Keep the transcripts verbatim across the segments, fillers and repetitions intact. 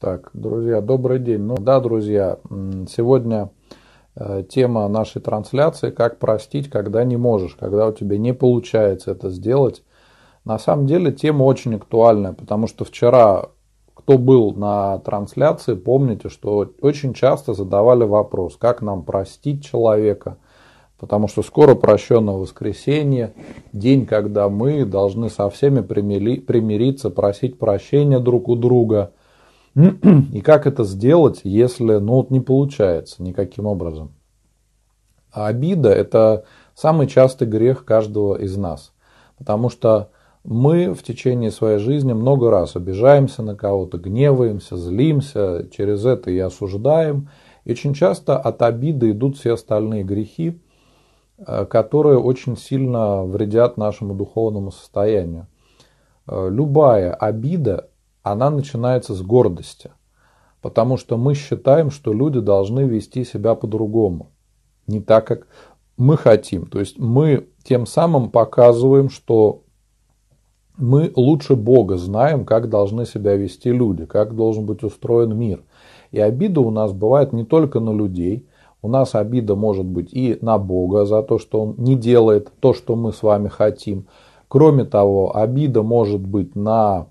Так, друзья, добрый день. Ну да, друзья, сегодня э, тема нашей трансляции «Как простить, когда не можешь, когда у тебя не получается это сделать». На самом деле тема очень актуальная, потому что вчера, кто был на трансляции, помните, что очень часто задавали вопрос, как нам простить человека, потому что скоро прощенное воскресенье, день, когда мы должны со всеми примириться, просить прощения друг у друга. И как это сделать, если ну, вот не получается никаким образом? А обида – это самый частый грех каждого из нас. Потому что мы в течение своей жизни много раз обижаемся на кого-то, гневаемся, злимся, через это и осуждаем. И очень часто от обиды идут все остальные грехи, которые очень сильно вредят нашему духовному состоянию. Любая обида, она начинается с гордости, потому что мы считаем, что люди должны вести себя по-другому, не так, как мы хотим. То есть мы тем самым показываем, что мы лучше Бога знаем, как должны себя вести люди, как должен быть устроен мир. И обида у нас бывает не только на людей, у нас обида может быть и на Бога за то, что Он не делает то, что мы с вами хотим. Кроме того, обида может быть на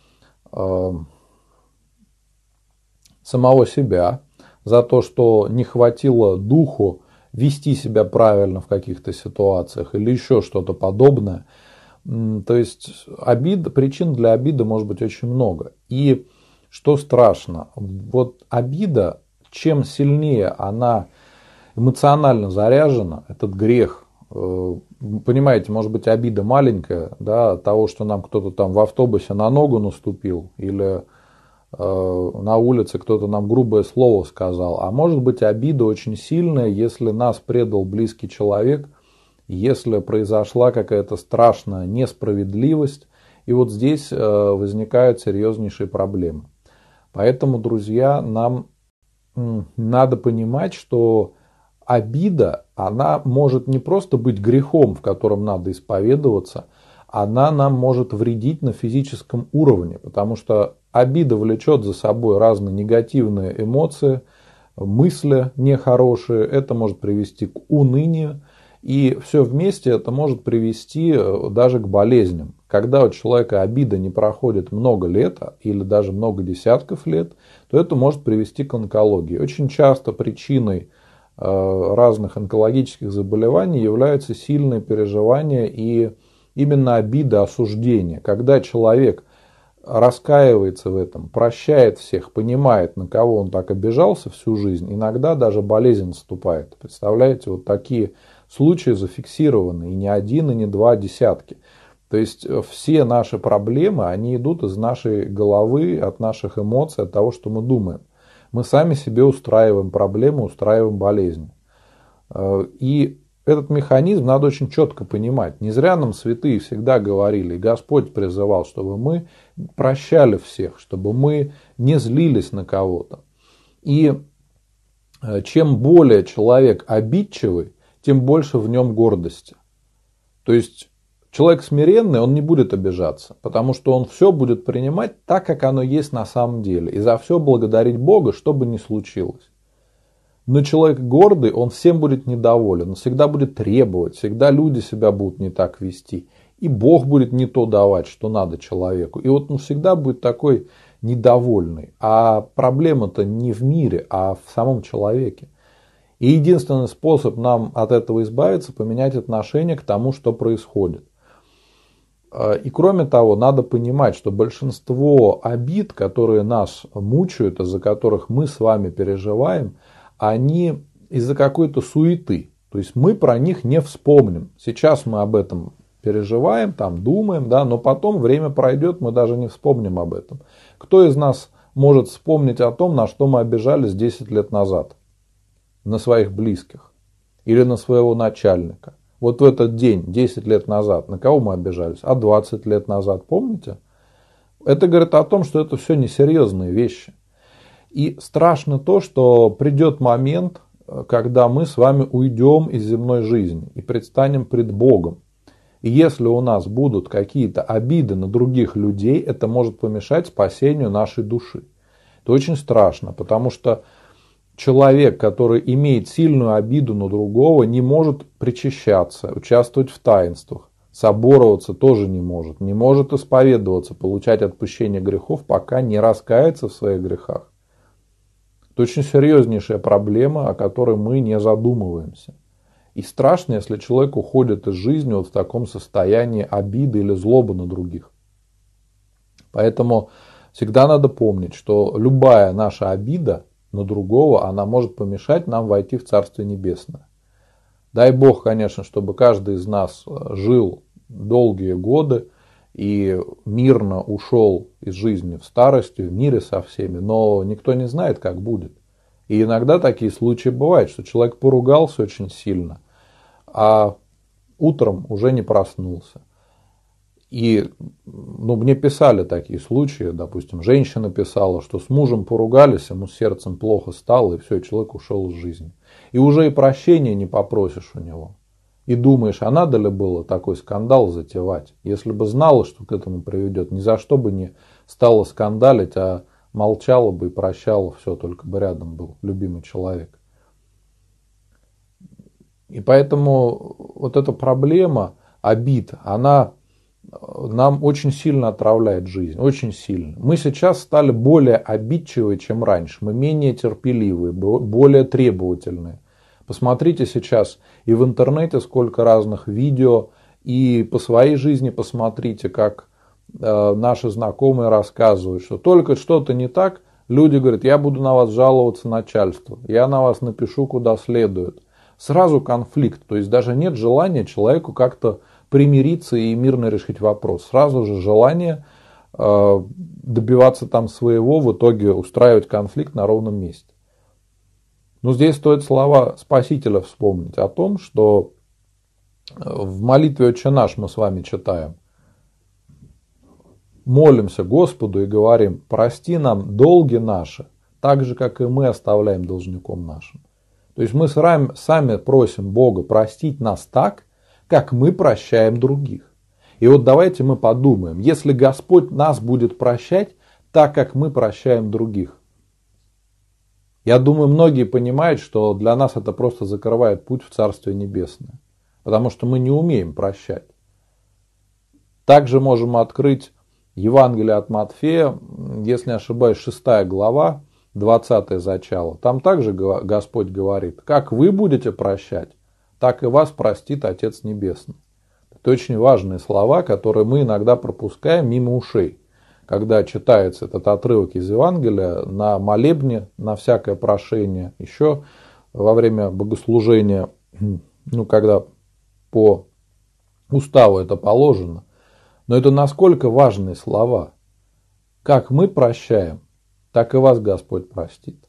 самого себя за то, что не хватило духу вести себя правильно в каких-то ситуациях или еще что-то подобное. То есть обид, причин для обиды может быть очень много. И что страшно, вот обида, чем сильнее она эмоционально заряжена, этот грех, понимаете, может быть обида маленькая, да, от того, что нам кто-то там в автобусе на ногу наступил или э, на улице кто-то нам грубое слово сказал, а может быть обида очень сильная, если нас предал близкий человек, если произошла какая-то страшная несправедливость, и вот здесь э, возникают серьезнейшие проблемы. Поэтому, друзья, нам э, надо понимать, что обида, она может не просто быть грехом, в котором надо исповедоваться, она нам может вредить на физическом уровне, потому что обида влечет за собой разные негативные эмоции, мысли нехорошие, это может привести к унынию, и все вместе это может привести даже к болезням. Когда у человека обида не проходит много лет или даже много десятков лет, то это может привести к онкологии. Очень часто причиной разных онкологических заболеваний являются сильные переживания и именно обида, осуждение. Когда человек раскаивается в этом, прощает всех, понимает, на кого он так обижался всю жизнь, иногда даже болезнь наступает. Представляете, вот такие случаи зафиксированы, и не один, и не два десятки. То есть все наши проблемы, они идут из нашей головы, от наших эмоций, от того, что мы думаем. Мы сами себе устраиваем проблемы, устраиваем болезни. И этот механизм надо очень четко понимать. Не зря нам святые всегда говорили, и Господь призывал, чтобы мы прощали всех, чтобы мы не злились на кого-то. И чем более человек обидчивый, тем больше в нем гордости. То есть человек смиренный, он не будет обижаться, потому что он все будет принимать так, как оно есть на самом деле. И за все благодарить Бога, что бы ни случилось. Но человек гордый, он всем будет недоволен, он всегда будет требовать, всегда люди себя будут не так вести. И Бог будет не то давать, что надо человеку. И вот он всегда будет такой недовольный. А проблема-то не в мире, а в самом человеке. И единственный способ нам от этого избавиться, поменять отношение к тому, что происходит. И кроме того, надо понимать, что большинство обид, которые нас мучают, из-за которых мы с вами переживаем, они из-за какой-то суеты. То есть мы про них не вспомним. Сейчас мы об этом переживаем, там думаем, да, но потом время пройдет, мы даже не вспомним об этом. Кто из нас может вспомнить о том, на что мы обижались десять лет назад? На своих близких или на своего начальника? Вот в этот день, десять лет назад, на кого мы обижались? А двадцать лет назад, помните? Это говорит о том, что это все несерьезные вещи. И страшно то, что придет момент, когда мы с вами уйдем из земной жизни и предстанем пред Богом. И если у нас будут какие-то обиды на других людей, это может помешать спасению нашей души. Это очень страшно, потому что человек, который имеет сильную обиду на другого, не может причащаться, участвовать в таинствах, собороваться тоже не может, не может исповедоваться, получать отпущение грехов, пока не раскается в своих грехах. Это очень серьезнейшая проблема, о которой мы не задумываемся. И страшно, если человек уходит из жизни вот в таком состоянии обиды или злобы на других. Поэтому всегда надо помнить, что любая наша обида на другого, она может помешать нам войти в Царствие Небесное. Дай Бог, конечно, чтобы каждый из нас жил долгие годы и мирно ушел из жизни в старости, в мире со всеми, но никто не знает, как будет. И иногда такие случаи бывают, что человек поругался очень сильно, а утром уже не проснулся. И ну, мне писали такие случаи, допустим, женщина писала, что с мужем поругались, ему с сердцем плохо стало, и все, человек ушел из жизни. И уже и прощения не попросишь у него. И думаешь, а надо ли было такой скандал затевать? Если бы знала, что к этому приведет, ни за что бы не стала скандалить, а молчала бы и прощала все, только бы рядом был любимый человек. И поэтому вот эта проблема обид, она нам очень сильно отравляет жизнь, очень сильно. Мы сейчас стали более обидчивые, чем раньше, мы менее терпеливые, более требовательные. Посмотрите сейчас и в интернете сколько разных видео, и по своей жизни посмотрите, как э, наши знакомые рассказывают, что только что-то не так, люди говорят, я буду на вас жаловаться начальству, я на вас напишу куда следует. Сразу конфликт, то есть даже нет желания человеку как-то примириться и мирно решить вопрос. Сразу же желание э, добиваться там своего, в итоге устраивать конфликт на ровном месте. Но здесь стоит слова Спасителя вспомнить о том, что в молитве «Отче наш» мы с вами читаем. Молимся Господу и говорим, прости нам долги наши, так же, как и мы оставляем должником нашим. То есть мы сами просим Бога простить нас так, как мы прощаем других. И вот давайте мы подумаем, если Господь нас будет прощать так, как мы прощаем других. Я думаю, многие понимают, что для нас это просто закрывает путь в Царствие Небесное. Потому что мы не умеем прощать. Также можем открыть Евангелие от Матфея, если не ошибаюсь, шестая глава, двадцатое зачало. Там также Господь говорит, как вы будете прощать, так и вас простит Отец Небесный. Это очень важные слова, которые мы иногда пропускаем мимо ушей. Когда читается этот отрывок из Евангелия на молебне, на всякое прошение, еще во время богослужения, ну, когда по уставу это положено. Но это насколько важные слова. Как мы прощаем, так и вас Господь простит.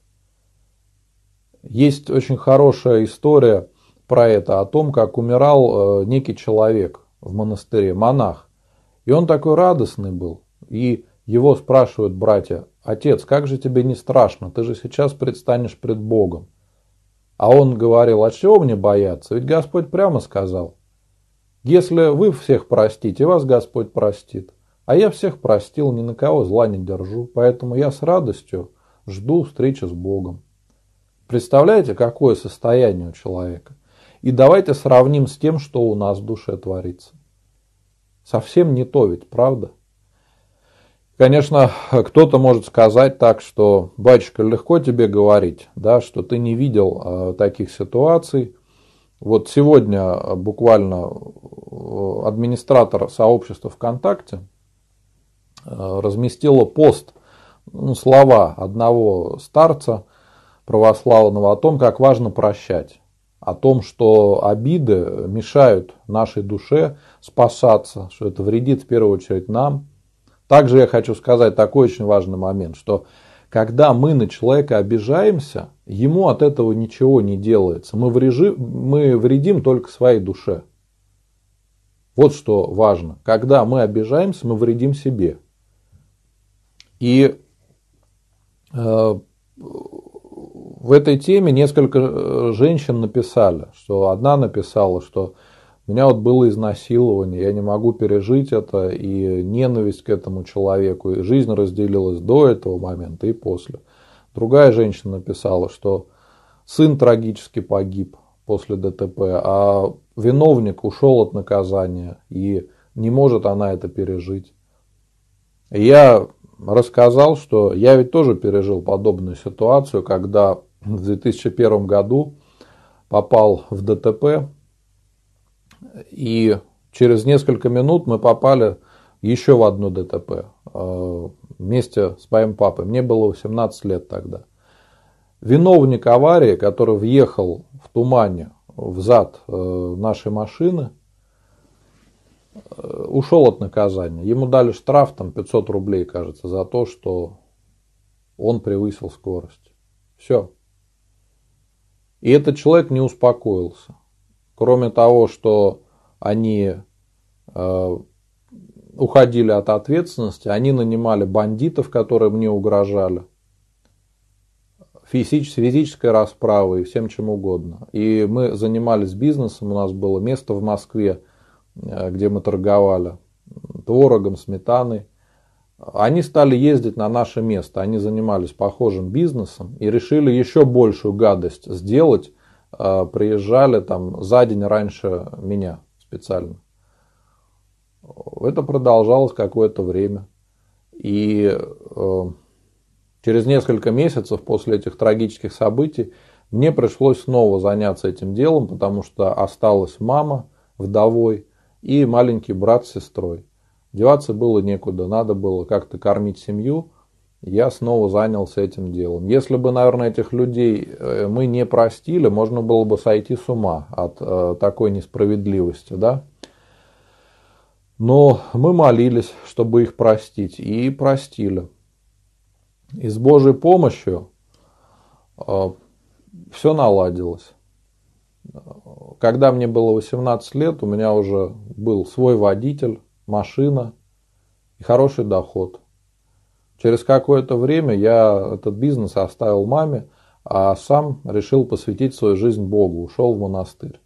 Есть очень хорошая история про это, о том, как умирал некий человек в монастыре, монах. И он такой радостный был. И его спрашивают братья, отец, как же тебе не страшно, ты же сейчас предстанешь пред Богом. А он говорил, а чего мне бояться, ведь Господь прямо сказал, если вы всех простите, вас Господь простит. А я всех простил, ни на кого зла не держу, поэтому я с радостью жду встречи с Богом. Представляете, какое состояние у человека? И давайте сравним с тем, что у нас в душе творится. Совсем не то ведь, правда? Конечно, кто-то может сказать так, что, батюшка, легко тебе говорить, да, что ты не видел э, таких ситуаций. Вот сегодня буквально администратор сообщества ВКонтакте э, разместила пост, ну, слова одного старца православного о том, как важно прощать. О том, что обиды мешают нашей душе спасаться, что это вредит в первую очередь нам. Также я хочу сказать такой очень важный момент, что когда мы на человека обижаемся, ему от этого ничего не делается. Мы вредим, мы вредим только своей душе. Вот что важно. Когда мы обижаемся, мы вредим себе. И э, в этой теме несколько женщин написали, что одна написала, что У меня вот было изнасилование, я не могу пережить это, и ненависть к этому человеку, и жизнь разделилась до этого момента и после. Другая женщина написала, что сын трагически погиб после ДТП, а виновник ушел от наказания, и не может она это пережить. И я рассказал, что я ведь тоже пережил подобную ситуацию, когда в две тысячи первом году попал в ДТП, и через несколько минут мы попали еще в одно ДТП вместе с моим папой. Мне было восемнадцать лет тогда. Виновник аварии, который въехал в тумане в зад нашей машины, ушел от наказания. Ему дали штраф там пятьсот рублей, кажется, за то, что он превысил скорость. Все. И этот человек не успокоился. Кроме того, что они э, уходили от ответственности, они нанимали бандитов, которые мне угрожали, физич, физической расправой и всем чем угодно. И мы занимались бизнесом, у нас было место в Москве, э, где мы торговали творогом, сметаной. Они стали ездить на наше место, они занимались похожим бизнесом и решили еще большую гадость сделать. Приезжали там за день раньше меня специально. Это продолжалось какое-то время. И э, через несколько месяцев после этих трагических событий мне пришлось снова заняться этим делом, потому что осталась мама вдовой и маленький брат с сестрой. Деваться было некуда, надо было как-то кормить семью. Я снова занялся этим делом. Если бы, наверное, этих людей мы не простили, можно было бы сойти с ума от э, такой несправедливости, да? Но мы молились, чтобы их простить, и простили. И с Божьей помощью э, все наладилось. Когда мне было восемнадцать лет, у меня уже был свой водитель, машина и хороший доход. Через какое-то время я этот бизнес оставил маме, а сам решил посвятить свою жизнь Богу, ушел в монастырь.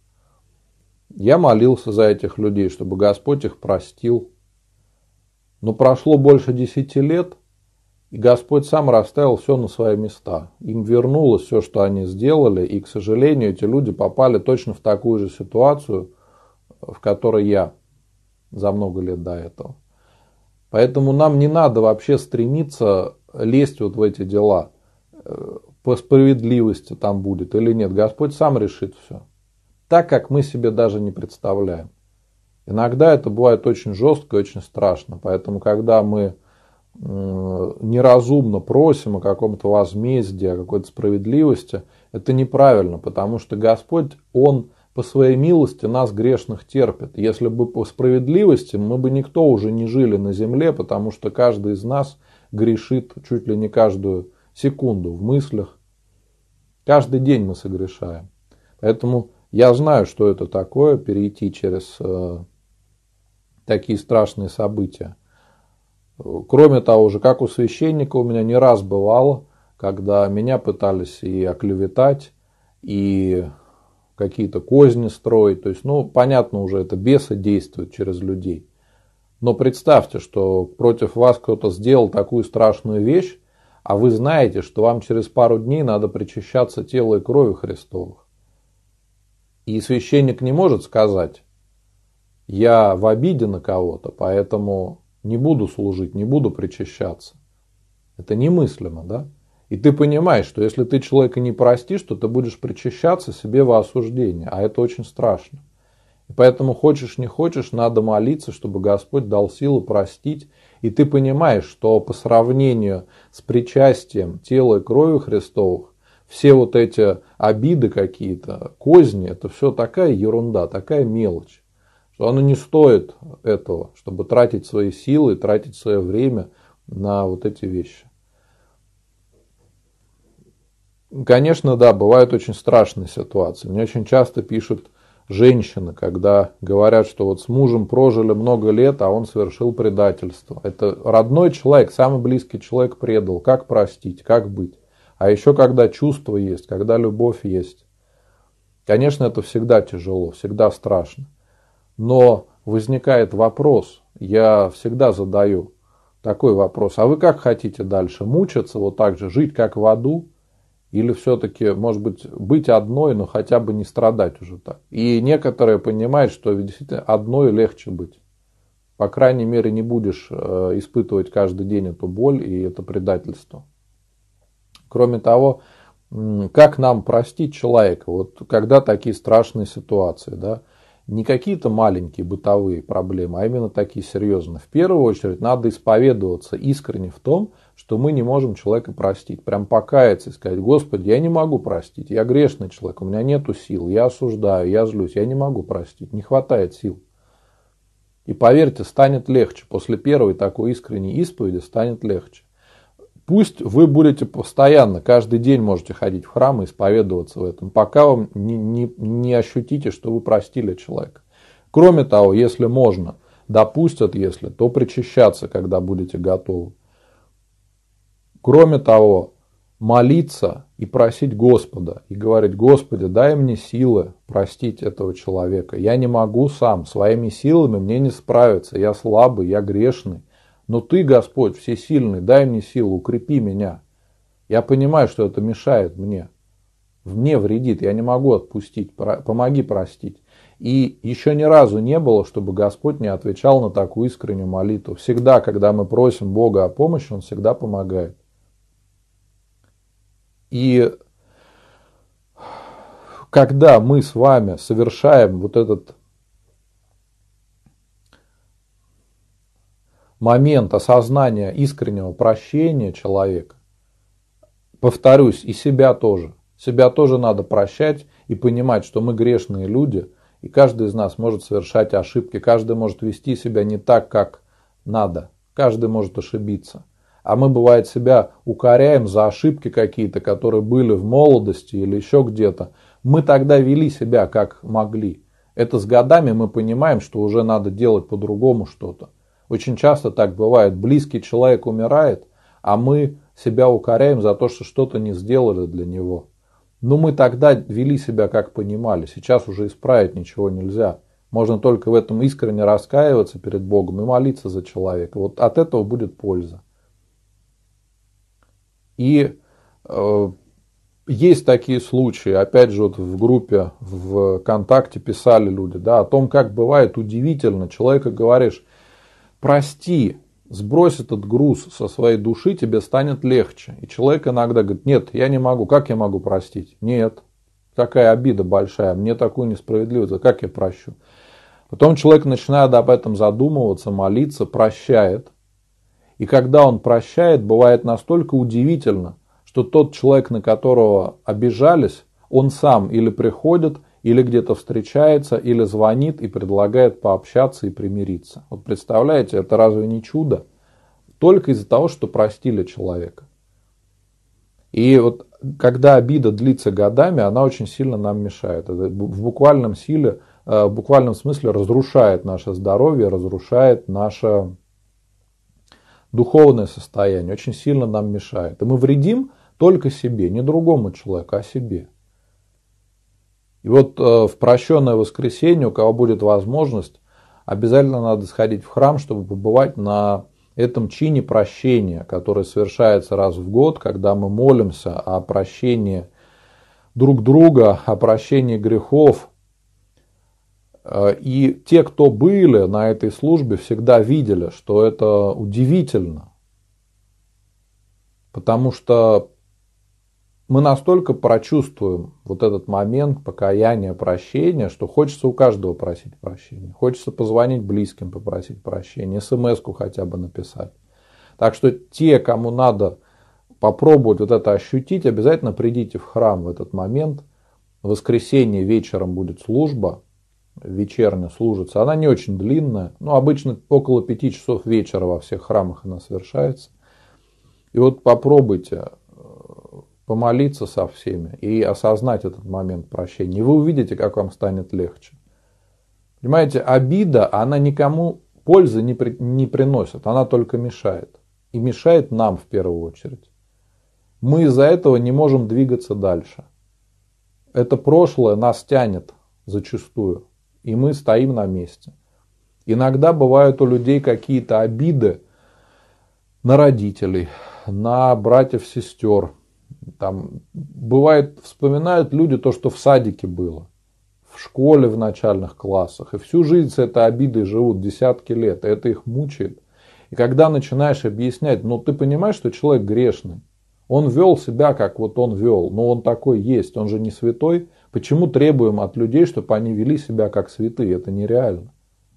Я молился за этих людей, чтобы Господь их простил. Но прошло больше десяти лет, и Господь сам расставил все на свои места. Им вернулось все, что они сделали, и, к сожалению, эти люди попали точно в такую же ситуацию, в которой я за много лет до этого. Поэтому нам не надо вообще стремиться лезть вот в эти дела. По справедливости там будет или нет. Господь сам решит все. Так, как мы себе даже не представляем. Иногда это бывает очень жестко и очень страшно. Поэтому, когда мы неразумно просим о каком-то возмездии, о какой-то справедливости, это неправильно. Потому что Господь, Он по своей милости нас грешных терпит. Если бы по справедливости, мы бы никто уже не жили на земле, потому что каждый из нас грешит чуть ли не каждую секунду в мыслях. Каждый день мы согрешаем. Поэтому я знаю, что это такое, перейти через э, такие страшные события. Кроме того же, как у священника у меня не раз бывало, когда меня пытались и оклеветать, и какие-то козни строить. То есть, ну, понятно уже, это бесы действуют через людей. Но представьте, что против вас кто-то сделал такую страшную вещь, а вы знаете, что вам через пару дней надо причащаться тела и крови Христовых. И священник не может сказать: я в обиде на кого-то, поэтому не буду служить, не буду причащаться. Это немыслимо, да? И ты понимаешь, что если ты человека не простишь, то ты будешь причащаться себе во осуждение. А это очень страшно. И поэтому хочешь не хочешь, надо молиться, чтобы Господь дал силы простить. И ты понимаешь, что по сравнению с причастием тела и крови Христовых, все вот эти обиды какие-то, козни, это все такая ерунда, такая мелочь, что оно не стоит этого, чтобы тратить свои силы, тратить свое время на вот эти вещи. Конечно, да, бывают очень страшные ситуации. Мне очень часто пишут женщины, когда говорят, что вот с мужем прожили много лет, а он совершил предательство. Это родной человек, самый близкий человек предал. Как простить, как быть? А еще когда чувства есть, когда любовь есть. Конечно, это всегда тяжело, всегда страшно. Но возникает вопрос, я всегда задаю такой вопрос, а вы как хотите дальше? Мучиться вот так же, жить как в аду? Или все-таки, может быть, быть одной, но хотя бы не страдать уже так? И некоторые понимают, что действительно одной легче быть. По крайней мере, не будешь испытывать каждый день эту боль и это предательство. Кроме того, как нам простить человека, вот когда такие страшные ситуации, да? Не какие-то маленькие бытовые проблемы, а именно такие серьезные. В первую очередь надо исповедоваться искренне в том, что мы не можем человека простить. Прям покаяться и сказать: Господи, я не могу простить, я грешный человек, у меня нету сил, я осуждаю, я злюсь, я не могу простить, не хватает сил. И поверьте, станет легче. После первой такой искренней исповеди станет легче. Пусть вы будете постоянно, каждый день можете ходить в храм и исповедоваться в этом, пока вы не, не, не ощутите, что вы простили человека. Кроме того, если можно, допустят, если, то причащаться, когда будете готовы. Кроме того, молиться и просить Господа, и говорить: Господи, дай мне силы простить этого человека. Я не могу сам, своими силами мне не справиться, я слабый, я грешный. Но Ты, Господь, всесильный, дай мне силу, укрепи меня. Я понимаю, что это мешает мне, мне вредит, я не могу отпустить, помоги простить. И еще ни разу не было, чтобы Господь не отвечал на такую искреннюю молитву. Всегда, когда мы просим Бога о помощи, Он всегда помогает. И когда мы с вами совершаем вот этот момент осознания искреннего прощения человека, повторюсь, и себя тоже. Себя тоже надо прощать и понимать, что мы грешные люди, и каждый из нас может совершать ошибки, каждый может вести себя не так, как надо, каждый может ошибиться. А мы, бывает, себя укоряем за ошибки какие-то, которые были в молодости или еще где-то. Мы тогда вели себя как могли. Это с годами мы понимаем, что уже надо делать по-другому что-то. Очень часто так бывает. Близкий человек умирает, а мы себя укоряем за то, что что-то не сделали для него. Но мы тогда вели себя как понимали. Сейчас уже исправить ничего нельзя. Можно только в этом искренне раскаиваться перед Богом и молиться за человека. Вот от этого будет польза. И э, есть такие случаи, опять же, вот в группе ВКонтакте писали люди, да, о том, как бывает удивительно. Человеку говоришь: прости, сбрось этот груз со своей души, тебе станет легче. И человек иногда говорит: нет, я не могу, как я могу простить? Нет, какая обида большая, мне такую несправедливость, как я прощу? Потом человек начинает об этом задумываться, молиться, прощает. И когда он прощает, бывает настолько удивительно, что тот человек, на которого обижались, он сам или приходит, или где-то встречается, или звонит и предлагает пообщаться и примириться. Вот представляете, это разве не чудо? Только из-за того, что простили человека. И вот когда обида длится годами, она очень сильно нам мешает. Это в буквальном силе, в буквальном смысле разрушает наше здоровье, разрушает наше духовное состояние, очень сильно нам мешает. И мы вредим только себе, не другому человеку, а себе. И вот в прощенное воскресенье, у кого будет возможность, обязательно надо сходить в храм, чтобы побывать на этом чине прощения, который совершается раз в год, когда мы молимся о прощении друг друга, о прощении грехов. И те, кто были на этой службе, всегда видели, что это удивительно. Потому что мы настолько прочувствуем вот этот момент покаяния, прощения, что хочется у каждого просить прощения. Хочется позвонить близким, попросить прощения, смс-ку хотя бы написать. Так что те, кому надо попробовать вот это ощутить, обязательно придите в храм в этот момент. В воскресенье вечером будет служба, вечерняя служится. Она не очень длинная, но обычно около пяти часов вечера во всех храмах она совершается. И вот попробуйте помолиться со всеми и осознать этот момент прощения. И вы увидите, как вам станет легче. Понимаете, обида, она никому пользы не, при, не приносит, она только мешает. И мешает нам в первую очередь. Мы из-за этого не можем двигаться дальше. Это прошлое нас тянет зачастую. и мы стоим на месте. Иногда бывают у людей какие-то обиды на родителей, на братьев, сестер. Там бывает, вспоминают люди то, что в садике было, в школе, в начальных классах. И всю жизнь с этой обидой живут десятки лет. И это их мучает. И когда начинаешь объяснять, ну ты понимаешь, что человек грешный. Он вел себя, как вот он вел. Но он такой есть, он же не святой. Почему требуем от людей, чтобы они вели себя как святые? Это нереально.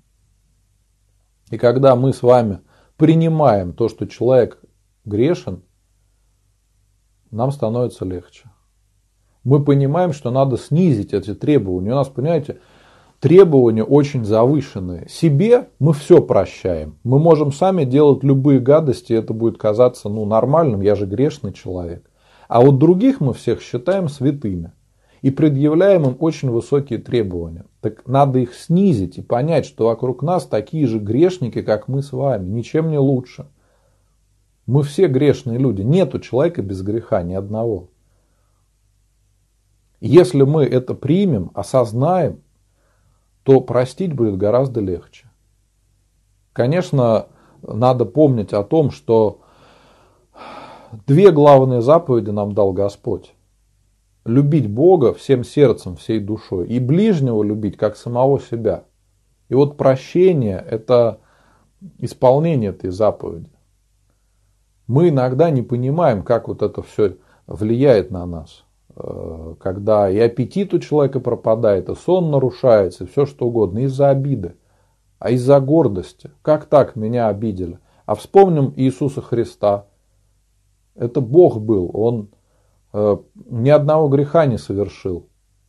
И когда мы с вами принимаем то, что человек грешен, нам становится легче. Мы понимаем, что надо снизить эти требования. У нас, понимаете, требования очень завышенные. Себе мы все прощаем. Мы можем сами делать любые гадости, и это будет казаться ну, нормальным, я же грешный человек. А вот других мы всех считаем святыми. И предъявляем им очень высокие требования. Так надо их снизить и понять, что вокруг нас такие же грешники, как мы с вами. Ничем не лучше. Мы все грешные люди. Нету человека без греха, ни одного. Если мы это примем, осознаем, то простить будет гораздо легче. Конечно, надо помнить о том, что две главные заповеди нам дал Господь. Любить Бога всем сердцем, всей душой. И ближнего любить, как самого себя. И вот прощение – это исполнение этой заповеди. Мы иногда не понимаем, как вот это все влияет на нас. Когда и аппетит у человека пропадает, и сон нарушается, и все что угодно. Из-за обиды, а из-за гордости. Как так меня обидели? А вспомним Иисуса Христа. Это Бог был. Он ни одного греха не совершил.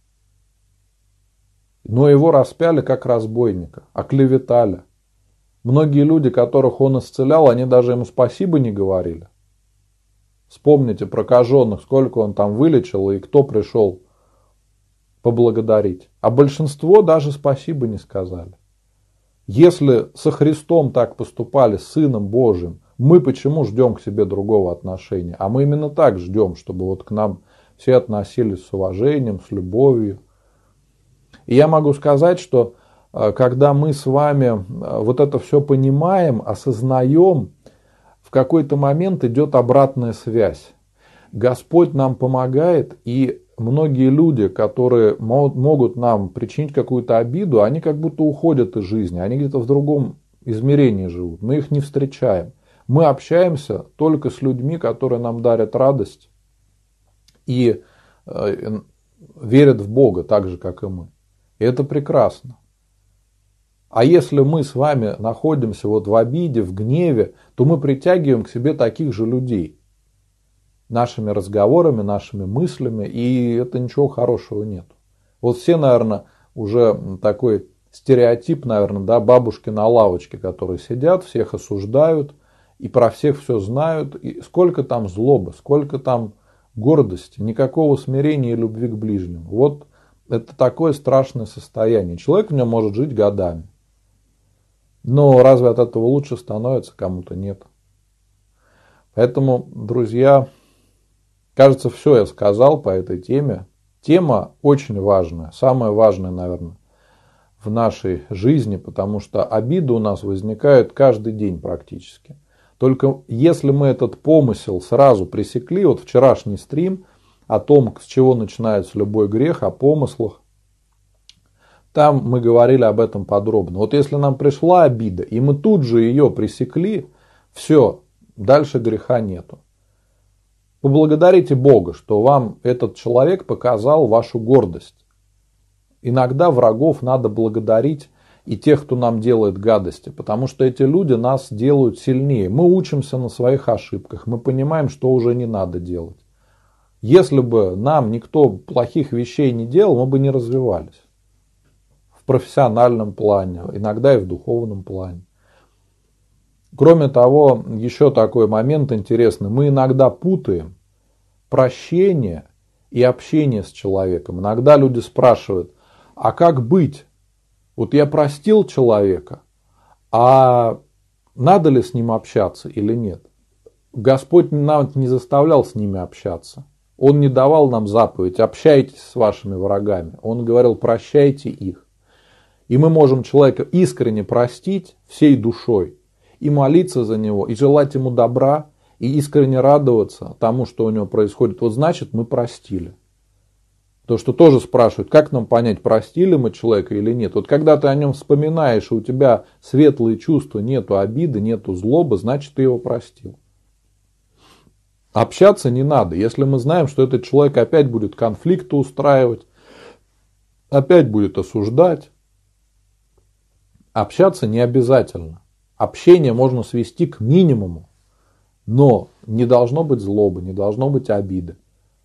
Но его распяли как разбойника, оклеветали. Многие люди, которых он исцелял, они даже ему спасибо не говорили. Вспомните прокаженных, сколько он там вылечил и кто пришел поблагодарить. А большинство даже спасибо не сказали. Если со Христом так поступали, с Сыном Божиим, мы почему ждем к себе другого отношения? А мы именно так ждем, чтобы вот к нам все относились с уважением, с любовью. И я могу сказать, что когда мы с вами вот это все понимаем, осознаем, в какой-то момент идет обратная связь. Господь нам помогает, и многие люди, которые могут нам причинить какую-то обиду, они как будто уходят из жизни, они где-то в другом измерении живут, мы их не встречаем. Мы общаемся только с людьми, которые нам дарят радость и э, верят в Бога так же, как и мы. И это прекрасно. А если мы с вами находимся вот в обиде, в гневе, то мы притягиваем к себе таких же людей. Нашими разговорами, нашими мыслями, и это ничего хорошего нет. Вот все, наверное, уже такой стереотип, наверное, да, бабушки на лавочке, которые сидят, всех осуждают, и про всех все знают, и сколько там злобы, сколько там гордости, никакого смирения и любви к ближнему. Вот это такое страшное состояние. Человек в нем может жить годами. Но разве от этого лучше становится? Кому-то нет. Поэтому, друзья, кажется, все я сказал по этой теме. Тема очень важная, самая важная, наверное, в нашей жизни, потому что обиды у нас возникают каждый день практически. Только если мы этот помысел сразу пресекли, вот вчерашний стрим о том, с чего начинается любой грех, о помыслах, там мы говорили об этом подробно. Вот если нам пришла обида, и мы тут же ее пресекли, все, дальше греха нету. Поблагодарите Бога, что вам этот человек показал вашу гордость. Иногда врагов надо благодарить и тех, кто нам делает гадости, потому что эти люди нас делают сильнее. Мы учимся на своих ошибках, мы понимаем, что уже не надо делать. Если бы нам никто плохих вещей не делал, мы бы не развивались. В профессиональном плане, иногда и в духовном плане. Кроме того, еще такой момент интересный. Мы иногда путаем прощение и общение с человеком. Иногда люди спрашивают, а как быть? Вот я простил человека, а надо ли с ним общаться или нет? Господь нас не заставлял с ними общаться. Он не давал нам заповедь, общайтесь с вашими врагами. Он говорил, прощайте их. И мы можем человека искренне простить всей душой, и молиться за него, и желать ему добра, и искренне радоваться тому, что у него происходит. Вот значит, мы простили. То, что тоже спрашивают, как нам понять, простили мы человека или нет. Вот когда ты о нем вспоминаешь, и у тебя светлые чувства, нету обиды, нету злобы, значит, ты его простил. Общаться не надо. Если мы знаем, что этот человек опять будет конфликты устраивать, опять будет осуждать, общаться не обязательно. Общение можно свести к минимуму, но не должно быть злобы, не должно быть обиды.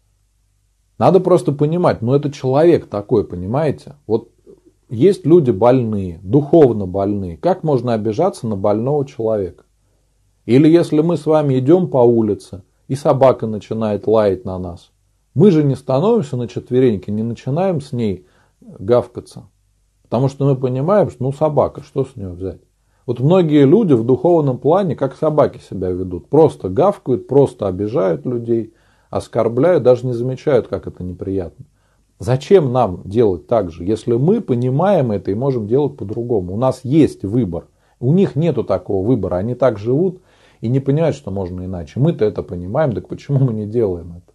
Надо просто понимать, ну это человек такой, понимаете? Вот есть люди больные, духовно больные. Как можно обижаться на больного человека? Или если мы с вами идем по улице, и собака начинает лаять на нас, мы же не становимся на четвереньки, не начинаем с ней гавкаться. Потому что мы понимаем, что ну собака, что с нее взять? Вот многие люди в духовном плане как собаки себя ведут. Просто гавкают, просто обижают людей, оскорбляют, даже не замечают, как это неприятно. Зачем нам делать так же, если мы понимаем это и можем делать по-другому? У нас есть выбор. У них нету такого выбора. Они так живут и не понимают, что можно иначе. Мы-то это понимаем, так почему мы не делаем это?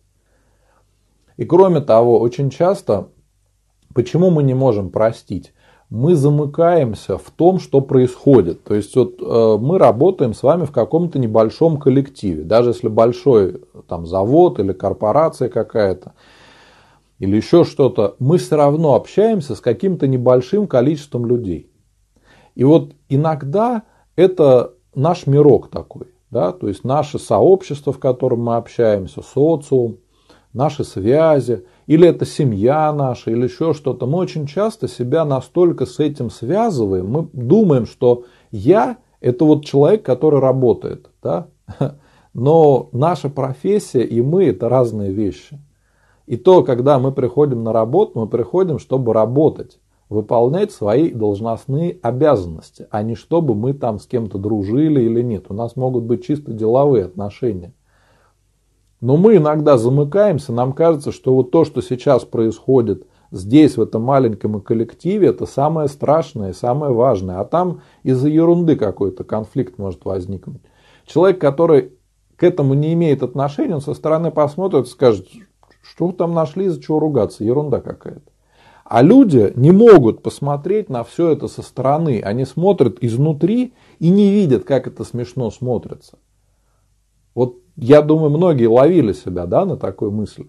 И кроме того, очень часто, почему мы не можем простить? Мы замыкаемся в том, что происходит. То есть вот э, мы работаем с вами в каком-то небольшом коллективе. Даже если большой там, завод или корпорация какая-то, или еще что-то, мы все равно общаемся с каким-то небольшим количеством людей. И вот иногда это наш мирок такой. Да? То есть наше сообщество, в котором мы общаемся, социум, наши связи, или это семья наша, или еще что-то. Мы очень часто себя настолько с этим связываем, мы думаем, что я это вот человек, который работает. Да? Но наша профессия и мы это разные вещи. И то, когда мы приходим на работу, мы приходим, чтобы работать, выполнять свои должностные обязанности, а не чтобы мы там с кем-то дружили или нет. У нас могут быть чисто деловые отношения. Но мы иногда замыкаемся, нам кажется, что вот то, что сейчас происходит здесь, в этом маленьком коллективе, это самое страшное и самое важное. А там из-за ерунды какой-то конфликт может возникнуть. Человек, который к этому не имеет отношения, он со стороны посмотрит и скажет, что вы там нашли, из-за чего ругаться, ерунда какая-то. А люди не могут посмотреть на все это со стороны. Они смотрят изнутри и не видят, как это смешно смотрится. Вот я думаю, многие ловили себя, да, на такой мысли.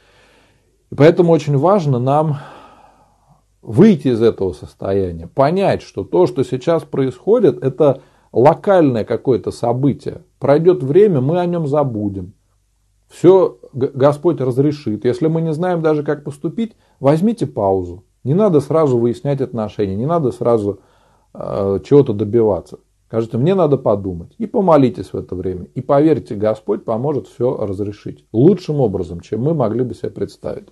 И поэтому очень важно нам выйти из этого состояния, понять, что то, что сейчас происходит, это локальное какое-то событие. Пройдет время, мы о нем забудем. Все Господь разрешит. Если мы не знаем даже, как поступить, возьмите паузу. Не надо сразу выяснять отношения, не надо сразу э, чего-то добиваться. Скажите, мне надо подумать. И помолитесь в это время. И поверьте, Господь поможет все разрешить. Лучшим образом, чем мы могли бы себе представить.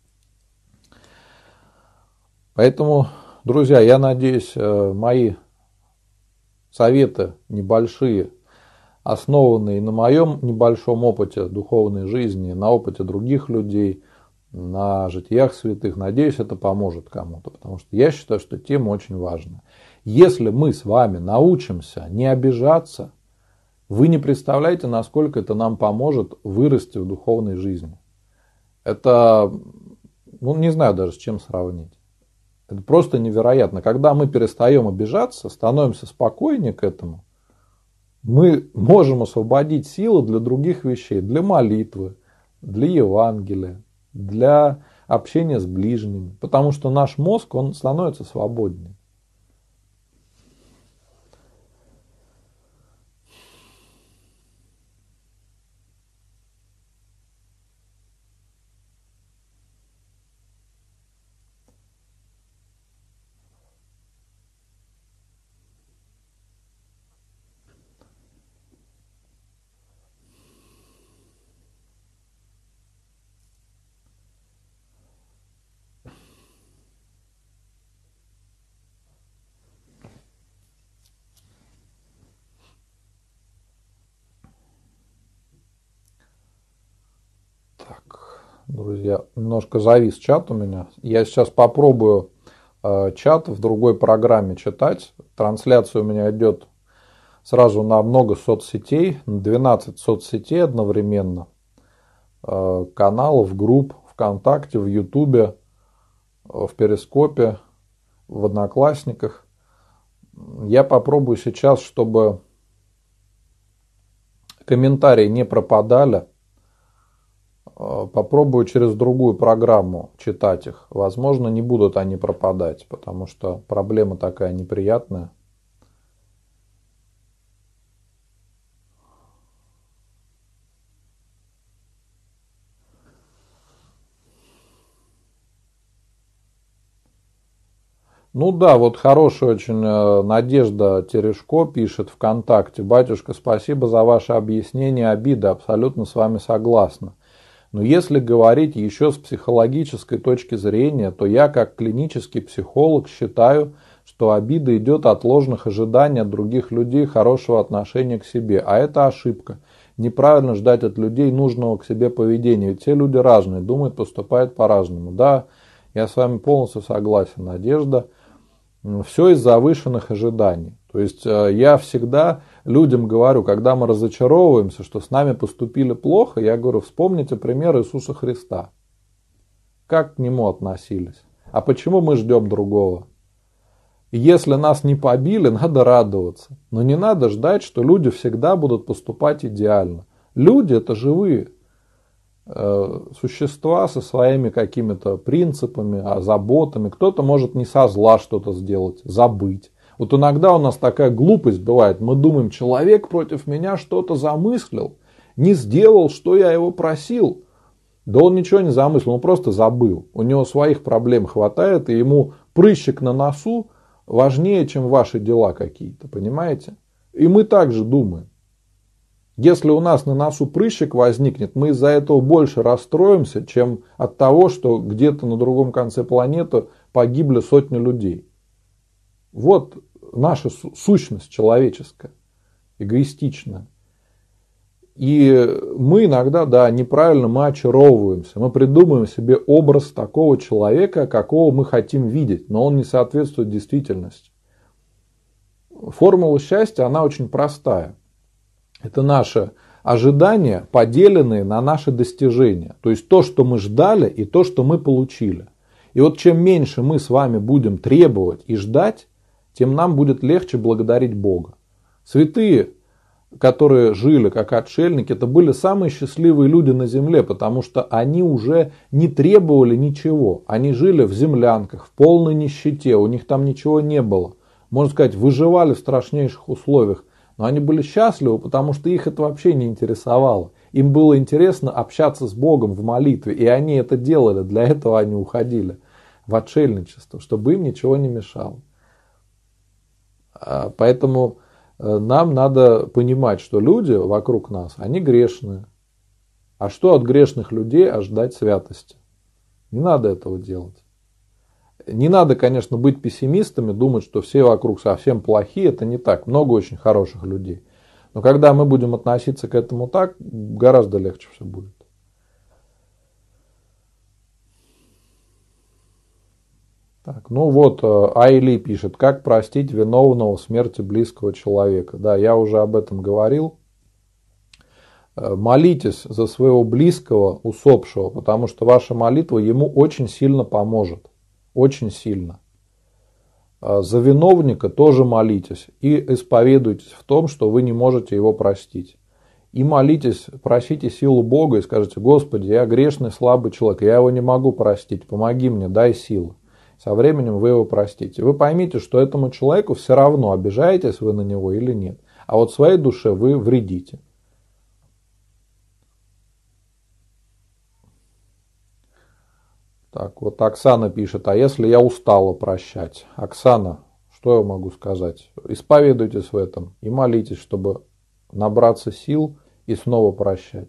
Поэтому, друзья, я надеюсь, мои советы небольшие, основанные на моем небольшом опыте духовной жизни, на опыте других людей, на житиях святых, надеюсь, это поможет кому-то. Потому что я считаю, что тема очень важна. Если мы с вами научимся не обижаться, вы не представляете, насколько это нам поможет вырасти в духовной жизни. Это, ну не знаю даже с чем сравнить. Это просто невероятно. Когда мы перестаем обижаться, становимся спокойнее к этому, мы можем освободить силы для других вещей, для молитвы, для Евангелия, для общения с ближними. Потому что наш мозг, он становится свободнее. Так, друзья, немножко завис чат у меня. Я сейчас попробую чат в другой программе читать. Трансляция у меня идет сразу на много соцсетей, на двенадцать соцсетей одновременно. Каналов, групп ВКонтакте, в Ютубе, в Перископе, в Одноклассниках. Я попробую сейчас, чтобы комментарии не пропадали. Попробую через другую программу читать их. Возможно, не будут они пропадать, потому что проблема такая неприятная. Ну да, вот хорошая очень Надежда Терешко пишет ВКонтакте. Батюшка, спасибо за ваше объяснение обиды. Абсолютно с вами согласна. Но если говорить еще с психологической точки зрения, то я как клинический психолог считаю, что обида идет от ложных ожиданий от других людей хорошего отношения к себе. А это ошибка. Неправильно ждать от людей нужного к себе поведения. Ведь все люди разные, думают, поступают по-разному. Да, я с вами полностью согласен, Надежда. Все из завышенных ожиданий. То есть я всегда людям говорю, когда мы разочаровываемся, что с нами поступили плохо, я говорю, вспомните пример Иисуса Христа. Как к нему относились? А почему мы ждем другого? Если нас не побили, надо радоваться. Но не надо ждать, что люди всегда будут поступать идеально. Люди это живые существа со своими какими-то принципами, заботами. Кто-то может не со зла что-то сделать, забыть. Вот иногда у нас такая глупость бывает. Мы думаем, человек против меня что-то замыслил, не сделал, что я его просил. Да он ничего не замыслил, он просто забыл. У него своих проблем хватает, и ему прыщик на носу важнее, чем ваши дела какие-то, понимаете? И мы также думаем. Если у нас на носу прыщик возникнет, мы из-за этого больше расстроимся, чем от того, что где-то на другом конце планеты погибли сотни людей. Вот наша сущность человеческая, эгоистичная. И мы иногда, да, неправильно мы очаровываемся. Мы придумываем себе образ такого человека, какого мы хотим видеть, но он не соответствует действительности. Формула счастья, она очень простая. Это наши ожидания, поделенные на наши достижения. То есть то, что мы ждали, и то, что мы получили. И вот чем меньше мы с вами будем требовать и ждать, тем нам будет легче благодарить Бога. Святые, которые жили как отшельники, это были самые счастливые люди на земле, потому что они уже не требовали ничего. Они жили в землянках, в полной нищете, у них там ничего не было. Можно сказать, выживали в страшнейших условиях. Но они были счастливы, потому что их это вообще не интересовало. Им было интересно общаться с Богом в молитве, и они это делали. Для этого они уходили в отшельничество, чтобы им ничего не мешало. Поэтому нам надо понимать, что люди вокруг нас, они грешные. А что от грешных людей ожидать святости? Не надо этого делать. Не надо, конечно, быть пессимистами, думать, что все вокруг совсем плохие. Это не так. Много очень хороших людей. Но когда мы будем относиться к этому так, гораздо легче все будет. Так, ну вот, Айли пишет, как простить виновного в смерти близкого человека. Да, я уже об этом говорил. Молитесь за своего близкого, усопшего, потому что ваша молитва ему очень сильно поможет. Очень сильно. За виновника тоже молитесь и исповедуйтесь в том, что вы не можете его простить. И молитесь, просите силу Бога и скажите, Господи, я грешный, слабый человек, я его не могу простить, помоги мне, дай силы. Со временем вы его простите. Вы поймите, что этому человеку все равно, обижаетесь вы на него или нет. А вот своей душе вы вредите. Так, вот Оксана пишет, а если я устала прощать? Оксана, что я могу сказать? Исповедуйтесь в этом и молитесь, чтобы набраться сил и снова прощать.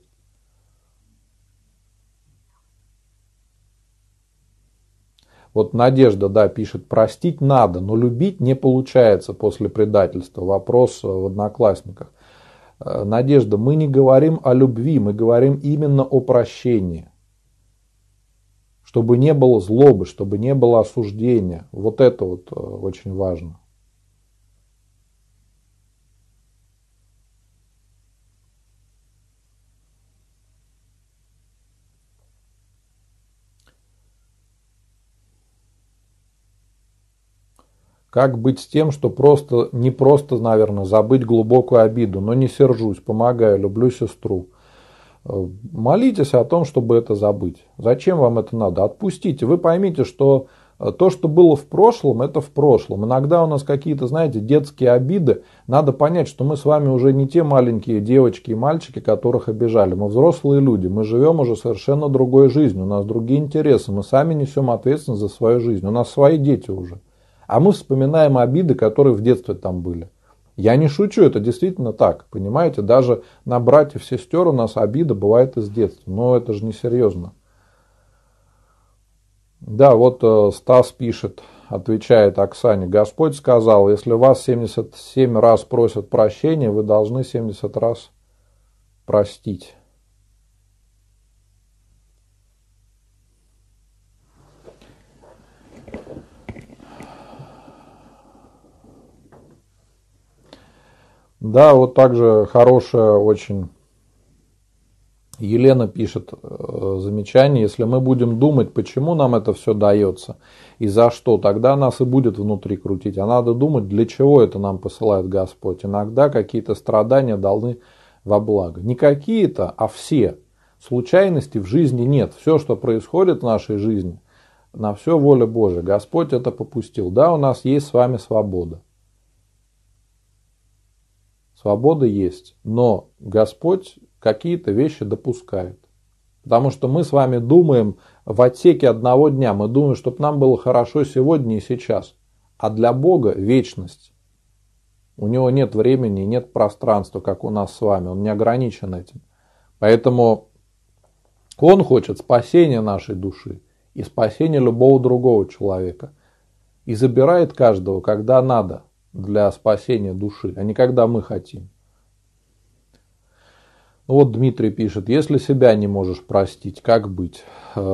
Вот Надежда, да, пишет, простить надо, но любить не получается после предательства. Вопрос в Одноклассниках. Надежда, мы не говорим о любви, мы говорим именно о прощении. чтобы не было злобы, чтобы не было осуждения. Вот это вот очень важно. Как быть с тем, что просто, не просто, наверное, забыть глубокую обиду, но не сержусь, помогаю, люблю сестру. Молитесь о том, чтобы это забыть. Зачем вам это надо? Отпустите. Вы поймите, что то, что было в прошлом, это в прошлом. Иногда у нас какие-то, знаете, детские обиды. Надо понять, что мы с вами уже не те маленькие девочки и мальчики, которых обижали. Мы взрослые люди. Мы живем уже совершенно другой жизнью. У нас другие интересы. Мы сами несем ответственность за свою жизнь. У нас свои дети уже. А мы вспоминаем обиды, которые в детстве там были. Я не шучу, это действительно так. Понимаете, даже на братьев, сестер у нас обида бывает из детства. Но это же не серьезно. Да, вот Стас пишет, отвечает Оксане. Господь сказал, если вас семьдесят семь раз просят прощения, вы должны семьдесят раз простить. Да, вот также хорошая очень Елена пишет э, замечание, если мы будем думать, почему нам это все дается и за что, тогда нас и будет внутри крутить. А надо думать, для чего это нам посылает Господь. Иногда какие-то страдания даны во благо. Не какие-то, а все. Случайностей в жизни нет. Все, что происходит в нашей жизни, на все воля Божия. Господь это попустил. Да, у нас есть с вами свобода. Свобода есть, но Господь какие-то вещи допускает. Потому что мы с вами думаем в отсеке одного дня. Мы думаем, чтобы нам было хорошо сегодня и сейчас. А для Бога вечность. У Него нет времени, нет пространства, как у нас с вами. Он не ограничен этим. Поэтому Он хочет спасения нашей души и спасения любого другого человека. И забирает каждого, когда надо, для спасения души, а не когда мы хотим. Вот Дмитрий пишет, если себя не можешь простить, как быть?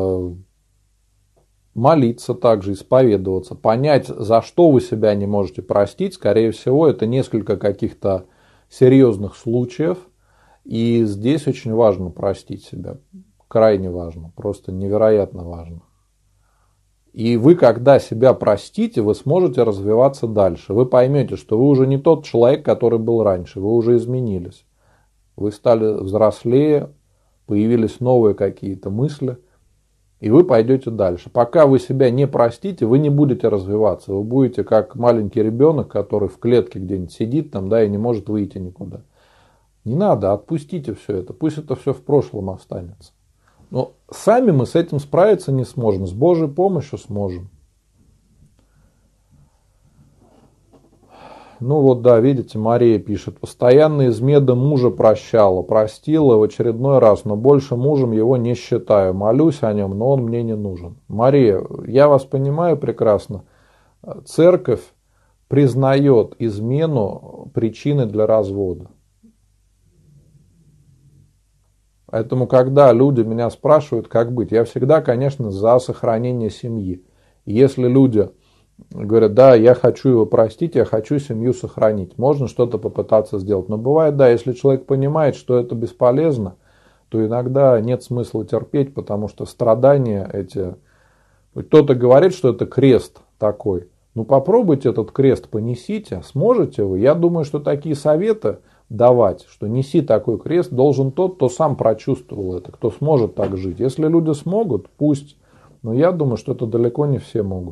Молиться также, исповедоваться, понять, за что вы себя не можете простить. Скорее всего, это несколько каких-то серьезных случаев. И здесь очень важно простить себя. Крайне важно, просто невероятно важно. И вы, когда себя простите, вы сможете развиваться дальше. Вы поймете, что вы уже не тот человек, который был раньше. Вы уже изменились. Вы стали взрослее, появились новые какие-то мысли. И вы пойдете дальше. Пока вы себя не простите, вы не будете развиваться. Вы будете как маленький ребенок, который в клетке где-нибудь сидит там, да, и не может выйти никуда. Не надо, отпустите все это. Пусть это все в прошлом останется. Но сами мы с этим справиться не сможем. С Божьей помощью сможем. Ну вот да, видите, Мария пишет. Постоянно из меда мужа прощала. Простила в очередной раз, но больше мужем его не считаю. Молюсь о нем, но он мне не нужен. Мария, я вас понимаю прекрасно. Церковь признает измену причиной для развода. Поэтому, когда люди меня спрашивают, как быть, я всегда, конечно, за сохранение семьи. Если люди говорят, да, я хочу его простить, я хочу семью сохранить, можно что-то попытаться сделать. Но бывает, да, если человек понимает, что это бесполезно, то иногда нет смысла терпеть, потому что страдания эти... Кто-то говорит, что это крест такой. Ну попробуйте этот крест, понесите, сможете вы. Я думаю, что такие советы давать, что неси такой крест, должен тот, кто сам прочувствовал это, кто сможет так жить. Если люди смогут, пусть, но я думаю, что это далеко не все могут.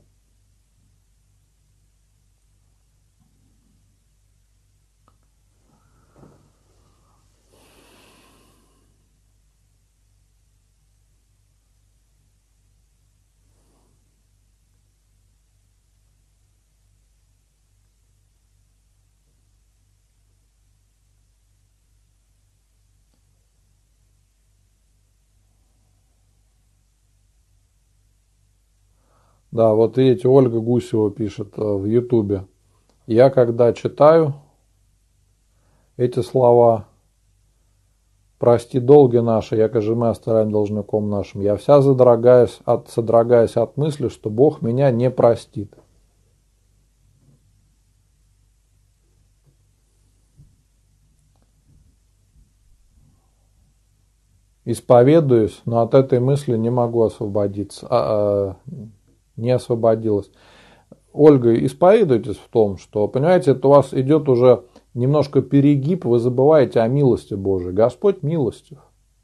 Да, вот видите, Ольга Гусева пишет в Ютубе. Я когда читаю эти слова, прости долги наши, якоже мы оставляем должником нашим. Я вся задрогаюсь от, содрогаюсь от мысли, что Бог меня не простит. Исповедуюсь, но от этой мысли не могу освободиться. А, а, не освободилась. Ольга, исповедуйтесь в том, что, понимаете, это у вас идет уже немножко перегиб, вы забываете о милости Божией. Господь милостив.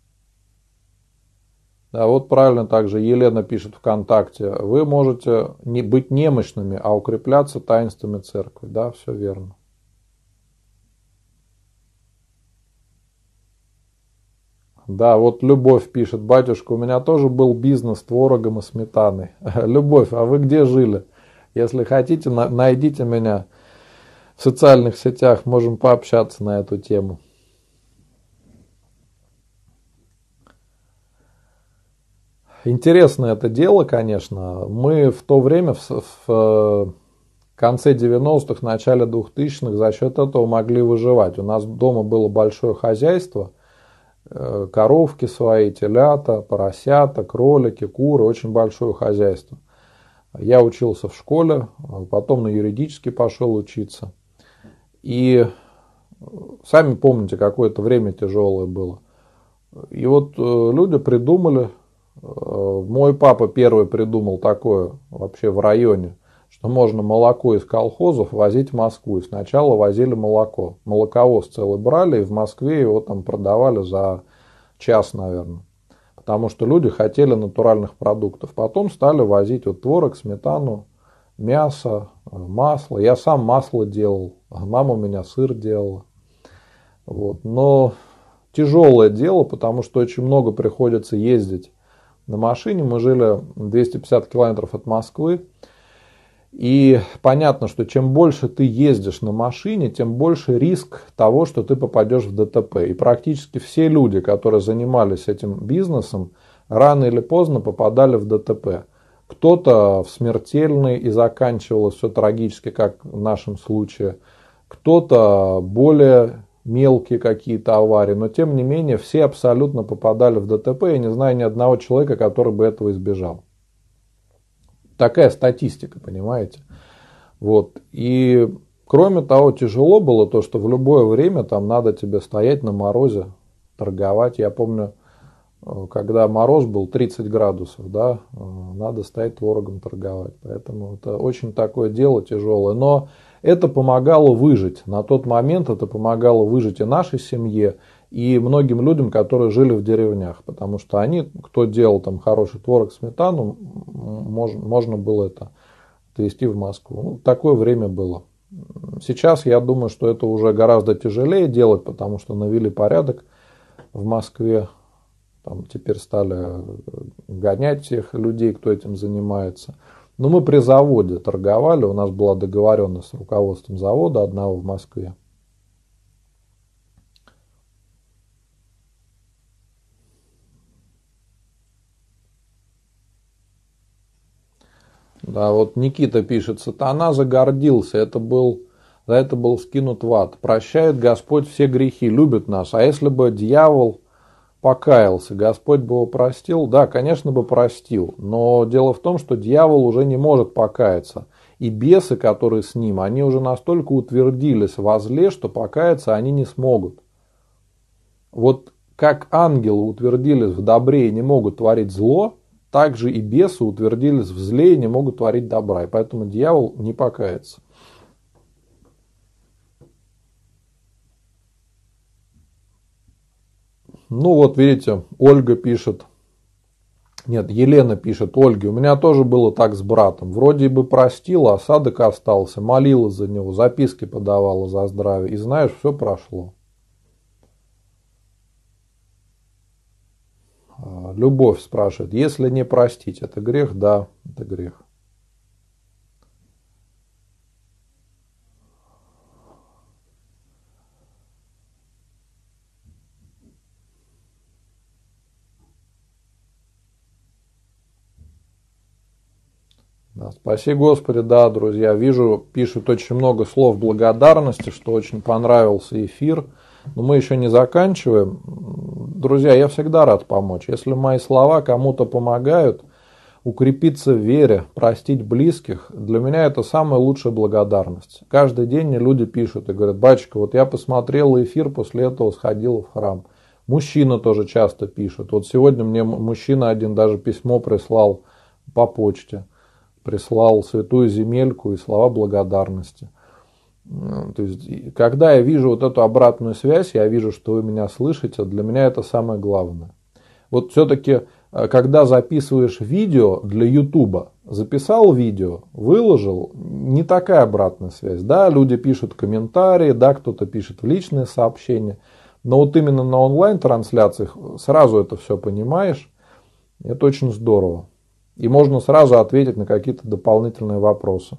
Да, вот правильно также Елена пишет ВКонтакте. Вы можете не быть немощными, а укрепляться таинствами церкви. Да, все верно. Да, вот Любовь пишет, батюшка, у меня тоже был бизнес с творогом и сметаной. Любовь, а вы где жили? Если хотите, найдите меня в социальных сетях, можем пообщаться на эту тему. Интересно это дело, конечно. Мы в то время, в, в конце девяностых, начале двухтысячных, за счет этого могли выживать. У нас дома было большое хозяйство, коровки свои, телята, поросята, кролики, куры, очень большое хозяйство. Я учился в школе, потом на юридический пошел учиться. И сами помните, какое-то время тяжелое было. И вот люди придумали, мой папа первый придумал такое вообще в районе, что можно молоко из колхозов возить в Москву. И сначала возили молоко. Молоковоз целый брали, и в Москве его там продавали за час, наверное. Потому что люди хотели натуральных продуктов. Потом стали возить вот творог, сметану, мясо, масло. Я сам масло делал, мама у меня сыр делала. Вот. Но тяжелое дело, потому что очень много приходится ездить на машине. Мы жили двести пятьдесят километров от Москвы. И понятно, что чем больше ты ездишь на машине, тем больше риск того, что ты попадешь в ДТП. И практически все люди, которые занимались этим бизнесом, рано или поздно попадали в ДТП. Кто-то в смертельный и заканчивалось все трагически, как в нашем случае. Кто-то более мелкие какие-то аварии. Но тем не менее все абсолютно попадали в ДТП. Я не знаю ни одного человека, который бы этого избежал. Такая статистика, понимаете. Вот. И кроме того, тяжело было то, что в любое время там надо тебе стоять на морозе, торговать. Я помню, когда мороз был тридцать градусов, да, надо стоять творогом торговать. Поэтому это очень такое дело тяжелое. Но это помогало выжить. На тот момент это помогало выжить и нашей семье, и многим людям, которые жили в деревнях. Потому что они, кто делал там хороший творог, сметану, можно, можно было это отвезти в Москву. Ну, такое время было. Сейчас я думаю, что это уже гораздо тяжелее делать, потому что навели порядок в Москве. Там теперь стали гонять всех людей, кто этим занимается. Но мы при заводе торговали, у нас была договоренность с руководством завода одного в Москве. Да, вот Никита пишет, сатана загордился, это был, за это был скинут в ад. Прощает Господь все грехи, любит нас. А если бы дьявол покаялся, Господь бы его простил? Да, конечно бы простил. Но дело в том, что дьявол уже не может покаяться. И бесы, которые с ним, они уже настолько утвердились во зле, что покаяться они не смогут. Вот как ангелы утвердились в добре и не могут творить зло, также и бесы утвердились в зле и не могут творить добра. И поэтому дьявол не покается. Ну вот видите, Ольга пишет. Нет, Елена пишет, Ольге, у меня тоже было так с братом. Вроде бы простила, осадок остался, молилась за него, записки подавала за здравие. И знаешь, все прошло. Любовь спрашивает, если не простить, это грех? Да, это грех. Да, спаси Господи, да, друзья, вижу, пишут очень много слов благодарности, что очень понравился эфир. Но мы еще не заканчиваем. Друзья, я всегда рад помочь. Если мои слова кому-то помогают укрепиться в вере, простить близких, для меня это самая лучшая благодарность. Каждый день мне люди пишут и говорят: батюшка, вот я посмотрел эфир, после этого сходил в храм. Мужчины тоже часто пишут. Вот сегодня мне мужчина один даже письмо прислал по почте. Прислал святую земельку и слова благодарности. То есть, когда я вижу вот эту обратную связь, я вижу, что вы меня слышите, для меня это самое главное. Вот все-таки, когда записываешь видео для Ютуба, записал видео, выложил, не такая обратная связь. Да, люди пишут комментарии, да, кто-то пишет в личные сообщения, но вот именно на онлайн-трансляциях сразу это все понимаешь, это очень здорово. И можно сразу ответить на какие-то дополнительные вопросы.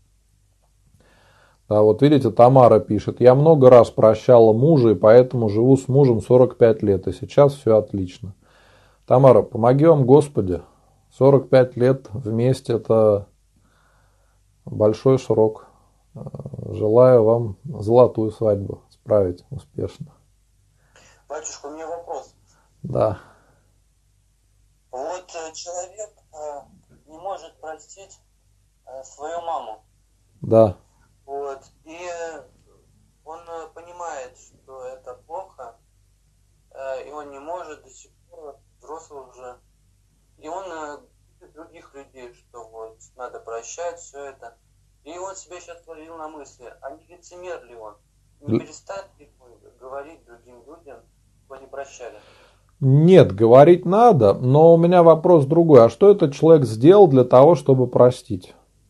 Да, вот видите, Тамара пишет: я много раз прощала мужа, и поэтому живу с мужем сорок пять лет, и сейчас все отлично. Тамара, помоги вам Господи. сорок пять лет вместе – это большой срок. Желаю вам золотую свадьбу справить успешно. Батюшка, у меня вопрос. Да. Вот человек не может простить свою маму. Да. Вот. И он понимает, что это плохо, и он не может до сих пор, взрослый уже. И он видит других людей, что вот надо прощать все это. И он себя сейчас ловил на мысли, а не лицемер ли он? Не перестать ли говорить другим людям, что они прощали? Нет, говорить надо, но у меня вопрос другой. А что этот человек сделал для того, чтобы простить?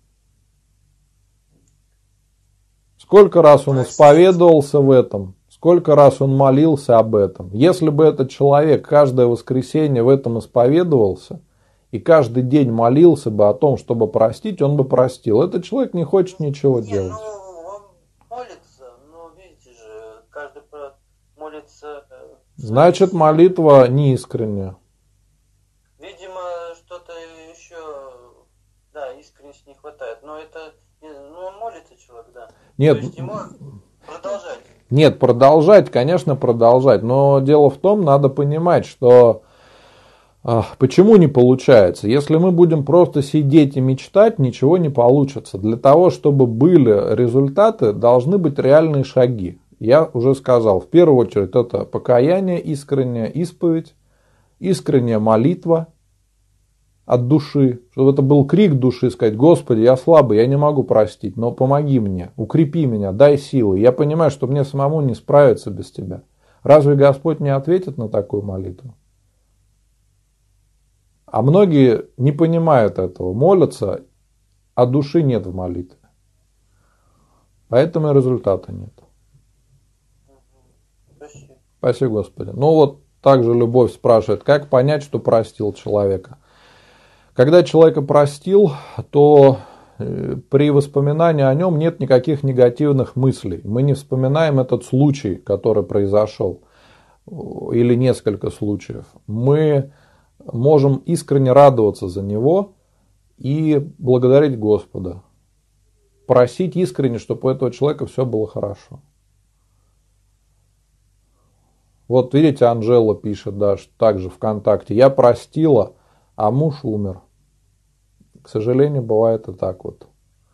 Сколько раз он исповедовался в этом? Сколько раз он молился об этом? Если бы этот человек каждое воскресенье в этом исповедовался и каждый день молился бы о том, чтобы простить, он бы простил. Этот человек не хочет ничего не, делать. Ну, он молится, но видите же, каждый молится... Значит, молитва неискренняя. Видимо, что-то еще, да, искренности не хватает. Но это, ну, он молится человек, да. Нет. То есть ему продолжать. Нет, продолжать, конечно, продолжать. Но дело в том, надо понимать, что а, почему не получается. Если мы будем просто сидеть и мечтать, ничего не получится. Для того, чтобы были результаты, должны быть реальные шаги. Я уже сказал, в первую очередь это покаяние, искренняя исповедь, искренняя молитва от души, чтобы это был крик души, сказать: Господи, я слабый, я не могу простить, но помоги мне, укрепи меня, дай силы. Я понимаю, что мне самому не справиться без Тебя. Разве Господь не ответит на такую молитву? А многие не понимают этого, молятся, а души нет в молитве. Поэтому и результата нет. Спасибо. Спасибо, Господи. Ну вот также Любовь спрашивает, как понять, что простил человека. Когда человека простил, то при воспоминании о нем нет никаких негативных мыслей. Мы не вспоминаем этот случай, который произошел, или несколько случаев. Мы можем искренне радоваться за него и благодарить Господа. Просить искренне, чтобы у этого человека все было хорошо. Вот видите, Анжела пишет, да, также ВКонтакте: я простила, а муж умер. К сожалению, бывает и так вот.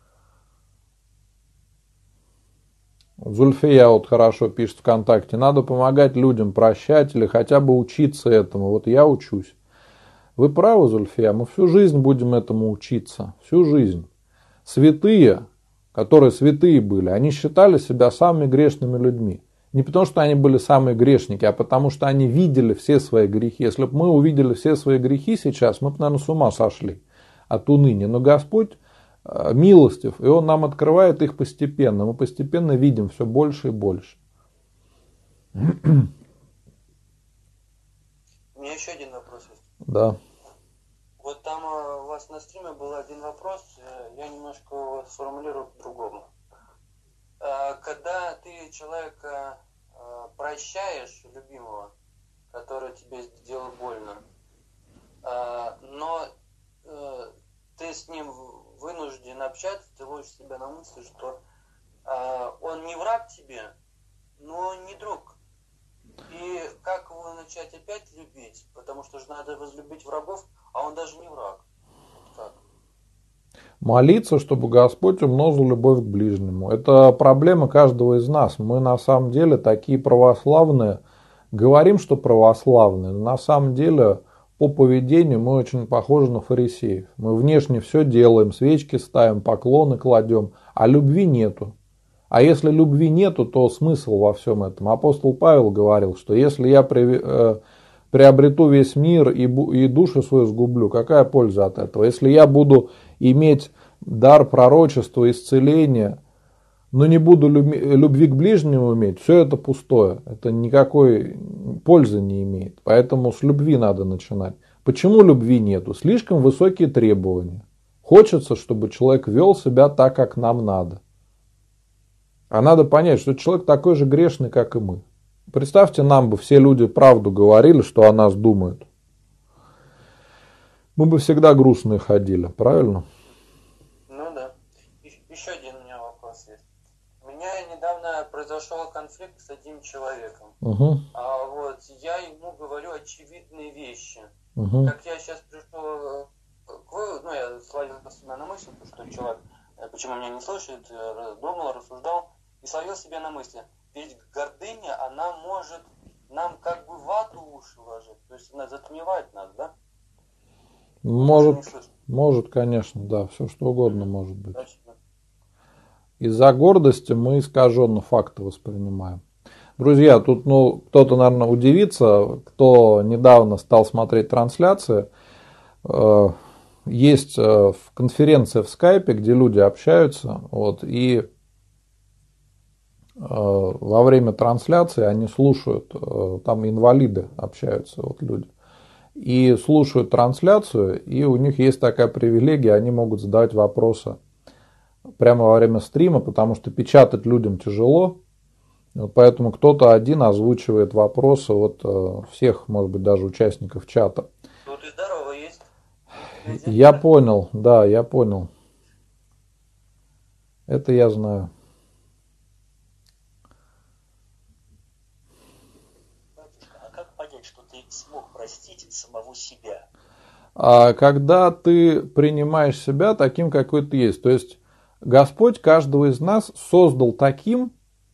Зульфия вот хорошо пишет ВКонтакте: надо помогать людям прощать или хотя бы учиться этому. Вот я учусь. Вы правы, Зульфия, мы всю жизнь будем этому учиться. Всю жизнь. Святые, которые святые были, они считали себя самыми грешными людьми. Не потому, что они были самые грешники, а потому, что они видели все свои грехи. Если бы мы увидели все свои грехи сейчас, мы бы, наверное, с ума сошли от уныния. Но Господь милостив, и Он нам открывает их постепенно. Мы постепенно видим все больше и больше. У меня еще один вопрос есть. Да. Вот там у вас на стриме был один вопрос, я немножко его сформулирую по-другому. Когда ты человека прощаешь, любимого, который тебе сделал больно, но ты с ним вынужден общаться, ты ловишь себя на мысли, что он не враг тебе, но не друг. И как его начать опять любить? Потому что же надо возлюбить врагов, а он даже не враг. Вот как? Молиться, чтобы Господь умножил любовь к ближнему. Это проблема каждого из нас. Мы на самом деле такие православные, говорим, что православные, но на самом деле по поведению мы очень похожи на фарисеев. Мы внешне все делаем, свечки ставим, поклоны кладем, а любви нету. А если любви нету, то смысл во всем этом. Апостол Павел говорил, что если я приобрету весь мир и душу свою сгублю, какая польза от этого? Если я буду иметь дар пророчества, исцеления, но не буду любви к ближнему иметь, все это пустое. Это никакой пользы не имеет. Поэтому с любви надо начинать. Почему любви нету? Слишком высокие требования. Хочется, чтобы человек вел себя так, как нам надо. А надо понять, что человек такой же грешный, как и мы. Представьте, нам бы все люди правду говорили, что о нас думают. Мы бы всегда грустные ходили, правильно? Ну да. Еще один у меня вопрос есть. У меня недавно произошел конфликт с одним человеком. Угу. А вот я ему говорю очевидные вещи. Угу. Как я сейчас пришел к выводу, ну я словил себя на мысли, что человек, почему меня не слушает, думал, рассуждал и словил себя на мысли. Ведь гордыня, она может нам как бы вату в уши ложить, то есть она затмевать нас, да? Может, может, конечно, да, все что угодно может быть. Точно. Из-за гордости мы искаженно факты воспринимаем. Друзья, тут ну, кто-то, наверное, удивится, кто недавно стал смотреть трансляции. Есть конференция в скайпе, где люди общаются, вот, и во время трансляции они слушают, там инвалиды общаются, вот люди, и слушают трансляцию, и у них есть такая привилегия, они могут задавать вопросы прямо во время стрима, потому что печатать людям тяжело, вот поэтому кто-то один озвучивает вопросы вот всех, может быть, даже участников чата. Ну ты здорово есть. Я понял, да, я понял. Это я знаю. Смог простить самого себя. А когда ты принимаешь себя таким, какой ты есть. То есть Господь каждого из нас создал таким,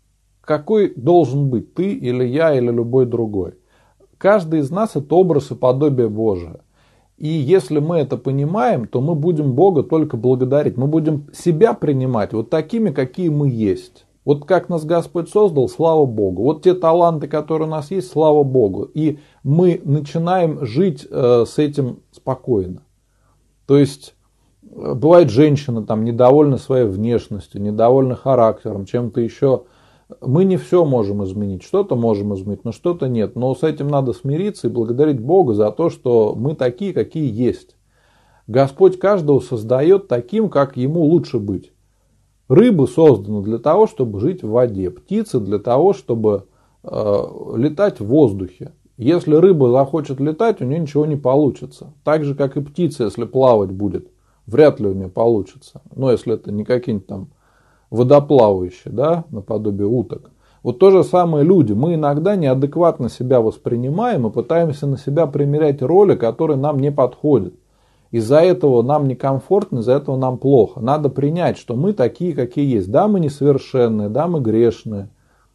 какой должен быть ты или я или любой другой. Каждый из нас это образ и подобие Божие. И если мы это понимаем, то мы будем Бога только благодарить. Мы будем себя принимать вот такими, какие мы есть. Вот как нас Господь создал, слава Богу. Вот те таланты, которые у нас есть, слава Богу. И мы начинаем жить э, с этим спокойно. То есть, э, бывает женщина там недовольна своей внешностью, недовольна характером, чем-то еще. Мы не все можем изменить. Что-то можем изменить, но что-то нет. Но с этим надо смириться и благодарить Бога за то, что мы такие, какие есть. Господь каждого создает таким, как ему лучше быть. Рыбы созданы для того, чтобы жить в воде. Птицы для того, чтобы э, летать в воздухе. Если рыба захочет летать, у нее ничего не получится. Так же, как и птица, если плавать будет, вряд ли у нее получится. Но если это не какие-нибудь там водоплавающие, да, наподобие уток. Вот то же самое люди. Мы иногда неадекватно себя воспринимаем и пытаемся на себя примерять роли, которые нам не подходят. Из-за этого нам некомфортно, из-за этого нам плохо. Надо принять, что мы такие, какие есть. Да, мы несовершенные, да, мы грешные.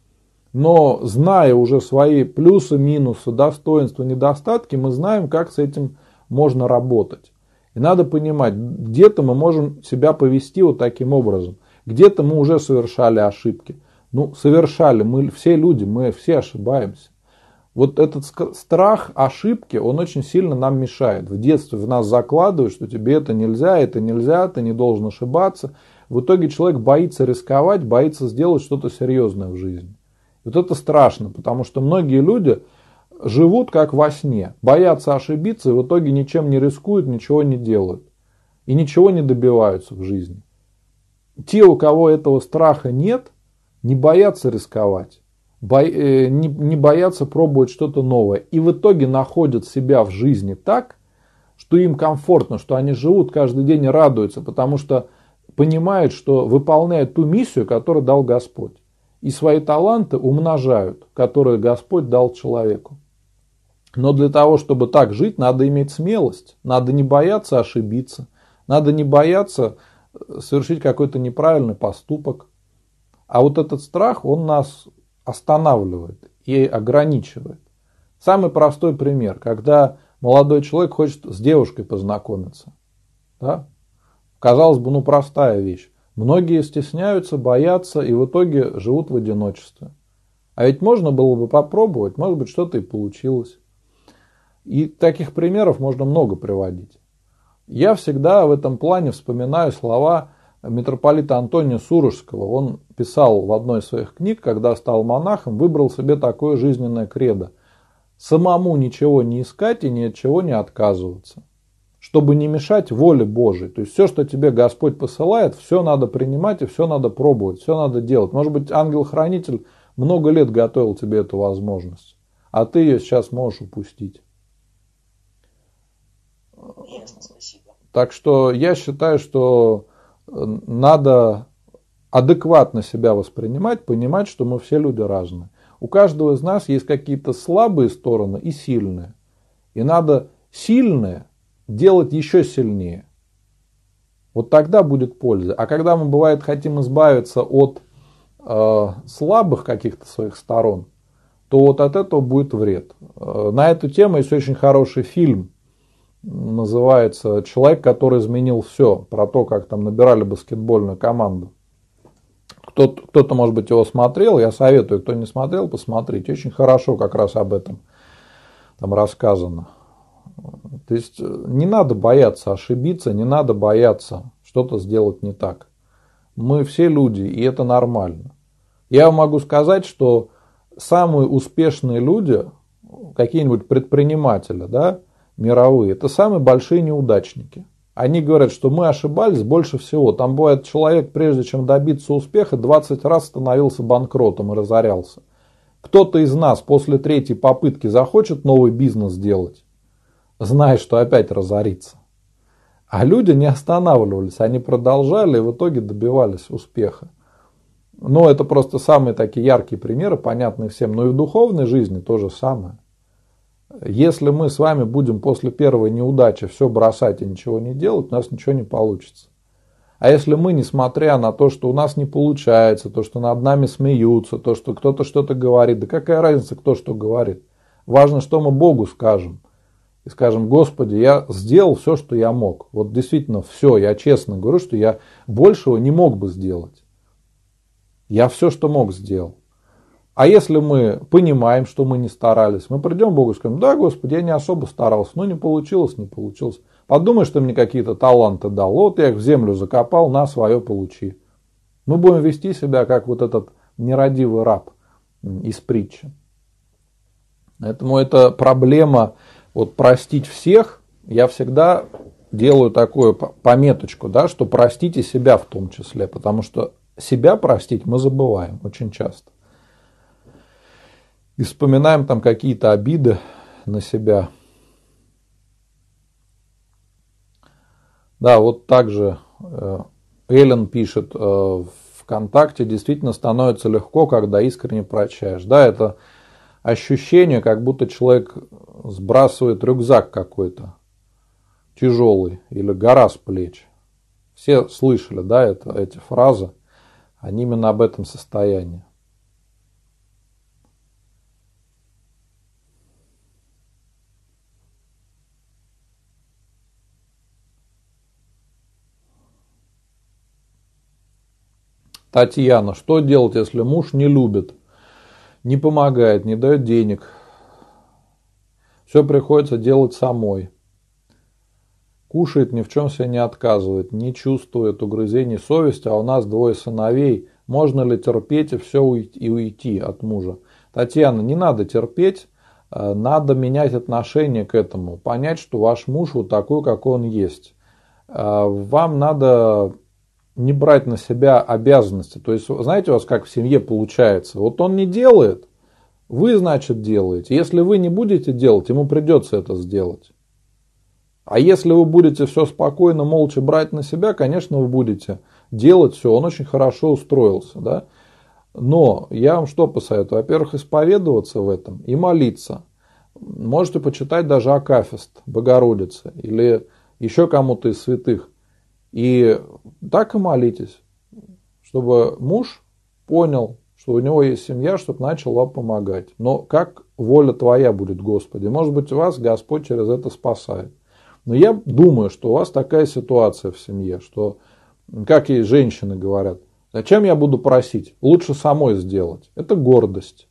Но зная уже свои плюсы, минусы, достоинства, недостатки, мы знаем, как с этим можно работать. И надо понимать, где-то мы можем себя повести вот таким образом. Где-то мы уже совершали ошибки. Ну, совершали, мы все люди, мы все ошибаемся. Вот этот страх ошибки, он очень сильно нам мешает. В детстве в нас закладывают, что тебе это нельзя, это нельзя, ты не должен ошибаться. В итоге человек боится рисковать, боится сделать что-то серьезное в жизни. И вот это страшно, потому что многие люди живут как во сне, боятся ошибиться и в итоге ничем не рискуют, ничего не делают. И ничего не добиваются в жизни. Те, у кого этого страха нет, не боятся рисковать. Не боятся пробовать что-то новое. И в итоге находят себя в жизни так, что им комфортно, что они живут каждый день и радуются, потому что понимают, что выполняют ту миссию, которую дал Господь. и свои таланты умножают, которые Господь дал человеку. Но для того, чтобы так жить, надо иметь смелость, надо не бояться ошибиться, надо не бояться совершить какой-то неправильный поступок. А вот этот страх, он нас останавливает и ограничивает. Самый простой пример, когда молодой человек хочет с девушкой познакомиться. Да? Казалось бы, ну простая вещь. Многие стесняются, боятся и в итоге живут в одиночестве. А ведь можно было бы попробовать, может быть, что-то и получилось. И таких примеров можно много приводить. Я всегда в этом плане вспоминаю слова митрополита Антония Сурожского. Он писал в одной из своих книг, когда стал монахом, выбрал себе такое жизненное кредо. Самому ничего не искать и ни от чего не отказываться, чтобы не мешать воле Божией. То есть все, что тебе Господь посылает, все надо принимать и все надо пробовать, все надо делать. Может быть, ангел-хранитель много лет готовил тебе эту возможность, а ты ее сейчас можешь упустить. Ясно, спасибо. Так что я считаю, что надо адекватно себя воспринимать, понимать, что мы все люди разные. У каждого из нас есть какие-то слабые стороны и сильные. И надо сильные делать еще сильнее. Вот тогда будет польза. А когда мы, бывает, хотим избавиться от э, слабых каких-то своих сторон, то вот от этого будет вред. Э, на эту тему есть очень хороший фильм. Называется «Человек, который изменил все». Про то, как там набирали баскетбольную команду. Кто-то, кто-то, может быть, его смотрел. Я советую, кто не смотрел, посмотрите. Очень хорошо как раз об этом там рассказано. То есть не надо бояться ошибиться, не надо бояться что-то сделать не так. Мы все люди, и это нормально. Я могу сказать, что самые успешные люди, какие-нибудь предприниматели, да, мировые, это самые большие неудачники. Они говорят, что мы ошибались больше всего. Там бывает, человек, прежде чем добиться успеха, двадцать раз становился банкротом и разорялся. Кто-то из нас после третьей попытки захочет новый бизнес делать, зная, что опять разорится. А люди не останавливались, они продолжали и в итоге добивались успеха. Но это просто самые такие яркие примеры, понятные всем. Но и в духовной жизни то же самое. Если мы с вами будем после первой неудачи все бросать и ничего не делать, у нас ничего не получится. А если мы, несмотря на то, что у нас не получается, то, что над нами смеются, то, что кто-то что-то говорит, да какая разница, кто что говорит. Важно, что мы Богу скажем. И скажем: Господи, я сделал все, что я мог. Вот действительно все, я честно говорю, что я большего не мог бы сделать. Я все, что мог, сделал. А если мы понимаем, что мы не старались, мы придем к Богу и скажем: да, Господи, я не особо старался, но не получилось, не получилось. Подумай, что мне какие-то таланты дал. Вот я их в землю закопал, на свое получи. Мы будем вести себя, как вот этот нерадивый раб из притчи. Поэтому это проблема, вот простить всех. Я всегда делаю такую пометочку, да, что простите себя в том числе, потому что себя простить мы забываем очень часто. И вспоминаем там какие-то обиды на себя. Да, вот также Эллен пишет в ВКонтакте: действительно становится легко, когда искренне прощаешь. Да, это ощущение, как будто человек сбрасывает рюкзак какой-то тяжелый или гора с плеч. Все слышали, да, это, эти фразы, они именно об этом состоянии. Татьяна: что делать, если муж не любит, не помогает, не дает денег? Все приходится делать самой. Кушает, ни в чем себе не отказывает, не чувствует угрызений совести, а у нас двое сыновей. Можно ли терпеть и все уйти, и уйти от мужа? Татьяна, не надо терпеть, надо менять отношение к этому. Понять, что ваш муж вот такой, какой он есть. Вам надо не брать на себя обязанности. То есть, знаете, у вас как в семье получается. Вот он не делает, вы, значит, делаете. Если вы не будете делать, ему придется это сделать. А если вы будете все спокойно, молча брать на себя, конечно, вы будете делать все. Он очень хорошо устроился. Да? Но я вам что посоветую? Во-первых, исповедоваться в этом и молиться. Можете почитать даже Акафист Богородицы или еще кому-то из святых. И так и молитесь, чтобы муж понял, что у него есть семья, чтобы начал вам помогать. Но как воля твоя будет, Господи? Может быть, вас Господь через это спасает. Но я думаю, что у вас такая ситуация в семье, что, как и женщины говорят, зачем я буду просить? Лучше самой сделать. Это гордость.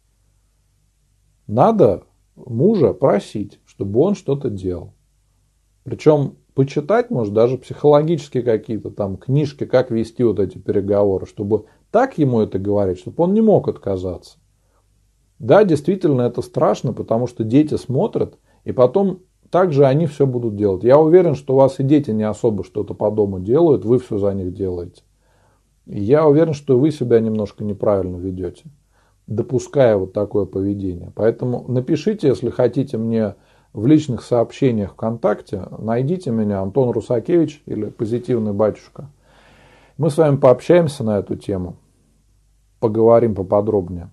Надо мужа просить, чтобы он что-то делал. Причем почитать, может, даже психологические какие-то там книжки, как вести вот эти переговоры, чтобы так ему это говорить, чтобы он не мог отказаться. Да, действительно, это страшно, потому что дети смотрят, и потом также они все будут делать. Я уверен, что у вас и дети не особо что-то по дому делают, вы все за них делаете. И я уверен, что вы себя немножко неправильно ведете, допуская вот такое поведение. Поэтому напишите, если хотите, мне в личных сообщениях ВКонтакте, найдите меня, Антон Русакевич или Позитивный Батюшка. Мы с вами пообщаемся на эту тему, поговорим поподробнее.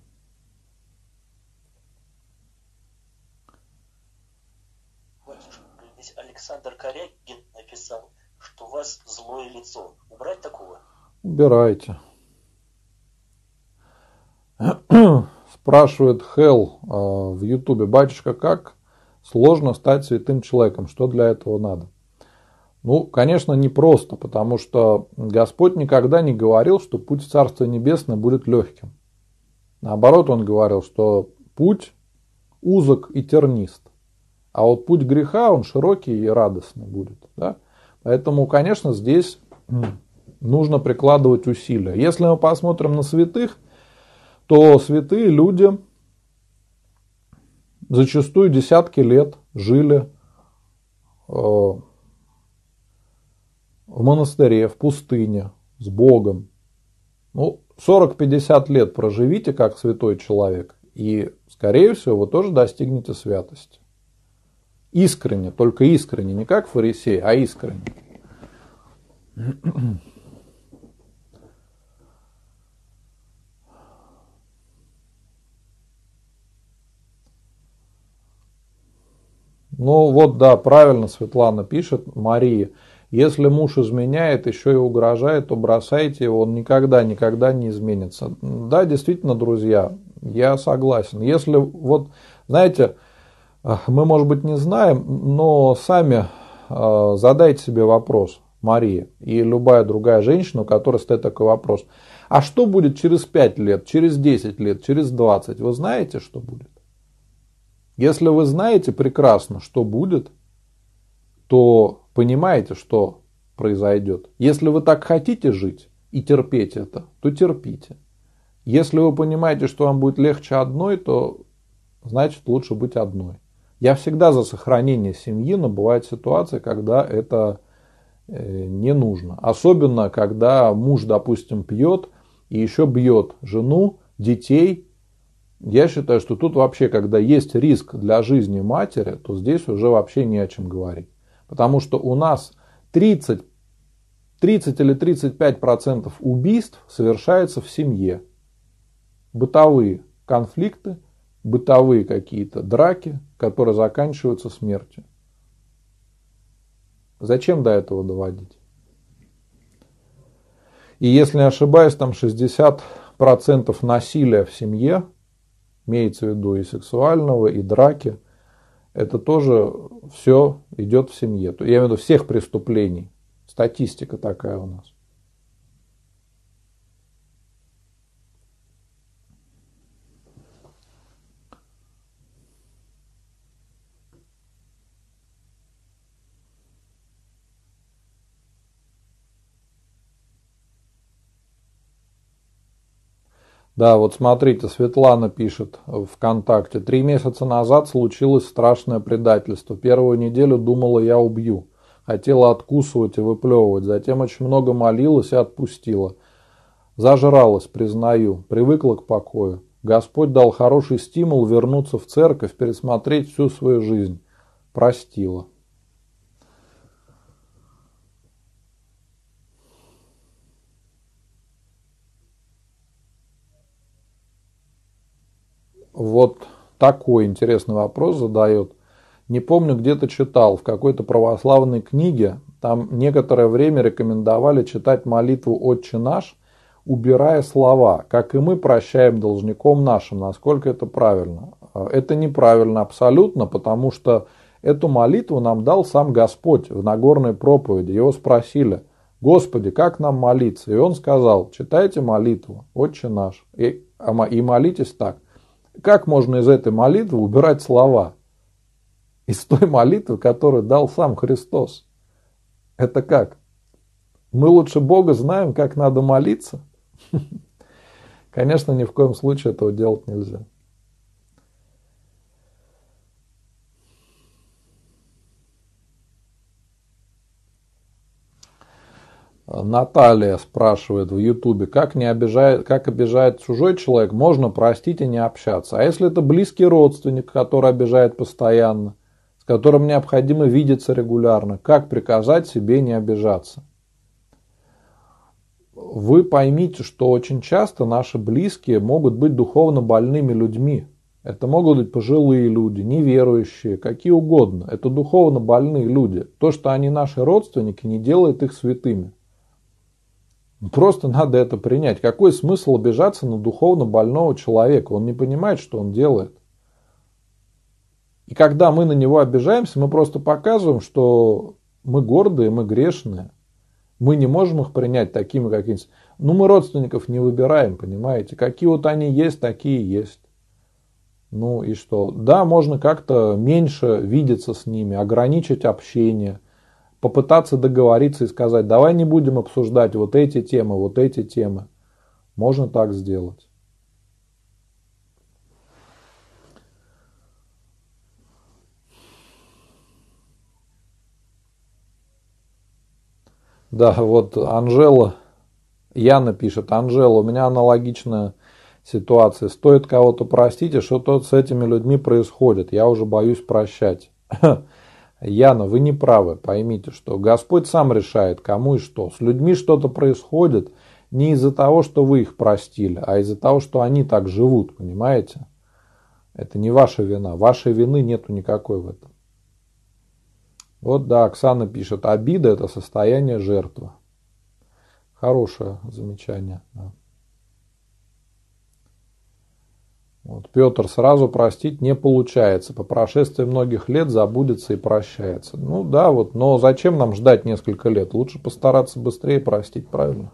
Батюшка, здесь Александр Корягин написал, что у вас злое лицо. Убрать такого? Убирайте. Спрашивает Хелл в Ютубе: батюшка, как сложно стать святым человеком? Что для этого надо? Ну, конечно, непросто, потому что Господь никогда не говорил, что путь в Царство Небесное будет легким. Наоборот, Он говорил, что путь узок и тернист. А вот путь греха, он широкий и радостный будет. Да? Поэтому, конечно, здесь нужно прикладывать усилия. Если мы посмотрим на святых, то святые люди зачастую десятки лет жили в монастыре, в пустыне, с Богом. Ну, сорок-пятьдесят лет проживите как святой человек, и, скорее всего, вы тоже достигнете святости. Искренне, только искренне, не как фарисей, а искренне. Ну вот, да, правильно Светлана пишет, Мария. Если муж изменяет, еще и угрожает, то бросайте его, он никогда, никогда не изменится. Да, действительно, друзья, я согласен. Если вот, знаете, мы, может быть, не знаем, но сами задайте себе вопрос, Мария, и любая другая женщина, у которой стоит такой вопрос. А что будет через пять лет, через десять лет, через двадцать? Вы знаете, что будет? Если вы знаете прекрасно, что будет, то понимаете, что произойдет. Если вы так хотите жить и терпеть это, то терпите. Если вы понимаете, что вам будет легче одной, то значит лучше быть одной. Я всегда за сохранение семьи, но бывают ситуации, когда это не нужно. Особенно, когда муж, допустим, пьет и еще бьет жену, детей. Я считаю, что тут вообще, когда есть риск для жизни матери, то здесь уже вообще не о чем говорить. Потому что у нас тридцать, тридцать или тридцать пять процентов убийств совершается в семье. Бытовые конфликты, бытовые какие-то драки, которые заканчиваются смертью. Зачем до этого доводить? И если не ошибаюсь, там шестьдесят процентов насилия в семье, имеется в виду и сексуального, и драки, это тоже все идет в семье. Я имею в виду всех преступлений. Статистика такая у нас. Да, вот смотрите, Светлана пишет в ВКонтакте. Три месяца назад случилось страшное предательство. Первую неделю думала, я убью. Хотела откусывать и выплевывать. Затем очень много молилась и отпустила. Зажралась, признаю. Привыкла к покою. Господь дал хороший стимул вернуться в церковь, пересмотреть всю свою жизнь. Простила. вот такой интересный вопрос задает. Не помню, где-то читал, в какой-то православной книге, там некоторое время рекомендовали читать молитву «Отче наш», убирая слова, как и мы прощаем должником нашим. Насколько это правильно? Это неправильно абсолютно, потому что эту молитву нам дал сам Господь в Нагорной проповеди. Его спросили: Господи, как нам молиться? И он сказал: читайте молитву «Отче наш» и, и молитесь так. Как можно из этой молитвы убирать слова? Из той молитвы, которую дал сам Христос. Это как? Мы лучше Бога знаем, как надо молиться? Конечно, ни в коем случае этого делать нельзя. Наталья спрашивает в Ютубе, как, не обижает, как обижает чужой человек, можно простить и не общаться. А если это близкий родственник, который обижает постоянно, с которым необходимо видеться регулярно, как приказать себе не обижаться? Вы поймите, что очень часто наши близкие могут быть духовно больными людьми. Это могут быть пожилые люди, неверующие, какие угодно. Это духовно больные люди. То, что они наши родственники, не делает их святыми. Просто надо это принять. Какой смысл обижаться на духовно больного человека? Он не понимает, что он делает. И когда мы на него обижаемся, мы просто показываем, что мы гордые, мы грешные. Мы не можем их принять такими, какими. Ну, мы родственников не выбираем, понимаете. Какие вот они есть, такие есть. Ну и что? Да, можно как-то меньше видеться с ними, ограничить общение. Попытаться договориться и сказать: давай не будем обсуждать вот эти темы, вот эти темы. Можно так сделать. Да, вот Анжела, Яна пишет: Анжела, у меня аналогичная ситуация. Стоит кого-то простить, и что-то с этими людьми происходит. Я уже боюсь прощать. Яна, вы не правы. Поймите, что Господь сам решает, кому и что. С людьми что-то происходит не из-за того, что вы их простили, а из-за того, что они так живут, понимаете? Это не ваша вина. Вашей вины нету никакой в этом. Вот да, Оксана пишет: обида – это состояние жертвы. Хорошее замечание. Да. Вот, Петр: сразу простить не получается. По прошествии многих лет забудется и прощается. Ну да, вот, но зачем нам ждать несколько лет? Лучше постараться быстрее простить, правильно?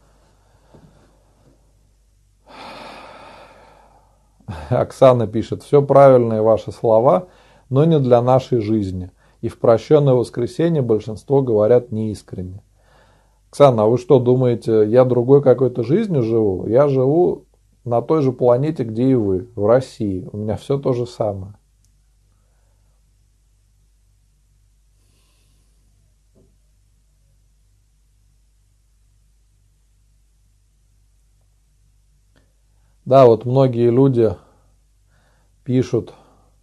Оксана пишет: все правильные ваши слова, но не для нашей жизни. И в прощенное воскресенье большинство говорят неискренне. Оксана, а вы что думаете, я другой какой-то жизнью живу? Я живу на той же планете, где и вы, в России. У меня все то же самое. Да, вот многие люди пишут,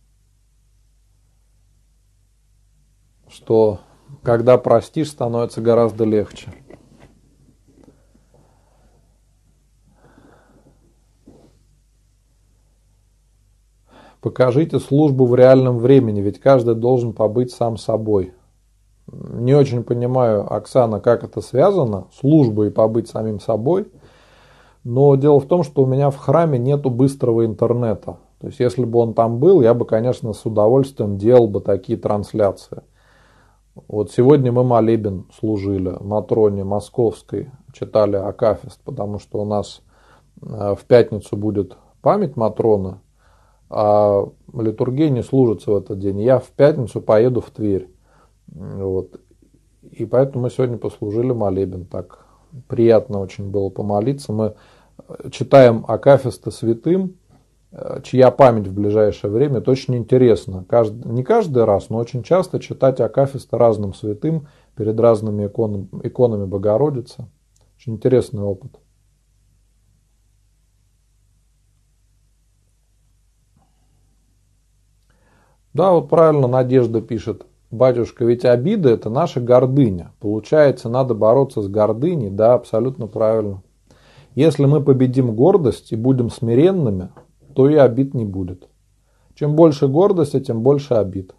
что когда простишь, становится гораздо легче. Покажите службу в реальном времени, ведь каждый должен побыть сам собой. Не очень понимаю, Оксана, как это связано, служба и побыть самим собой. Но дело в том, что у меня в храме нету быстрого интернета. То есть, если бы он там был, я бы, конечно, с удовольствием делал бы такие трансляции. Вот сегодня мы молебен служили Матроне Московской, читали Акафист, потому что у нас в пятницу будет память Матроны, а литургия не служится в этот день. Я в пятницу поеду в Тверь. Вот. И поэтому мы сегодня послужили молебен. Так приятно очень было помолиться. Мы читаем Акафисты святым, чья память в ближайшее время. Это очень интересно. Каждый, не каждый раз, но очень часто читать Акафисты разным святым перед разными иконами, иконами Богородицы. Очень интересный опыт. Да, вот правильно Надежда пишет. Батюшка, ведь обида – это наша гордыня. Получается, надо бороться с гордыней. Да, абсолютно правильно. Если мы победим гордость и будем смиренными, то и обид не будет. Чем больше гордости, тем больше обид.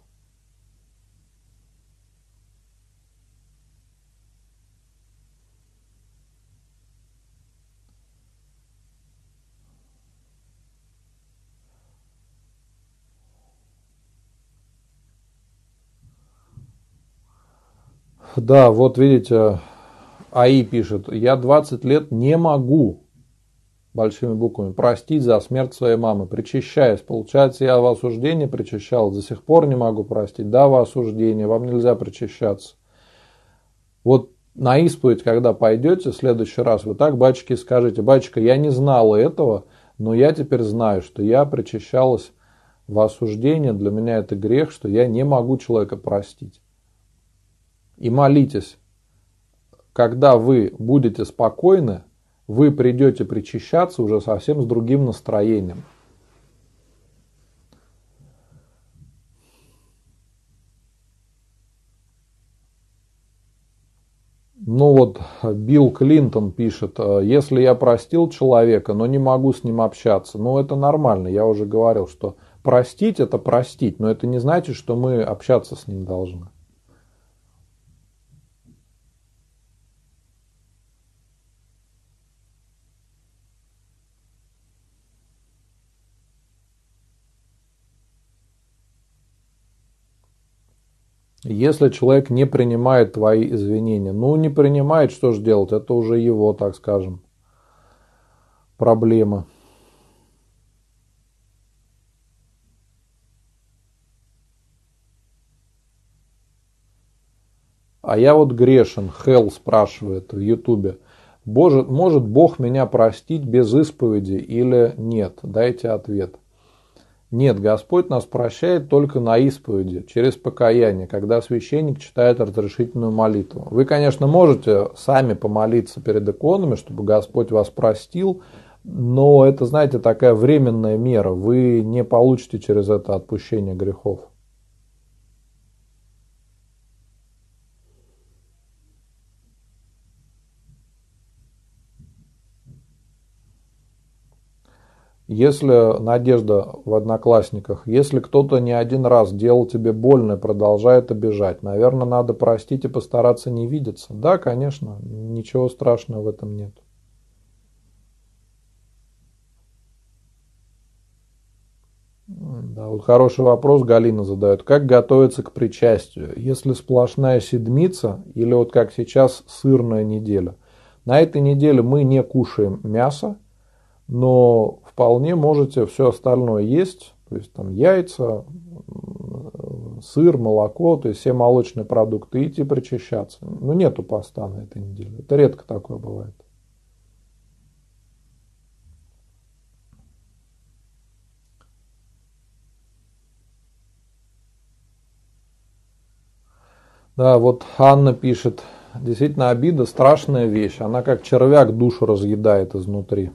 Да, вот видите, АИ пишет, я двадцать лет не могу, большими буквами, простить за смерть своей мамы, причащаясь. Получается, я в осуждении причащал, до сих пор не могу простить. Да, в осуждении, вам нельзя причащаться. Вот на исповедь, когда пойдете в следующий раз, вы так батюшке скажите, батюшка, я не знала этого, но я теперь знаю, что я причащалась в осуждении, для меня это грех, что я не могу человека простить. И молитесь, когда вы будете спокойны, вы придете причащаться уже совсем с другим настроением. Ну вот Билл Клинтон пишет, если я простил человека, но не могу с ним общаться, ну это нормально, я уже говорил, что простить это простить, но это не значит, что мы общаться с ним должны. Если человек не принимает твои извинения, ну не принимает, что же делать, это уже его, так скажем, проблема. А я вот грешен, Хелл спрашивает в Ютубе, Боже, может Бог меня простить без исповеди или нет? Дайте ответ. Нет, Господь нас прощает только на исповеди, через покаяние, когда священник читает разрешительную молитву. Вы, конечно, можете сами помолиться перед иконами, чтобы Господь вас простил, но это, знаете, такая временная мера. Вы не получите через это отпущение грехов. Если, Надежда в Одноклассниках, если кто-то не один раз делал тебе больно и продолжает обижать, наверное, надо простить и постараться не видеться. Да, конечно, ничего страшного в этом нет. Да, вот хороший вопрос Галина задает. Как готовиться к причастию? Если сплошная седмица или вот как сейчас сырная неделя? На этой неделе мы не кушаем мясо, но вполне можете все остальное есть, то есть там яйца, сыр, молоко, то есть все молочные продукты, и идти причащаться. Но нету поста на этой неделе. Это редко такое бывает. Да, вот Анна пишет, действительно обида страшная вещь, она как червяк душу разъедает изнутри.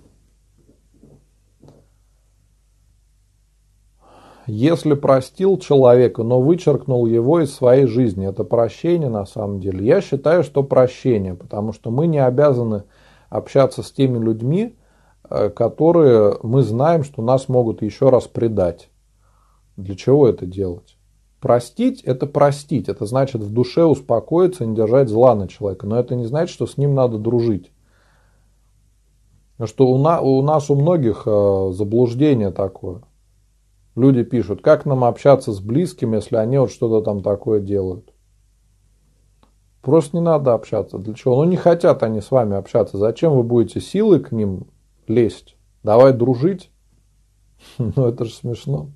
Если простил человека, но вычеркнул его из своей жизни, это прощение на самом деле? Я считаю, что прощение, потому что мы не обязаны общаться с теми людьми, которые мы знаем, что нас могут еще раз предать. Для чего это делать? Простить – это простить, это значит в душе успокоиться, не держать зла на человека, но это не значит, что с ним надо дружить. Потому что у, на, у нас у многих заблуждение такое. Люди пишут, как нам общаться с близким, если они вот что-то там такое делают. Просто не надо общаться. Для чего? Ну не хотят они с вами общаться. Зачем вы будете силой к ним лезть? Давай дружить? Ну это же смешно.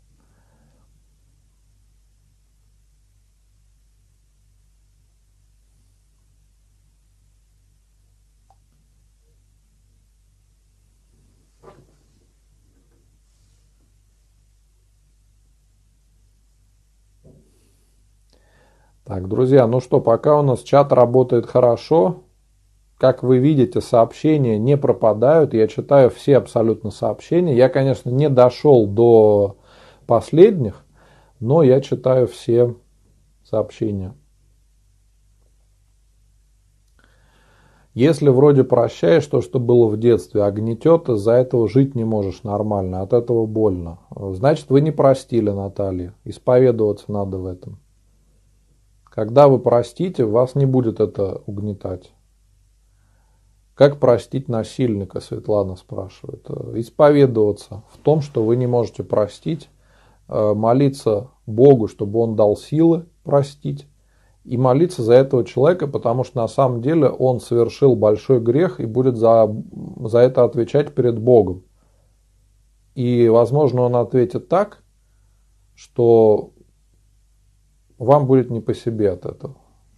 Так, друзья, ну что, пока у нас чат работает хорошо, как вы видите, сообщения не пропадают, я читаю все абсолютно сообщения. Я, конечно, не дошел до последних, но я читаю все сообщения. Если вроде прощаешь то, что было в детстве, а гнетет, из-за этого жить не можешь нормально, от этого больно. Значит, вы не простили, Наталья. Исповедоваться надо в этом. Когда вы простите, вас не будет это угнетать. Как простить насильника, Светлана спрашивает. Исповедоваться в том, что вы не можете простить, молиться Богу, чтобы Он дал силы простить, и молиться за этого человека, потому что на самом деле он совершил большой грех и будет за, за это отвечать перед Богом. И, возможно, он ответит так, что вам будет не по себе от этого.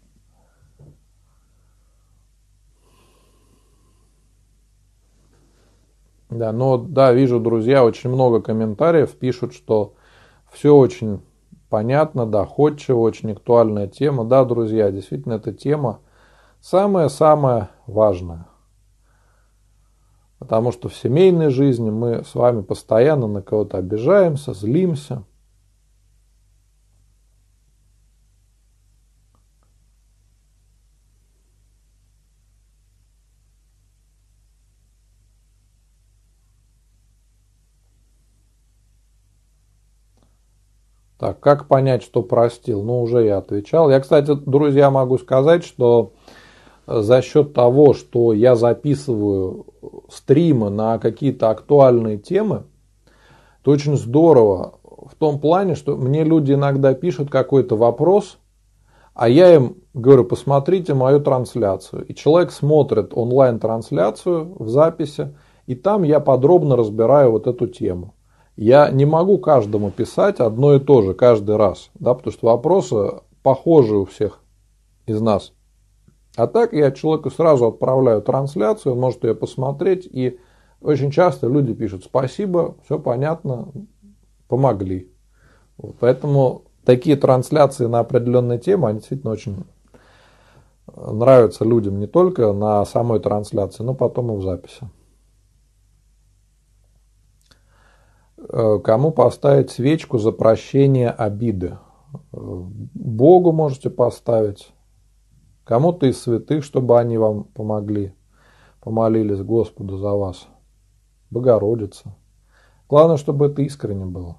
Да, но да, вижу, друзья, очень много комментариев пишут, что все очень понятно, доходчиво, очень актуальная тема. Да, друзья, действительно, эта тема самая-самая важная. Потому что в семейной жизни мы с вами постоянно на кого-то обижаемся, злимся. Так, как понять, что простил? Ну, уже я отвечал. Я, кстати, друзья, могу сказать, что за счет того, что я записываю стримы на какие-то актуальные темы, это очень здорово в том плане, что мне люди иногда пишут какой-то вопрос, а я им говорю, посмотрите мою трансляцию. И человек смотрит онлайн-трансляцию в записи, и там я подробно разбираю вот эту тему. Я не могу каждому писать одно и то же каждый раз, да, потому что вопросы похожи у всех из нас. А так я человеку сразу отправляю трансляцию, он может ее посмотреть, и очень часто люди пишут спасибо, все понятно, помогли. Вот, поэтому такие трансляции на определенные темы, они действительно очень нравятся людям не только на самой трансляции, но потом и в записи. Кому поставить свечку за прощение обиды? Богу можете поставить. Кому-то из святых, чтобы они вам помогли. Помолились Господу за вас. Богородица. Главное, чтобы это искренне было.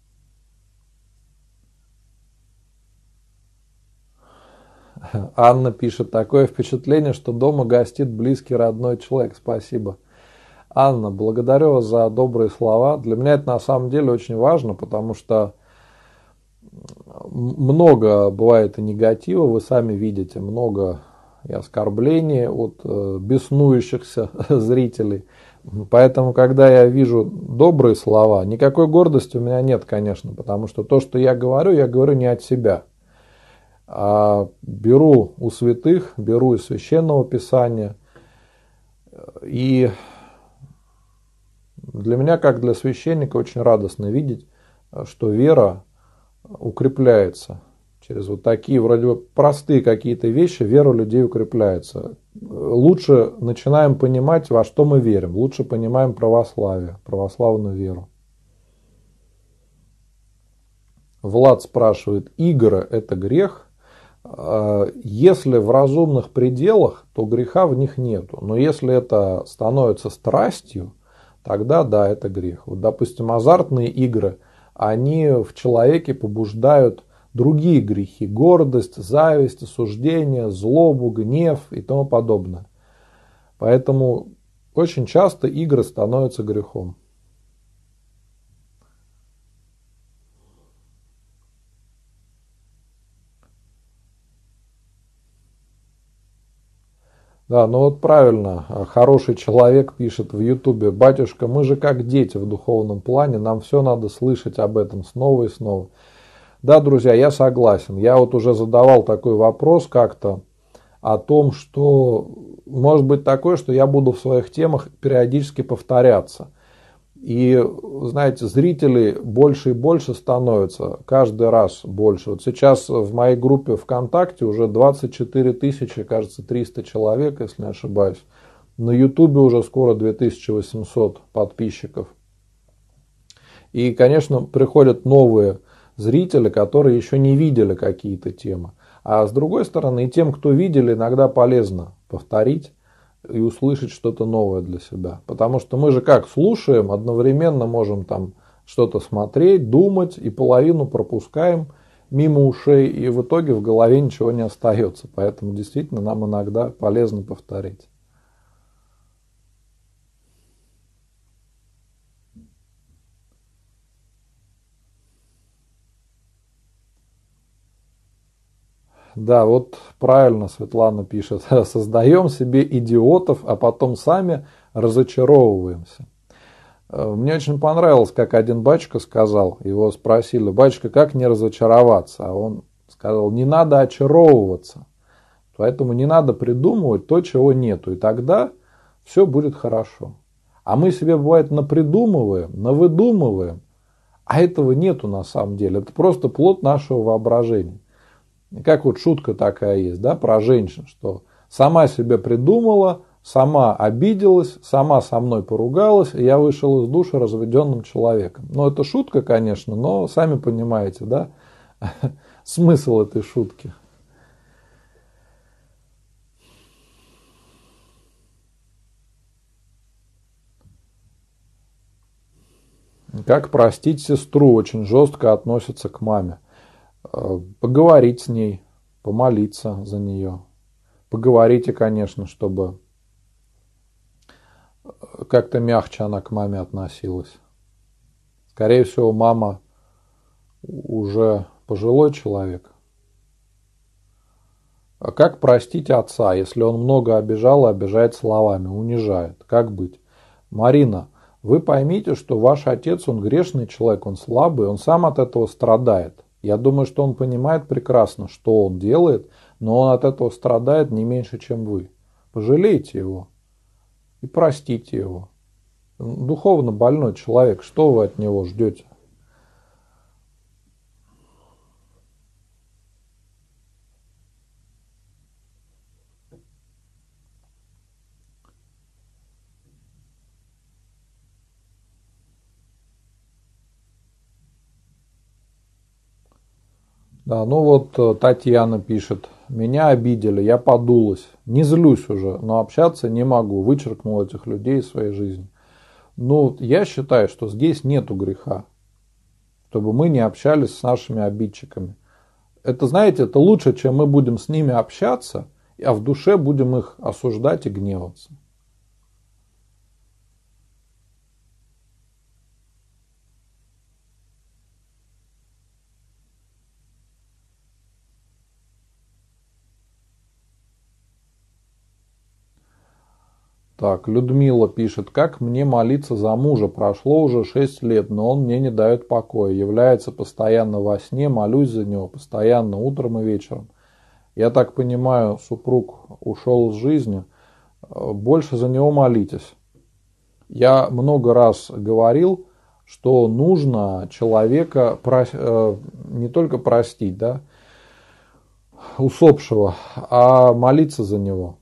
Анна пишет, такое впечатление, что дома гостит близкий родной человек. Спасибо. Анна, благодарю вас за добрые слова. Для меня это на самом деле очень важно, потому что много бывает и негатива, вы сами видите, много и оскорблений от э, беснующихся зрителей. Поэтому, когда я вижу добрые слова, никакой гордости у меня нет, конечно, потому что то, что я говорю, я говорю не от себя. А беру у святых, беру из Священного Писания. И для меня, как для священника, очень радостно видеть, что вера укрепляется. Через вот такие вроде бы простые какие-то вещи вера людей укрепляется. Лучше начинаем понимать, во что мы верим. Лучше понимаем православие, православную веру. Влад спрашивает, игры – это грех? Если в разумных пределах, то греха в них нету. Но если это становится страстью, тогда да, это грех. Вот, допустим, азартные игры, они в человеке побуждают другие грехи. Гордость, зависть, осуждение, злобу, гнев и тому подобное. Поэтому очень часто игры становятся грехом. Да, ну вот правильно, хороший человек пишет в Ютубе, батюшка, мы же как дети в духовном плане, нам все надо слышать об этом снова и снова. Да, друзья, я согласен. Я вот уже задавал такой вопрос как-то о том, что может быть такое, что я буду в своих темах периодически повторяться. И, знаете, зрителей больше и больше становится, каждый раз больше. Вот сейчас в моей группе ВКонтакте уже двадцать четыре тысячи, кажется, триста человек, если не ошибаюсь. На Ютубе уже скоро две тысячи восемьсот подписчиков. И, конечно, приходят новые зрители, которые еще не видели какие-то темы. А с другой стороны, и тем, кто видели, иногда полезно повторить, и услышать что-то новое для себя. Потому что мы же как слушаем, одновременно можем там что-то смотреть, думать, и половину пропускаем мимо ушей, и в итоге в голове ничего не остается. Поэтому действительно нам иногда полезно повторить. Да, вот правильно Светлана пишет. Создаем себе идиотов, а потом сами разочаровываемся. Мне очень понравилось, как один батюшка сказал. Его спросили: батюшка, как не разочароваться? А он сказал: не надо очаровываться. Поэтому не надо придумывать то, чего нету. И тогда все будет хорошо. А мы себе, бывает, напридумываем, навыдумываем. А этого нету на самом деле. Это просто плод нашего воображения. Как вот шутка такая есть, да, про женщин, что сама себе придумала, сама обиделась, сама со мной поругалась, и я вышел из душа разведенным человеком. Ну, это шутка, конечно, но сами понимаете, да, смысл этой шутки. Как простить сестру? Очень жестко относится к маме. Поговорить с ней, помолиться за нее. Поговорите, конечно, чтобы как-то мягче она к маме относилась. Скорее всего, мама уже пожилой человек. А как простить отца, если он много обижал и обижает словами, унижает? Как быть? Марина, вы поймите, что ваш отец, он грешный человек, он слабый, он сам от этого страдает. Я думаю, что он понимает прекрасно, что он делает, но он от этого страдает не меньше, чем вы. Пожалейте его и простите его. Духовно больной человек, что вы от него ждете? Да, ну вот Татьяна пишет: меня обидели, я подулась, не злюсь уже, но общаться не могу, вычеркнул этих людей из своей жизни. Ну, я считаю, что здесь нету греха, чтобы мы не общались с нашими обидчиками. Это, знаете, это лучше, чем мы будем с ними общаться, а в душе будем их осуждать и гневаться. Так, Людмила пишет: как мне молиться за мужа? Прошло уже шесть лет, но он мне не дает покоя. Является постоянно во сне, молюсь за него постоянно утром и вечером. Я так понимаю, супруг ушел из жизни. Больше за него молитесь. Я много раз говорил, что нужно человека не только простить, да, усопшего, а молиться за него.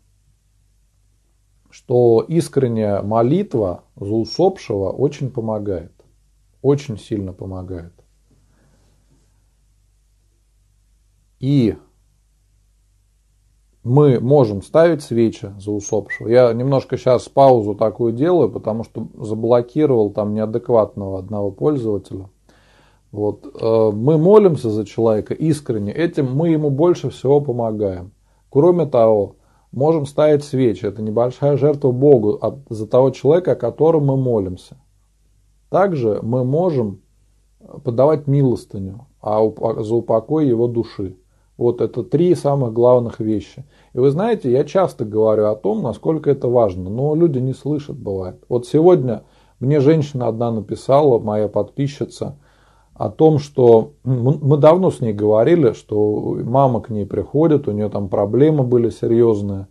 Что искренняя молитва за усопшего очень помогает. Очень сильно помогает. И мы можем ставить свечи за усопшего. Я немножко сейчас паузу такую делаю, потому что заблокировал там неадекватного одного пользователя. Вот. Мы молимся за человека искренне. Этим мы ему больше всего помогаем. Кроме того, можем ставить свечи. Это небольшая жертва Богу за того человека, о котором мы молимся. Также мы можем подавать милостыню за упокой его души. Вот это три самых главных вещи. И вы знаете, я часто говорю о том, насколько это важно, но люди не слышат, бывает. Вот сегодня мне женщина одна написала, моя подписчица, о том, что мы давно с ней говорили, что мама к ней приходит, у нее там проблемы были серьезные.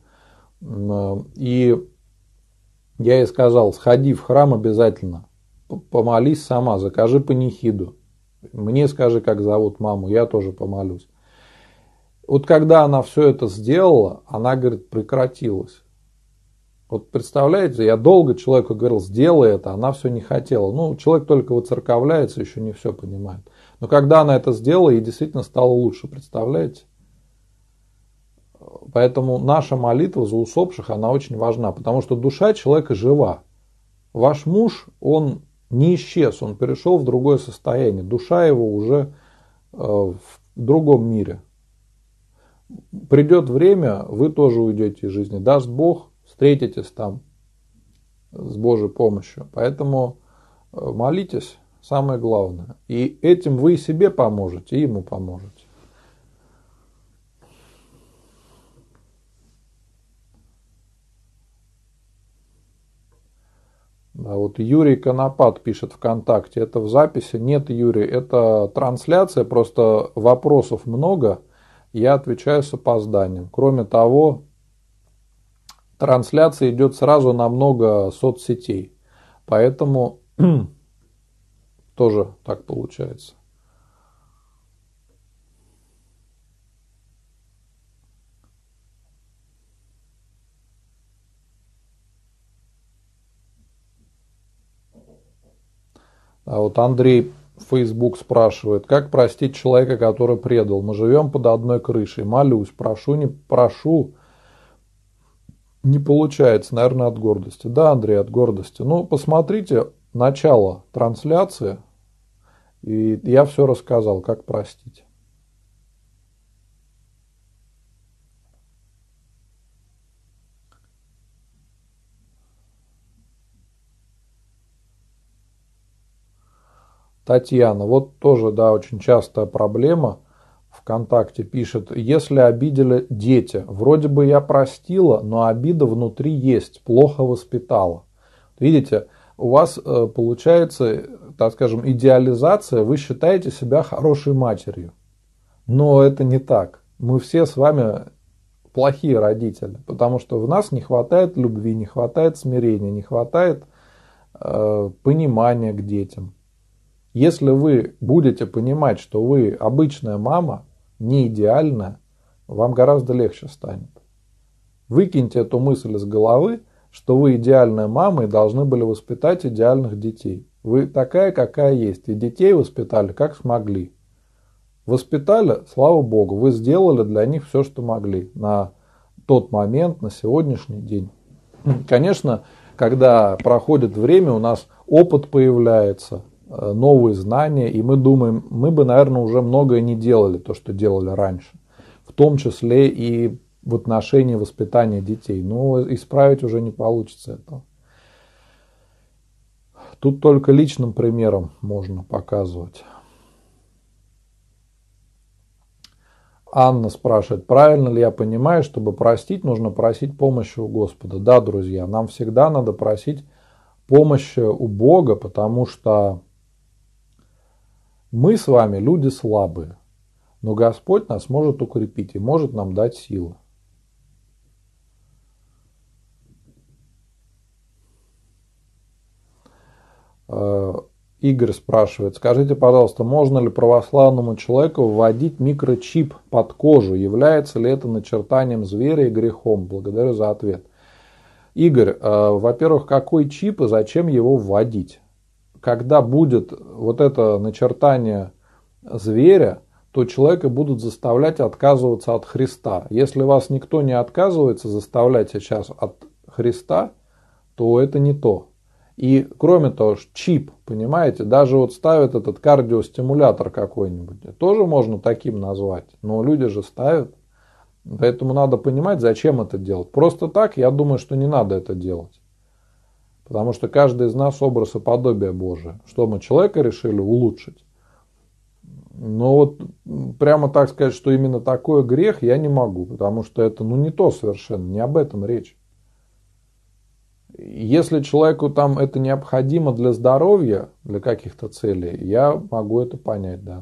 И я ей сказал: сходи в храм обязательно, помолись сама, закажи панихиду. Мне скажи, как зовут маму, я тоже помолюсь. Вот когда она все это сделала, она, говорит, прекратилась. Вот представляете, я долго человеку говорил: сделай это, она все не хотела. Ну, человек только выцерковляется, еще не все понимает. Но когда она это сделала, ей действительно стало лучше, представляете? Поэтому наша молитва за усопших, она очень важна, потому что душа человека жива. Ваш муж, он не исчез, он перешел в другое состояние. Душа его уже в другом мире. Придет время, вы тоже уйдете из жизни. Даст Бог, встретитесь там с Божьей помощью. Поэтому молитесь, самое главное. И этим вы и себе поможете, и ему поможете. Да, вот Юрий Конопат пишет ВКонтакте, это в записи. Нет, Юрий, это трансляция, просто вопросов много, я отвечаю с опозданием. Кроме того, трансляция идет сразу на много соцсетей, поэтому тоже так получается. А вот Андрей в Facebook спрашивает, как простить человека, который предал? Мы живем под одной крышей. Молюсь, прошу, не прошу. Не получается, наверное, от гордости. Да, Андрей, от гордости. Ну, посмотрите начало трансляции, и я все рассказал, как простить. Татьяна, вот тоже, да, очень частая проблема. ВКонтакте пишет, если обидели дети, вроде бы я простила, но обида внутри есть, плохо воспитала. Видите, у вас получается, так скажем, идеализация, вы считаете себя хорошей матерью. Но это не так. Мы все с вами плохие родители, потому что в нас не хватает любви, не хватает смирения, не хватает э, понимания к детям. Если вы будете понимать, что вы обычная мама, не идеальная, вам гораздо легче станет. Выкиньте эту мысль из головы, что вы идеальная мама и должны были воспитать идеальных детей. Вы такая, какая есть, и детей воспитали, как смогли. Воспитали, слава Богу, вы сделали для них все, что могли на тот момент, на сегодняшний день. Конечно, когда проходит время, у нас опыт появляется, новые знания, и мы думаем, мы бы, наверное, уже многое не делали, то, что делали раньше. В том числе и в отношении воспитания детей. Но исправить уже не получится этого. Тут только личным примером можно показывать. Анна спрашивает, правильно ли я понимаю, чтобы простить, нужно просить помощи у Господа? Да, друзья, нам всегда надо просить помощи у Бога, потому что мы с вами люди слабые, но Господь нас может укрепить и может нам дать силы. Игорь спрашивает, скажите, пожалуйста, можно ли православному человеку вводить микрочип под кожу? Является ли это начертанием зверя и грехом? Благодарю за ответ. Игорь, во-первых, какой чип и зачем его вводить? Когда будет вот это начертание зверя, то человека будут заставлять отказываться от Христа. Если вас никто не отказывается заставлять сейчас от Христа, то это не то. И кроме того, чип, понимаете, даже вот ставят этот кардиостимулятор какой-нибудь, тоже можно таким назвать, но люди же ставят. Поэтому надо понимать, зачем это делать. Просто так, я думаю, что не надо это делать. Потому что каждый из нас образ и подобие Божие. Что мы человека решили улучшить. Но вот прямо так сказать, что именно такой грех, я не могу. Потому что это ну, не то совершенно, не об этом речь. Если человеку там это необходимо для здоровья, для каких-то целей, я могу это понять, да.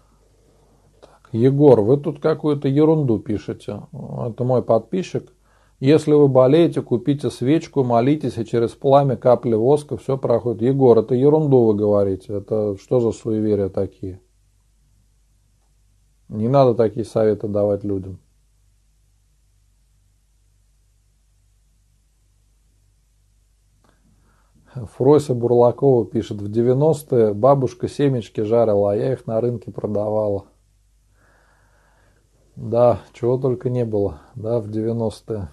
Егор, вы тут какую-то ерунду пишете. Это мой подписчик. Если вы болеете, купите свечку, молитесь, и через пламя капли воска все проходит. Егор, это ерунду вы говорите. Это что за суеверия такие? Не надо такие советы давать людям. Фрося Бурлакова пишет, в девяностые бабушка семечки жарила, а я их на рынке продавала. Да, чего только не было, да, в девяностые.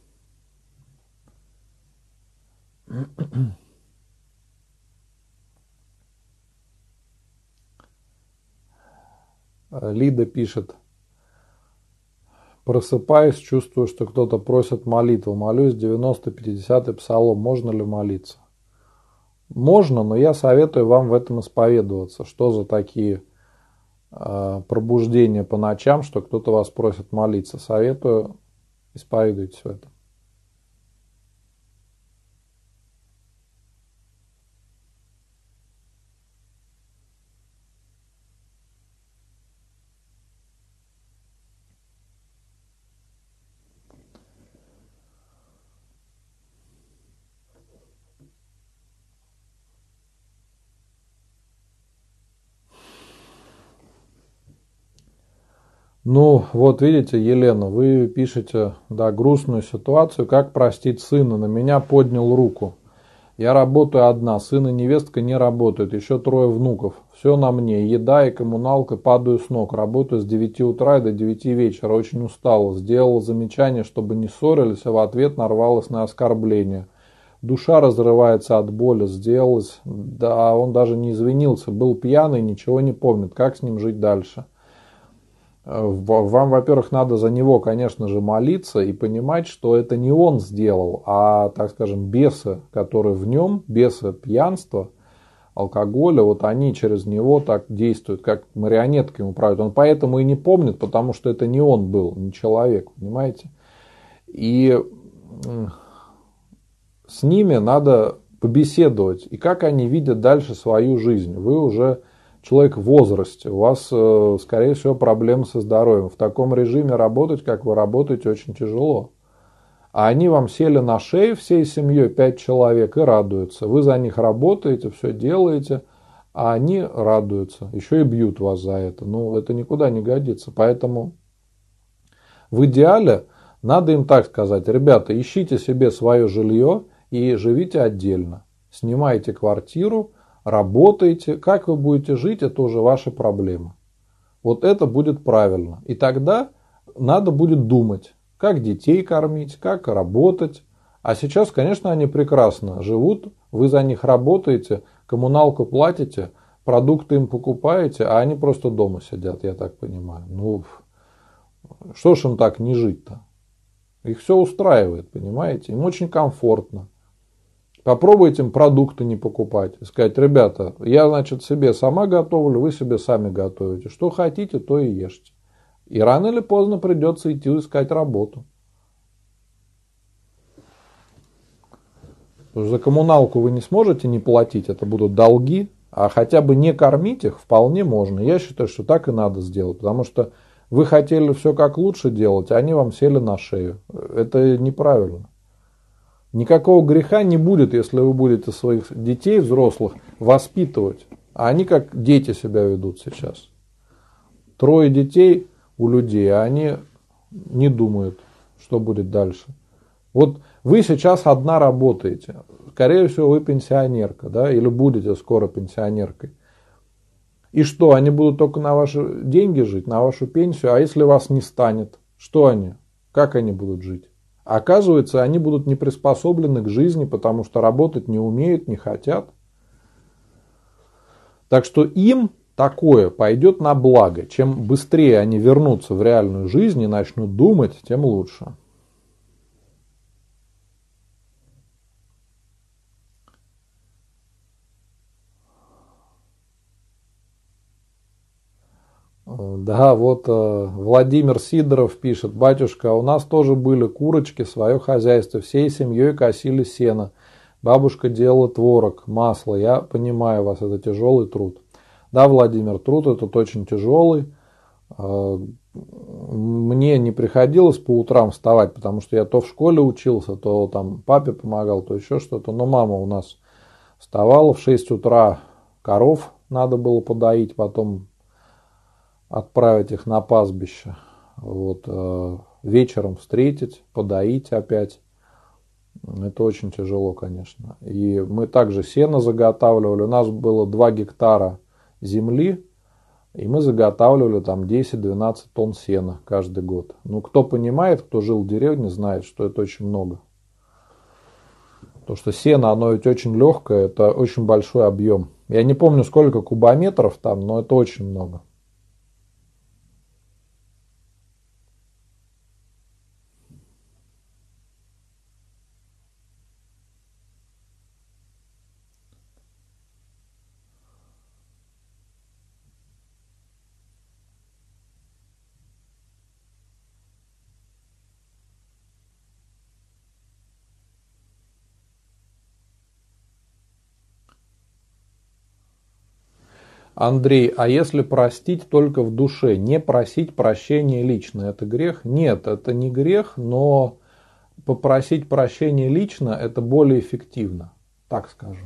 Лида пишет, просыпаюсь, чувствую, что кто-то просит молитву. Молюсь, девяносто пятидесятый псалом. Можно ли молиться? Можно, но я советую вам в этом исповедоваться. Что за такие э, пробуждения по ночам, что кто-то вас просит молиться? Советую, исповедуйтесь в этом. Ну, вот видите, Елена, вы пишете, да, грустную ситуацию, как простить сына. На меня поднял руку. Я работаю одна, сын и невестка не работают, еще трое внуков. Все на мне, еда и коммуналка, падаю с ног. Работаю с девяти утра и до девяти вечера, очень устала. Сделала замечание, чтобы не ссорились, а в ответ нарвалась на оскорбление. Душа разрывается от боли, сделалось, да он даже не извинился, был пьяный, ничего не помнит, как с ним жить дальше. Вам, во-первых, надо за него, конечно же, молиться и понимать, что это не он сделал, а, так скажем, бесы, которые в нем, бесы пьянства, алкоголя, вот они через него так действуют, как марионетками управляют. Он поэтому и не помнит, потому что это не он был, не человек, понимаете? И с ними надо побеседовать, и как они видят дальше свою жизнь. Вы уже человек в возрасте, у вас, скорее всего, проблемы со здоровьем. В таком режиме работать, как вы работаете, очень тяжело. А они вам сели на шею всей семьей, пять человек, и радуются. Вы за них работаете, все делаете, а они радуются. Еще и бьют вас за это. Ну, это никуда не годится. Поэтому в идеале надо им так сказать. Ребята, ищите себе свое жилье и живите отдельно. Снимайте квартиру, работаете, как вы будете жить, это уже ваша проблема. Вот это будет правильно. И тогда надо будет думать, как детей кормить, как работать. А сейчас, конечно, они прекрасно живут, вы за них работаете, коммуналку платите, продукты им покупаете, а они просто дома сидят, я так понимаю. Ну, что ж им так не жить-то? Их все устраивает, понимаете? Им очень комфортно. Попробуйте им продукты не покупать. И сказать, ребята, я, значит, себе сама готовлю, вы себе сами готовите. Что хотите, то и ешьте. И рано или поздно придется идти искать работу. Потому что за коммуналку вы не сможете не платить, это будут долги. А хотя бы не кормить их вполне можно. Я считаю, что так и надо сделать. Потому что вы хотели все как лучше делать, а они вам сели на шею. Это неправильно. Никакого греха не будет, если вы будете своих детей, взрослых, воспитывать. А они как дети себя ведут сейчас. Трое детей у людей, а они не думают, что будет дальше. Вот вы сейчас одна работаете. Скорее всего, вы пенсионерка, да, или будете скоро пенсионеркой. И что, они будут только на ваши деньги жить, на вашу пенсию? А если вас не станет, что они? Как они будут жить? Оказывается, они будут не приспособлены к жизни, потому что работать не умеют, не хотят. Так что им такое пойдет на благо. Чем быстрее они вернутся в реальную жизнь и начнут думать, тем лучше. Да, вот Владимир Сидоров пишет, батюшка, у нас тоже были курочки, свое хозяйство, всей семьей косили сено. Бабушка делала творог, масло, я понимаю вас, это тяжелый труд. Да, Владимир, труд этот очень тяжелый, Мне не приходилось по утрам вставать, потому что я то в школе учился, то там папе помогал, то еще что-то. Но мама у нас вставала в шесть утра, коров надо было подоить, потом отправить их на пастбище. Вот, вечером встретить, подоить опять. Это очень тяжело, конечно. И мы также сено заготавливали. У нас было два гектара земли, и мы заготавливали там десять-двенадцать тонн сена каждый год. Ну, кто понимает, кто жил в деревне, знает, что это очень много. То, что сено, оно ведь очень легкое, это очень большой объем. Я не помню, сколько кубометров там, но это очень много. Андрей, а если простить только в душе, не просить прощения лично, это грех? Нет, это не грех, но попросить прощения лично, это более эффективно, так скажу.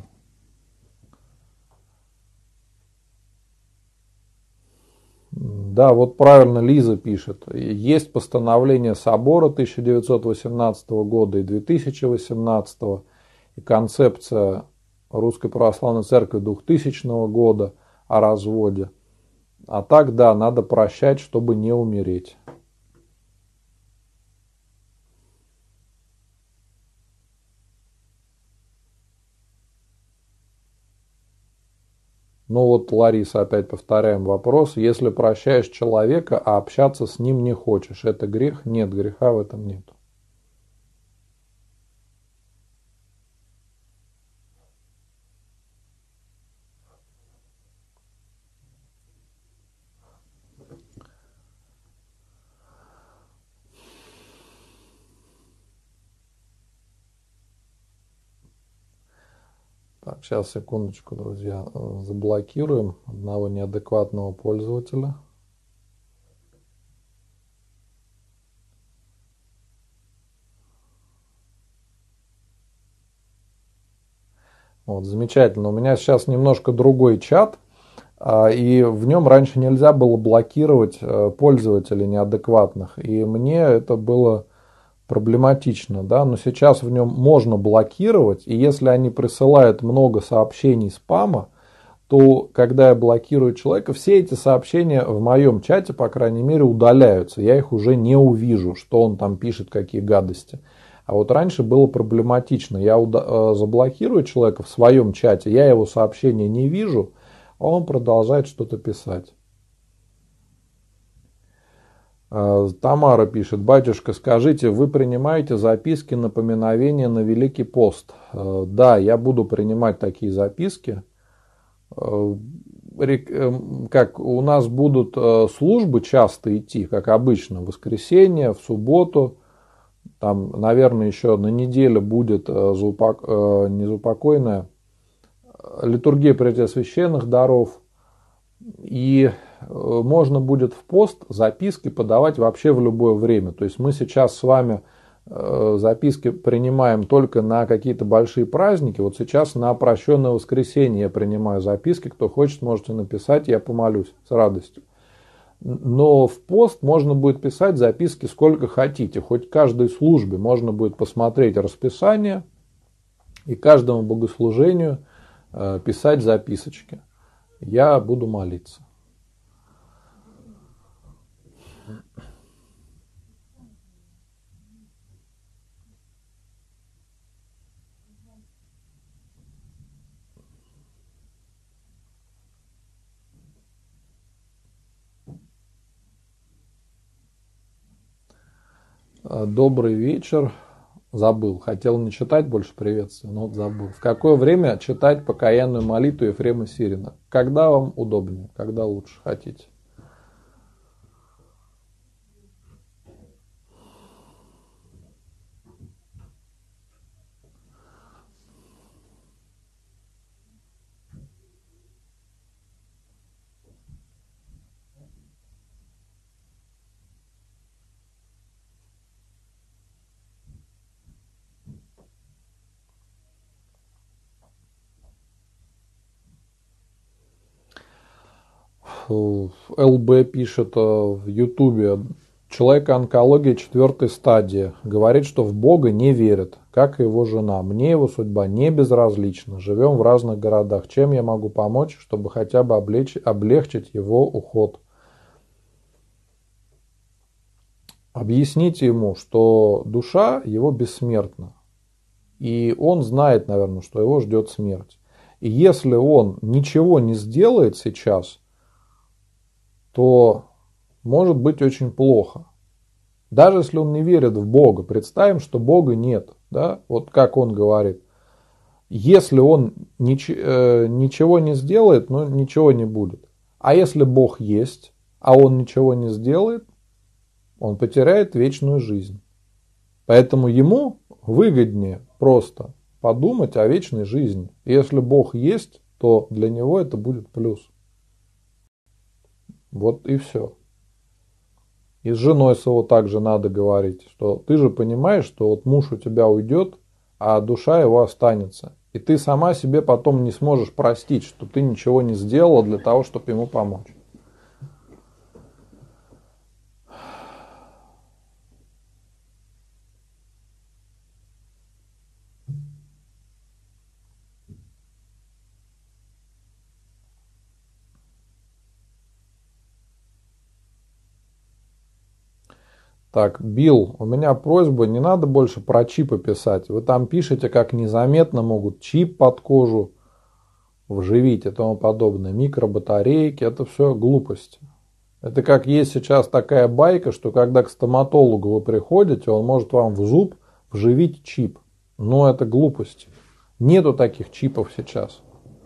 Да, вот правильно Лиза пишет. Есть постановление собора тысяча девятьсот восемнадцатого года и две тысячи восемнадцатого, и концепция Русской Православной Церкви двухтысячного года о разводе. А так, да, надо прощать, чтобы не умереть. Ну вот, Лариса, опять повторяем вопрос. Если прощаешь человека, а общаться с ним не хочешь, это грех? Нет, греха в этом нет. Так, сейчас, секундочку, друзья. Заблокируем одного неадекватного пользователя. Вот, замечательно. У меня сейчас немножко другой чат, и в нем раньше нельзя было блокировать пользователей неадекватных. И мне это было проблематично, да, но сейчас в нем можно блокировать, и если они присылают много сообщений спама, то когда я блокирую человека, все эти сообщения в моем чате, по крайней мере, удаляются. Я их уже не увижу, что он там пишет, какие гадости. А вот раньше было проблематично. Я заблокирую человека в своем чате, я его сообщения не вижу, а он продолжает что-то писать. Тамара пишет: батюшка, скажите, вы принимаете записки, напоминовения на Великий пост? Да, я буду принимать такие записки. Как у нас будут службы часто идти, как обычно, в воскресенье, в субботу, там, наверное, еще на неделе будет заупок... не заупокойная литургия Преосвященных даров, и можно будет в пост записки подавать вообще в любое время. То есть мы сейчас с вами записки принимаем только на какие-то большие праздники. Вот сейчас на прощенное воскресенье я принимаю записки. Кто хочет, можете написать, я помолюсь с радостью. Но в пост можно будет писать записки сколько хотите. Хоть каждой службе можно будет посмотреть расписание и каждому богослужению писать записочки. Я буду молиться. Добрый вечер. Забыл. Хотел не читать больше приветствия, но вот забыл. В какое время читать покаянную молитву Ефрема Сирина? Когда вам удобнее, когда лучше хотите. ЛБ пишет в Ютубе. Человек онкология четвертой стадии. Говорит, что в Бога не верит, как и его жена. Мне его судьба не безразлична. Живем в разных городах. Чем я могу помочь, чтобы хотя бы облечь, облегчить его уход? Объясните ему, что душа его бессмертна. И он знает, наверное, что его ждет смерть. И если он ничего не сделает сейчас, то может быть очень плохо. Даже если он не верит в Бога, представим, что Бога нет. Да? Вот как он говорит. Если он нич- э, ничего не сделает, ну ничего не будет. А если Бог есть, а он ничего не сделает, он потеряет вечную жизнь. Поэтому ему выгоднее просто подумать о вечной жизни. Если Бог есть, то для него это будет плюс. Вот и все. И с женой своего также надо говорить, что ты же понимаешь, что вот муж у тебя уйдет, а душа его останется. И ты сама себе потом не сможешь простить, что ты ничего не сделала для того, чтобы ему помочь. Так, Билл, у меня просьба, не надо больше про чипы писать. Вы там пишете, как незаметно могут чип под кожу вживить и тому подобное. Микробатарейки, это все глупости. Это как есть сейчас такая байка, что когда к стоматологу вы приходите, он может вам в зуб вживить чип. Но это глупости. Нету таких чипов сейчас.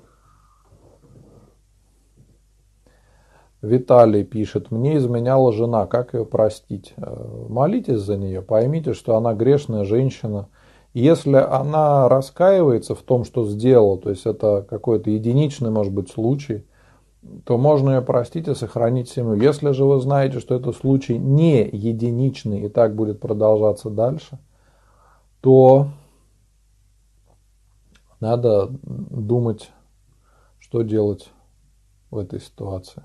Виталий пишет, мне изменяла жена, как ее простить? Молитесь за нее, поймите, что она грешная женщина. Если она раскаивается в том, что сделала, то есть это какой-то единичный, может быть, случай, то можно ее простить и сохранить семью. Если же вы знаете, что это случай не единичный и так будет продолжаться дальше, то надо думать, что делать в этой ситуации.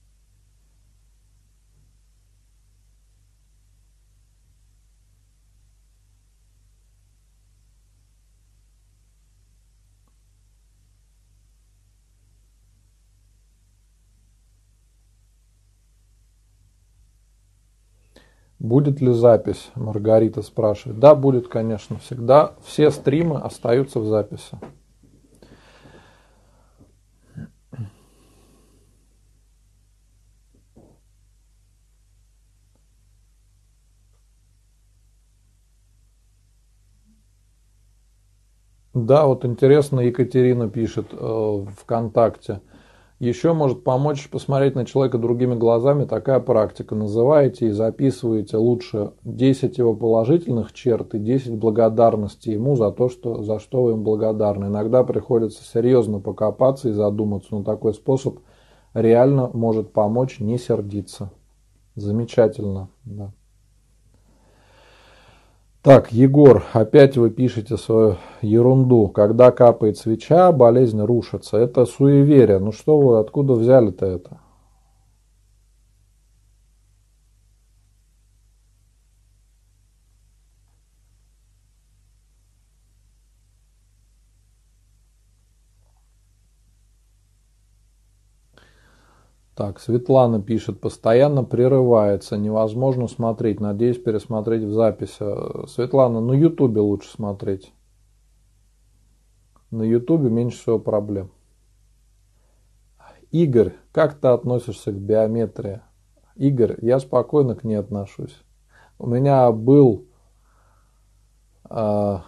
Будет ли запись? Маргарита спрашивает. Да, будет, конечно. Всегда все стримы остаются в записи. Да, вот интересно, Екатерина пишет э, ВКонтакте. Еще может помочь посмотреть на человека другими глазами. Такая практика. Называете и записываете лучше десять его положительных черт и десять благодарностей ему за то, что, за что вы им благодарны. Иногда приходится серьезно покопаться и задуматься, но такой способ реально может помочь не сердиться. Замечательно. Да. Так, Егор, опять вы пишете свою ерунду. Когда капает свеча, болезнь рушится. Это суеверие. Ну что вы, откуда взяли-то это? Так, Светлана пишет, постоянно прерывается, невозможно смотреть, надеюсь пересмотреть в записи. Светлана, на ютубе лучше смотреть. На ютубе меньше всего проблем. Игорь, как ты относишься к биометрии? Игорь, я спокойно к ней отношусь. У меня был э,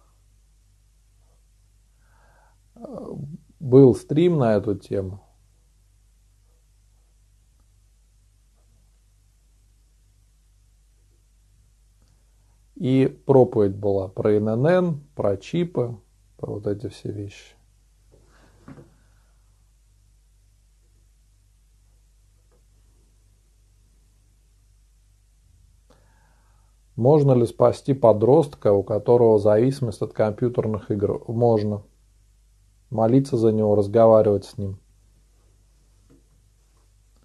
был стрим на эту тему. И проповедь была про эн эн эн, про чипы, про вот эти все вещи. Можно ли спасти подростка, у которого зависимость от компьютерных игр? Можно. Молиться за него, разговаривать с ним.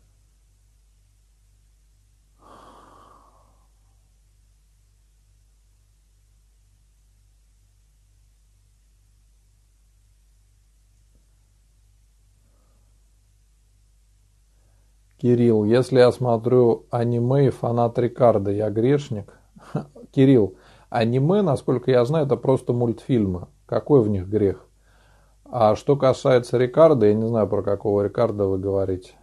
Кирилл, если я смотрю аниме и фанат Рикардо, я грешник? Кирилл, аниме, насколько я знаю, это просто мультфильмы. Какой в них грех? А что касается Рикардо, я не знаю, про какого Рикардо вы говорите.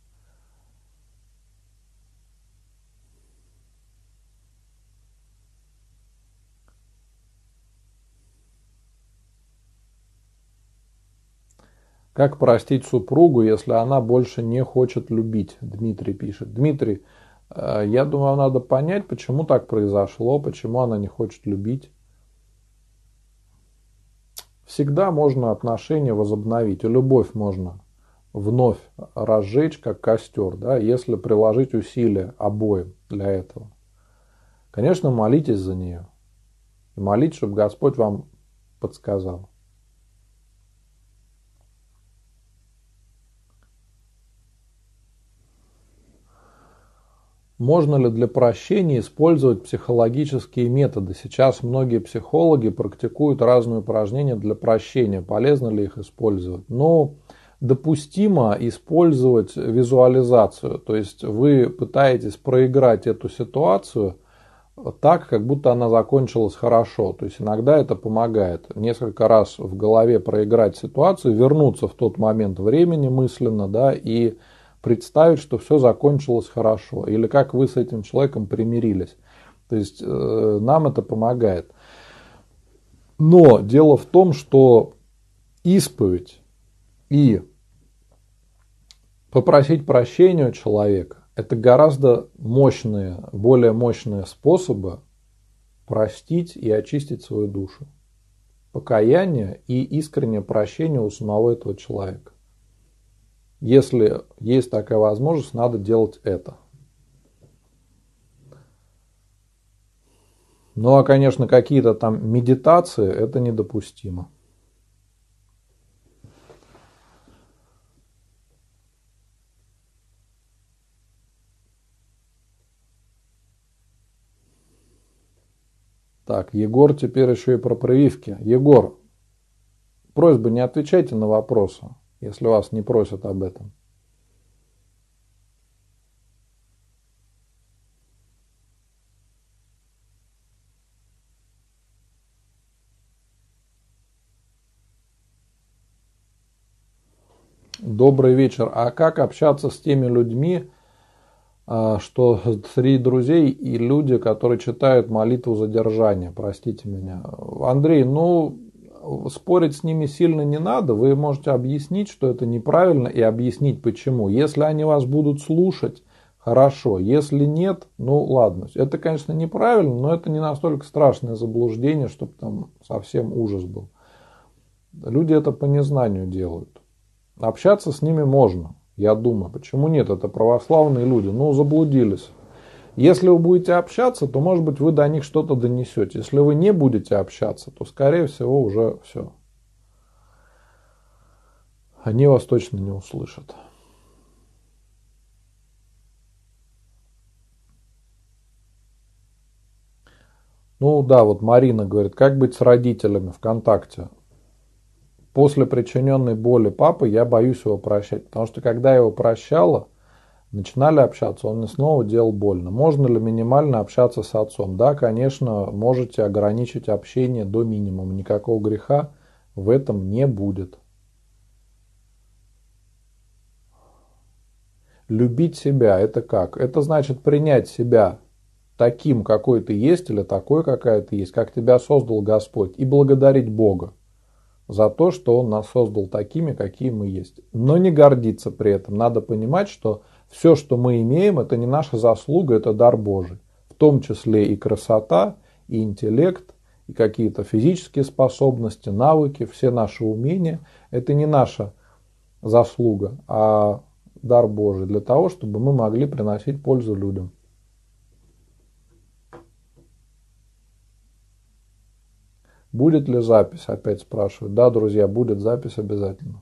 Как простить супругу, если она больше не хочет любить? Дмитрий пишет. Дмитрий, я думаю, надо понять, почему так произошло, почему она не хочет любить. Всегда можно отношения возобновить, и любовь можно вновь разжечь, как костер, да, если приложить усилия обоим для этого. Конечно, молитесь за нее. И молитесь, чтобы Господь вам подсказал. Можно ли для прощения использовать психологические методы? Сейчас многие психологи практикуют разные упражнения для прощения. Полезно ли их использовать? Ну, допустимо использовать визуализацию. То есть вы пытаетесь проиграть эту ситуацию так, как будто она закончилась хорошо. То есть иногда это помогает. Несколько раз в голове проиграть ситуацию, вернуться в тот момент времени мысленно, да, и представить, что все закончилось хорошо, или как вы с этим человеком примирились. То есть э, нам это помогает. Но дело в том, что исповедь и попросить прощения у человека – это гораздо мощные, более мощные способы простить и очистить свою душу. Покаяние и искреннее прощение у самого этого человека. Если есть такая возможность, надо делать это. Ну а, конечно, какие-то там медитации, это недопустимо. Так, Егор теперь еще и про прививки. Егор, просьба, не отвечайте на вопросы, если вас не просят об этом. Добрый вечер. А как общаться с теми людьми, что среди друзей и люди, которые читают молитву задержания? Простите меня. Андрей, ну, спорить с ними сильно не надо. Вы можете объяснить, что это неправильно, и объяснить почему. Если они вас будут слушать, хорошо. Если нет, ну ладно. Это, конечно, неправильно, но это не настолько страшное заблуждение, чтобы там совсем ужас был. Люди это по незнанию делают. Общаться с ними можно, я думаю. Почему нет? Это православные люди. Ну, заблудились. Если вы будете общаться, то, может быть, вы до них что-то донесете. Если вы не будете общаться, то, скорее всего, уже все. Они вас точно не услышат. Ну да, вот Марина говорит, как быть с родителями ВКонтакте? После причиненной боли папы я боюсь его прощать, потому что когда я его прощала, начинали общаться, он мне снова делал больно. Можно ли минимально общаться с отцом? Да, конечно, можете ограничить общение до минимума. Никакого греха в этом не будет. Любить себя – это как? Это значит принять себя таким, какой ты есть, или такой, какая ты есть, как тебя создал Господь, и благодарить Бога за то, что Он нас создал такими, какие мы есть. Но не гордиться при этом. Надо понимать, что все, что мы имеем, это не наша заслуга, это дар Божий. В том числе и красота, и интеллект, и какие-то физические способности, навыки, все наши умения. Это не наша заслуга, а дар Божий для того, чтобы мы могли приносить пользу людям. Будет ли запись? Опять спрашивают. Да, друзья, будет запись обязательно.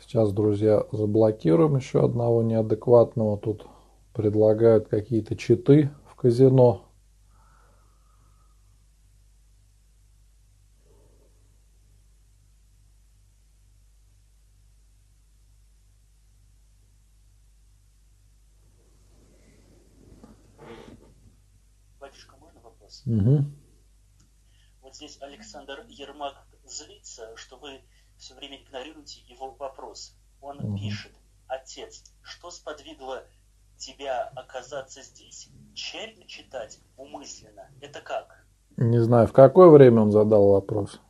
Сейчас, друзья, заблокируем еще одного неадекватного. Тут предлагают какие-то читы в казино. Батюшка, можно вопрос? Угу. Вот здесь Александр Ермак злится, что вы все время игнорируете его вопрос. Он угу. пишет: отец, что сподвигло тебя оказаться здесь, тщательно читать умысленно? Это как? Не знаю, в какое время он задал вопрос.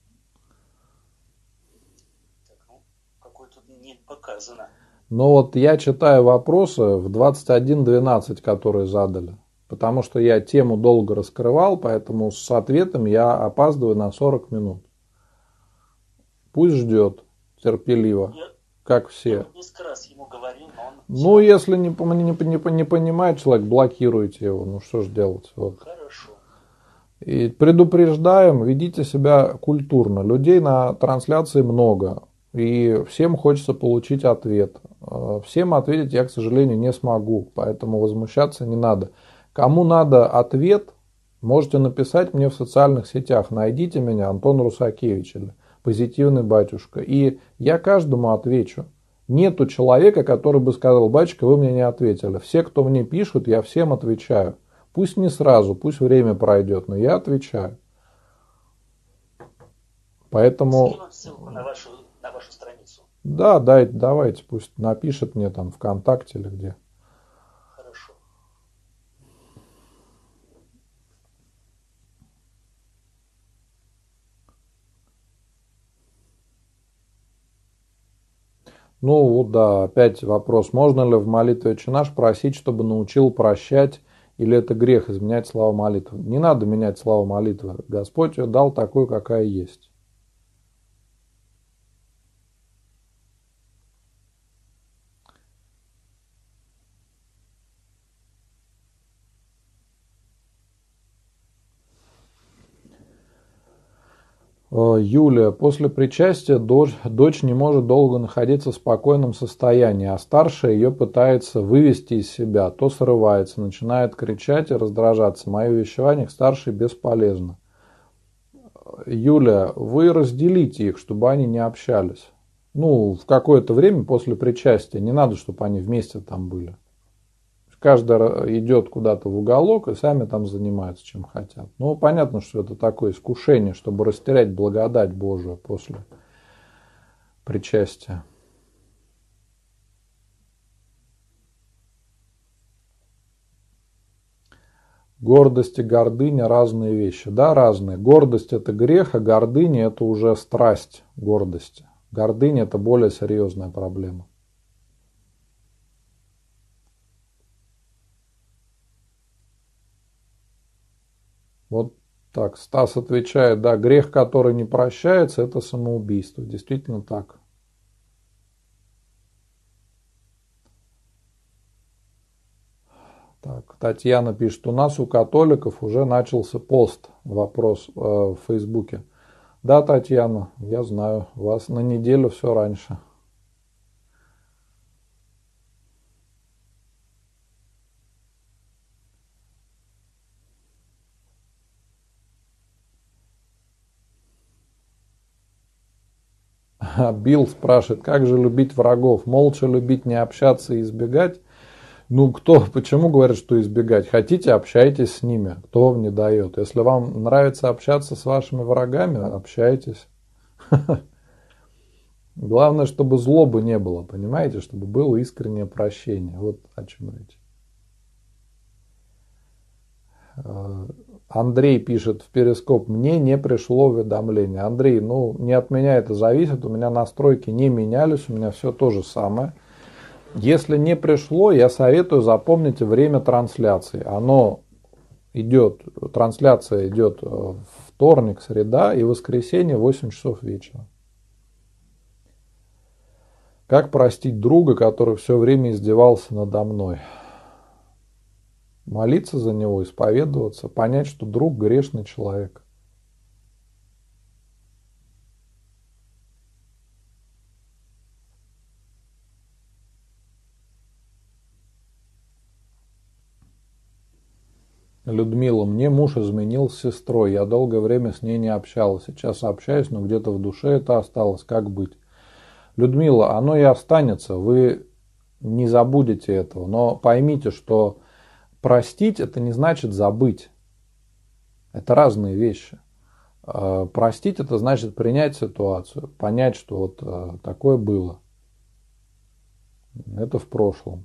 Так, ну, какой тут не показано. Но вот я читаю вопросы в двадцать один двенадцать, которые задали. Потому что я тему долго раскрывал, поэтому с ответом я опаздываю на сорок минут. Пусть ждет терпеливо, Я, как все. я несколько раз ему говорил, но он... Ну, если не, не, не, не понимает человек, блокируйте его. Ну, что ж делать? Вот. Хорошо. И предупреждаем, ведите себя культурно. Людей на трансляции много. И всем хочется получить ответ. Всем ответить я, к сожалению, не смогу. Поэтому возмущаться не надо. Кому надо ответ, можете написать мне в социальных сетях. Найдите меня, Антон Русакевич или Позитивный батюшка. И я каждому отвечу. Нету человека, который бы сказал: батюшка, вы мне не ответили. Все, кто мне пишут, я всем отвечаю. Пусть не сразу, пусть время пройдет, но я отвечаю. Поэтому... Скину ссылку на вашу, на вашу страницу. Да, дайте, давайте, пусть напишет мне там ВКонтакте или где. Хорошо. Ну вот да, опять вопрос. Можно ли в молитве «Отче наш» просить, чтобы научил прощать, или это грех изменять слова молитвы? Не надо менять слова молитвы. Господь ее дал такой, какая есть. Юлия, после причастия дочь, дочь не может долго находиться в спокойном состоянии, а старшая ее пытается вывести из себя, то срывается, начинает кричать и раздражаться. Мое увещевание к старшей бесполезно. Юлия, вы разделите их, чтобы они не общались. Ну, в какое-то время после причастия. Не надо, чтобы они вместе там были. Каждый идет куда-то в уголок и сами там занимаются, чем хотят. Ну, понятно, что это такое искушение, чтобы растерять благодать Божию после причастия. Гордость и гордыня – разные вещи. Да, разные. Гордость – это грех, а гордыня – это уже страсть гордости. Гордыня – это более серьезная проблема. Вот так, Стас отвечает, да, грех, который не прощается, это самоубийство. Действительно так. Так, Татьяна пишет, у нас у католиков уже начался пост, вопрос э, в Фейсбуке. Да, Татьяна, я знаю, у вас на неделю все раньше. Билл спрашивает, как же любить врагов? Молча любить, не общаться и избегать? Ну, кто, почему говорят, что избегать? Хотите, общайтесь с ними. Кто вам не дает? Если вам нравится общаться с вашими врагами, общайтесь. Главное, чтобы злобы не было, понимаете? Чтобы было искреннее прощение. Вот о чем речь. Андрей пишет в Перископ, мне не пришло уведомление. Андрей, ну не от меня это зависит, у меня настройки не менялись, у меня все то же самое. Если не пришло, я советую запомнить время трансляции. Оно идет, трансляция идет вторник, среда и воскресенье в восемь часов вечера. Как простить друга, который все время издевался надо мной? Молиться за него, исповедоваться, понять, что друг грешный человек. Людмила, мне муж изменил с сестрой, я долгое время с ней не общалась, сейчас общаюсь, но где-то в душе это осталось, как быть? Людмила, оно и останется, вы не забудете этого, но поймите, что простить это не значит забыть, это разные вещи. Простить это значит принять ситуацию, понять, что вот такое было, это в прошлом.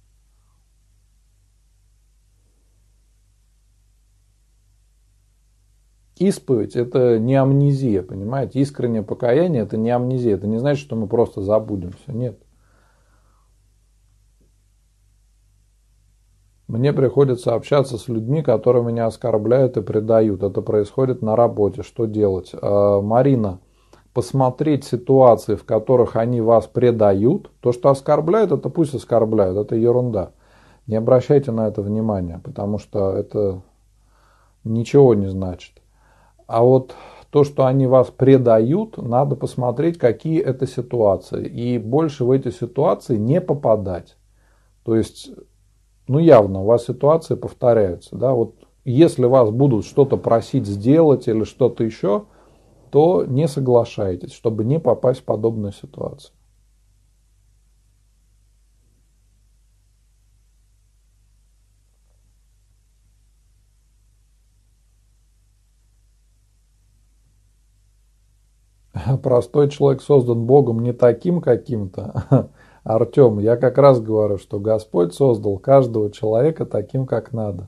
Исповедь – это не амнезия, понимаете? Искреннее покаяние – это не амнезия. Это не значит, что мы просто забудем все. Нет. Мне приходится общаться с людьми, которые меня оскорбляют и предают. Это происходит на работе. Что делать? Марина, посмотреть ситуации, в которых они вас предают. То, что оскорбляют, это пусть оскорбляют. Это ерунда. Не обращайте на это внимания, потому что это ничего не значит. А вот то, что они вас предают, надо посмотреть, какие это ситуации. И больше в эти ситуации не попадать. То есть, ну явно, у вас ситуации повторяются. Да? Вот если вас будут что-то просить сделать или что-то еще, то не соглашайтесь, чтобы не попасть в подобную ситуацию. Простой человек создан Богом не таким каким-то. Артем, я как раз говорю, что Господь создал каждого человека таким, как надо.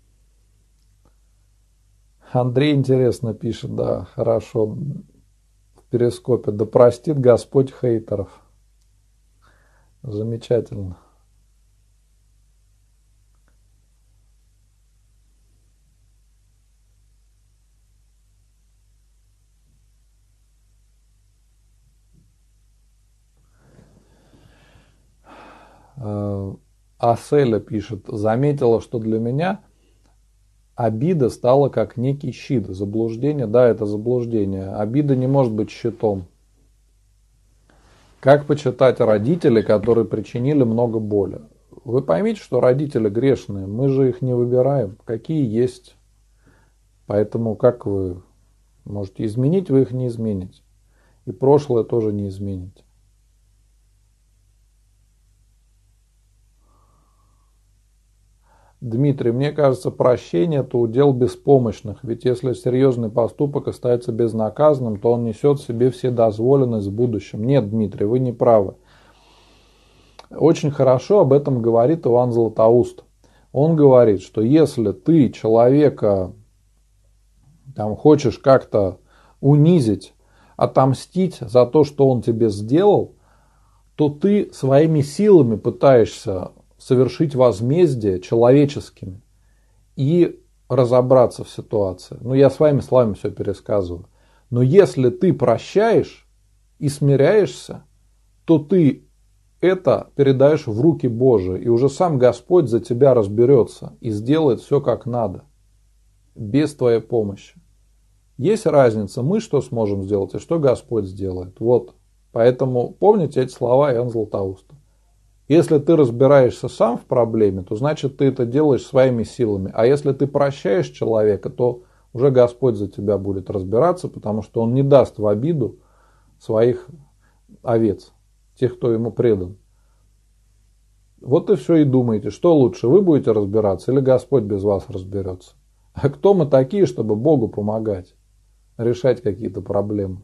Андрей интересно пишет, да, хорошо, в перископе. Да простит Господь хейтеров. Замечательно. Аселя пишет, заметила, что для меня обида стала как некий щит. Заблуждение, да, это заблуждение. Обида не может быть щитом. Как почитать родителей, которые причинили много боли? Вы поймите, что родители грешные, мы же их не выбираем, какие есть. Поэтому как вы можете изменить, вы их не измените. И прошлое тоже не измените. Дмитрий, мне кажется, прощение – это удел беспомощных, ведь если серьезный поступок остается безнаказанным, то он несет в себе вседозволенность в будущем. Нет, Дмитрий, вы не правы. Очень хорошо об этом говорит Иоанн Златоуст. Он говорит, что если ты человека там, хочешь как-то унизить, отомстить за то, что он тебе сделал, то ты своими силами пытаешься совершить возмездие человеческими и разобраться в ситуации. Ну, я своими словами все пересказываю. Но если ты прощаешь и смиряешься, то ты это передаешь в руки Божии, и уже сам Господь за тебя разберется и сделает все как надо, без твоей помощи. Есть разница, мы что сможем сделать и что Господь сделает. Вот. Поэтому помните эти слова Иоанна Златоуста. Если ты разбираешься сам в проблеме, то значит ты это делаешь своими силами. А если ты прощаешь человека, то уже Господь за тебя будет разбираться, потому что Он не даст в обиду своих овец, тех, кто Ему предан. Вот и все и думаете, что лучше, вы будете разбираться или Господь без вас разберется. А кто мы такие, чтобы Богу помогать, решать какие-то проблемы?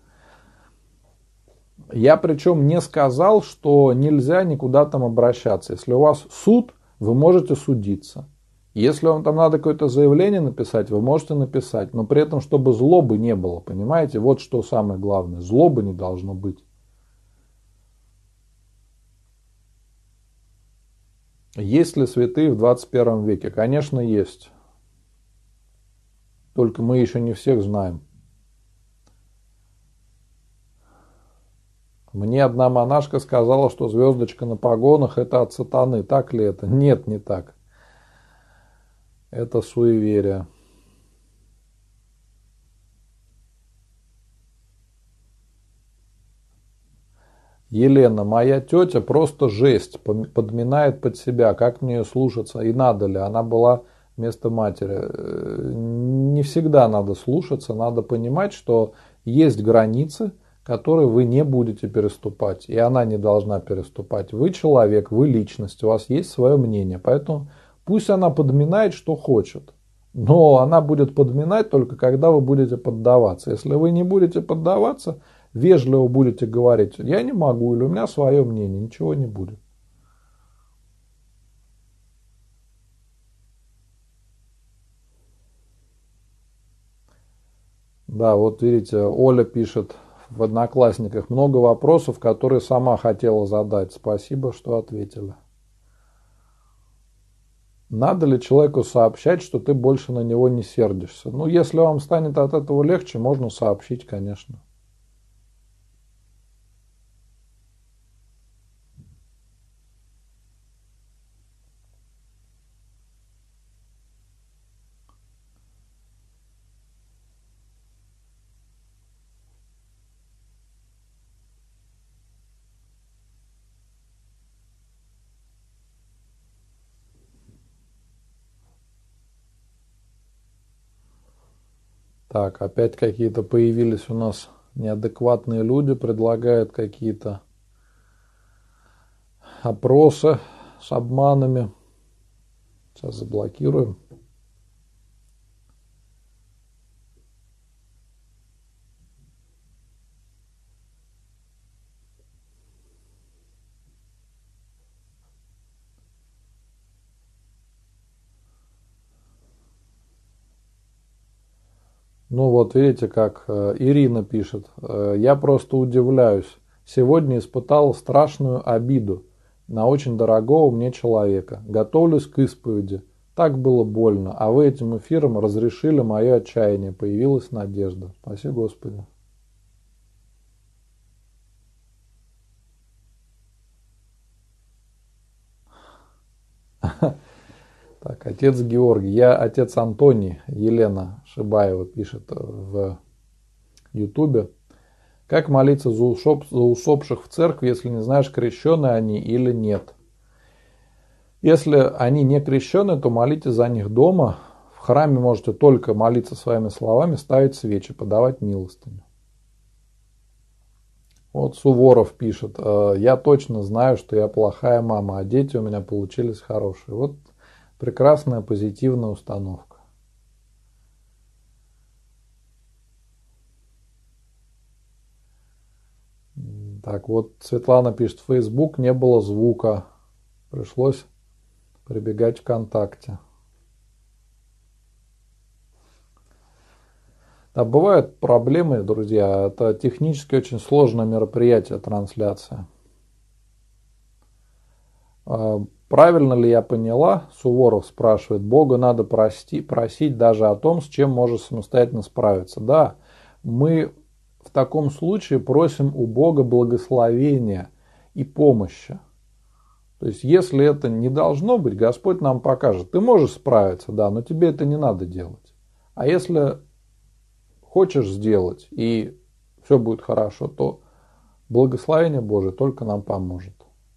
Я причем не сказал, что нельзя никуда там обращаться. Если у вас суд, вы можете судиться. Если вам там надо какое-то заявление написать, вы можете написать. Но при этом, чтобы злобы не было, понимаете? Вот что самое главное. Злобы не должно быть. Есть ли святые в двадцать первом веке? Конечно, есть. Только мы еще не всех знаем. Мне одна монашка сказала, что звездочка на погонах – это от сатаны. Так ли это? Нет, не так. Это суеверие. Елена, моя тетя просто жесть, подминает под себя, как мне ее слушаться и надо ли. Она была вместо матери. Не всегда надо слушаться, надо понимать, что есть границы, которые вы не будете переступать, и она не должна переступать. Вы человек, вы личность, у вас есть свое мнение, поэтому пусть она подминает, что хочет, но она будет подминать только когда вы будете поддаваться. Если вы не будете поддаваться, вежливо будете говорить: я не могу, или у меня свое мнение, ничего не будет. Да, вот видите, Оля пишет в Одноклассниках много вопросов, которые сама хотела задать. Спасибо, что ответили. Надо ли человеку сообщать, что ты больше на него не сердишься? Ну, если вам станет от этого легче, можно сообщить, конечно. Так, опять какие-то появились у нас неадекватные люди, предлагают какие-то опросы с обманами. Сейчас заблокируем. Ну вот видите, как Ирина пишет. Я просто удивляюсь. Сегодня испытала страшную обиду на очень дорогого мне человека. Готовлюсь к исповеди. Так было больно. А вы этим эфиром разрешили мое отчаяние. Появилась надежда. Спаси Господи. Так, отец Георгий. Я отец Антоний. Елена Шибаева пишет в Ютубе. Как молиться за, усоп, за усопших в церкви, если не знаешь, крещены они или нет? Если они не крещены, то молитесь за них дома. В храме можете только молиться своими словами, ставить свечи, подавать милостыню. Вот Суворов пишет. Я точно знаю, что я плохая мама, а дети у меня получились хорошие. Вот прекрасная позитивная установка. Так, вот Светлана пишет, в Facebook не было звука. Пришлось прибегать ВКонтакте. Да, бывают проблемы, друзья. Это технически очень сложное мероприятие, трансляция. Правильно ли я поняла, Суворов спрашивает, Бога надо прости, просить даже о том, с чем может самостоятельно справиться. Да, мы в таком случае просим у Бога благословения и помощи. То есть, если это не должно быть, Господь нам покажет. Ты можешь справиться, да, но тебе это не надо делать. А если хочешь сделать, и все будет хорошо, то благословение Божие только нам поможет.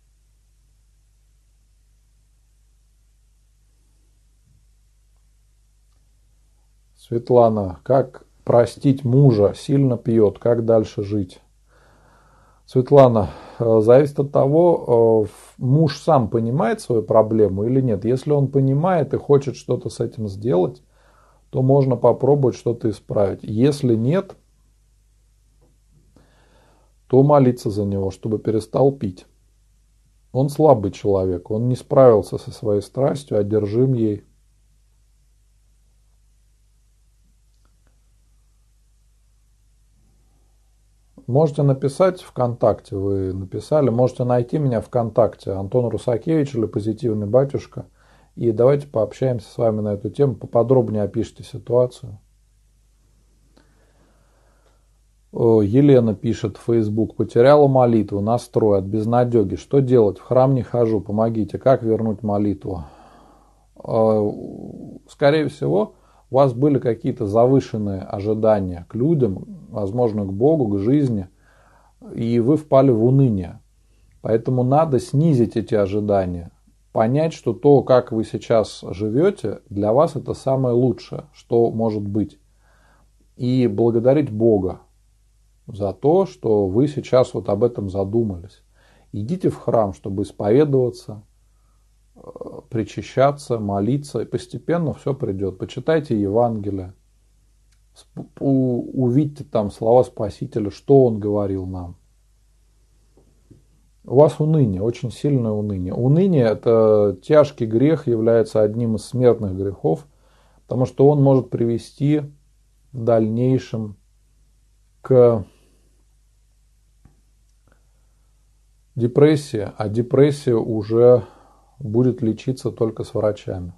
Светлана, как простить мужа, сильно пьет, как дальше жить? Светлана, зависит от того, муж сам понимает свою проблему или нет. Если он понимает и хочет что-то с этим сделать, то можно попробовать что-то исправить. Если нет, то молиться за него, чтобы перестал пить. Он слабый человек, он не справился со своей страстью, одержим ей. Можете написать ВКонтакте, вы написали, можете найти меня ВКонтакте, Антон Русакевич или Позитивный Батюшка, и давайте пообщаемся с вами на эту тему, поподробнее опишите ситуацию. Елена пишет в Facebook, потеряла молитву, настрой от безнадеги, что делать, в храм не хожу, помогите, как вернуть молитву? Скорее всего, у вас были какие-то завышенные ожидания к людям, возможно, к Богу, к жизни, и вы впали в уныние. Поэтому надо снизить эти ожидания. понять, что то, как вы сейчас живете, для вас это самое лучшее, что может быть. И благодарить Бога за то, что вы сейчас вот об этом задумались. Идите в храм, чтобы исповедоваться, причащаться, молиться, и постепенно все придет. Почитайте Евангелие, увидьте там слова Спасителя, что Он говорил нам. У вас уныние, очень сильное уныние. Уныние – это тяжкий грех, является одним из смертных грехов, потому что он может привести в дальнейшем к депрессии, а депрессия уже будет лечиться только с врачами.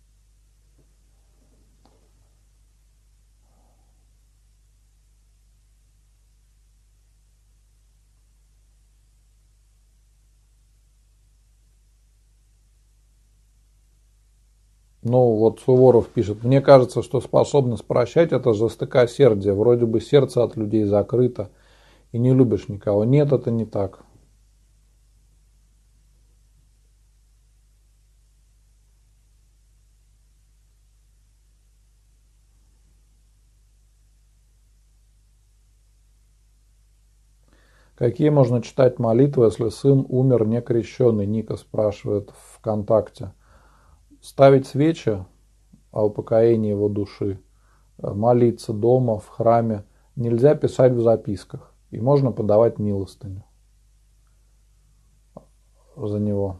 Ну, вот Суворов пишет, мне кажется, что способность прощать – это жестокосердие. Вроде бы сердце от людей закрыто, и не любишь никого. Нет, это не так. Какие можно читать молитвы, если сын умер некрещенный? Ника спрашивает ВКонтакте. Ставить свечи о упокоении его души, молиться дома, в храме. Нельзя писать в записках. И можно подавать милостыню за него.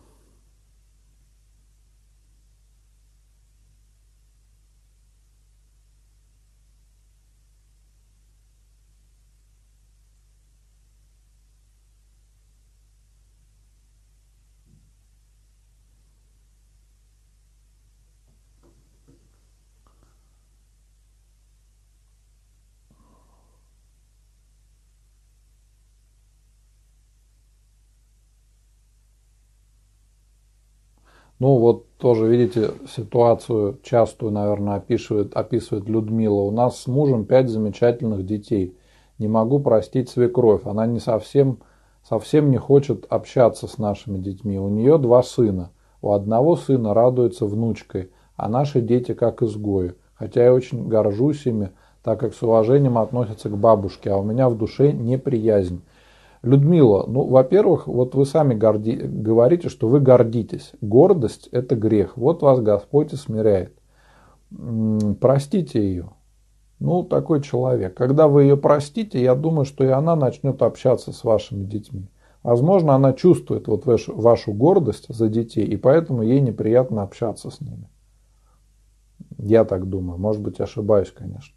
Ну вот тоже, видите, ситуацию частую, наверное, описывает, описывает Людмила. У нас с мужем пять замечательных детей. Не могу простить свекровь. Она не совсем, совсем не хочет общаться с нашими детьми. У нее два сына. У одного сына радуется внучкой, а наши дети как изгои. Хотя я очень горжусь ими, так как с уважением относятся к бабушке, а у меня в душе неприязнь. Людмила, ну, во-первых, вот вы сами горди... говорите, что вы гордитесь. Гордость – это грех. Вот вас Господь и смиряет. М-м, простите ее. Ну, такой человек. Когда вы ее простите, я думаю, что и она начнет общаться с вашими детьми. Возможно, она чувствует вот вашу, вашу гордость за детей, и поэтому ей неприятно общаться с ними. Я так думаю. Может быть, ошибаюсь, конечно.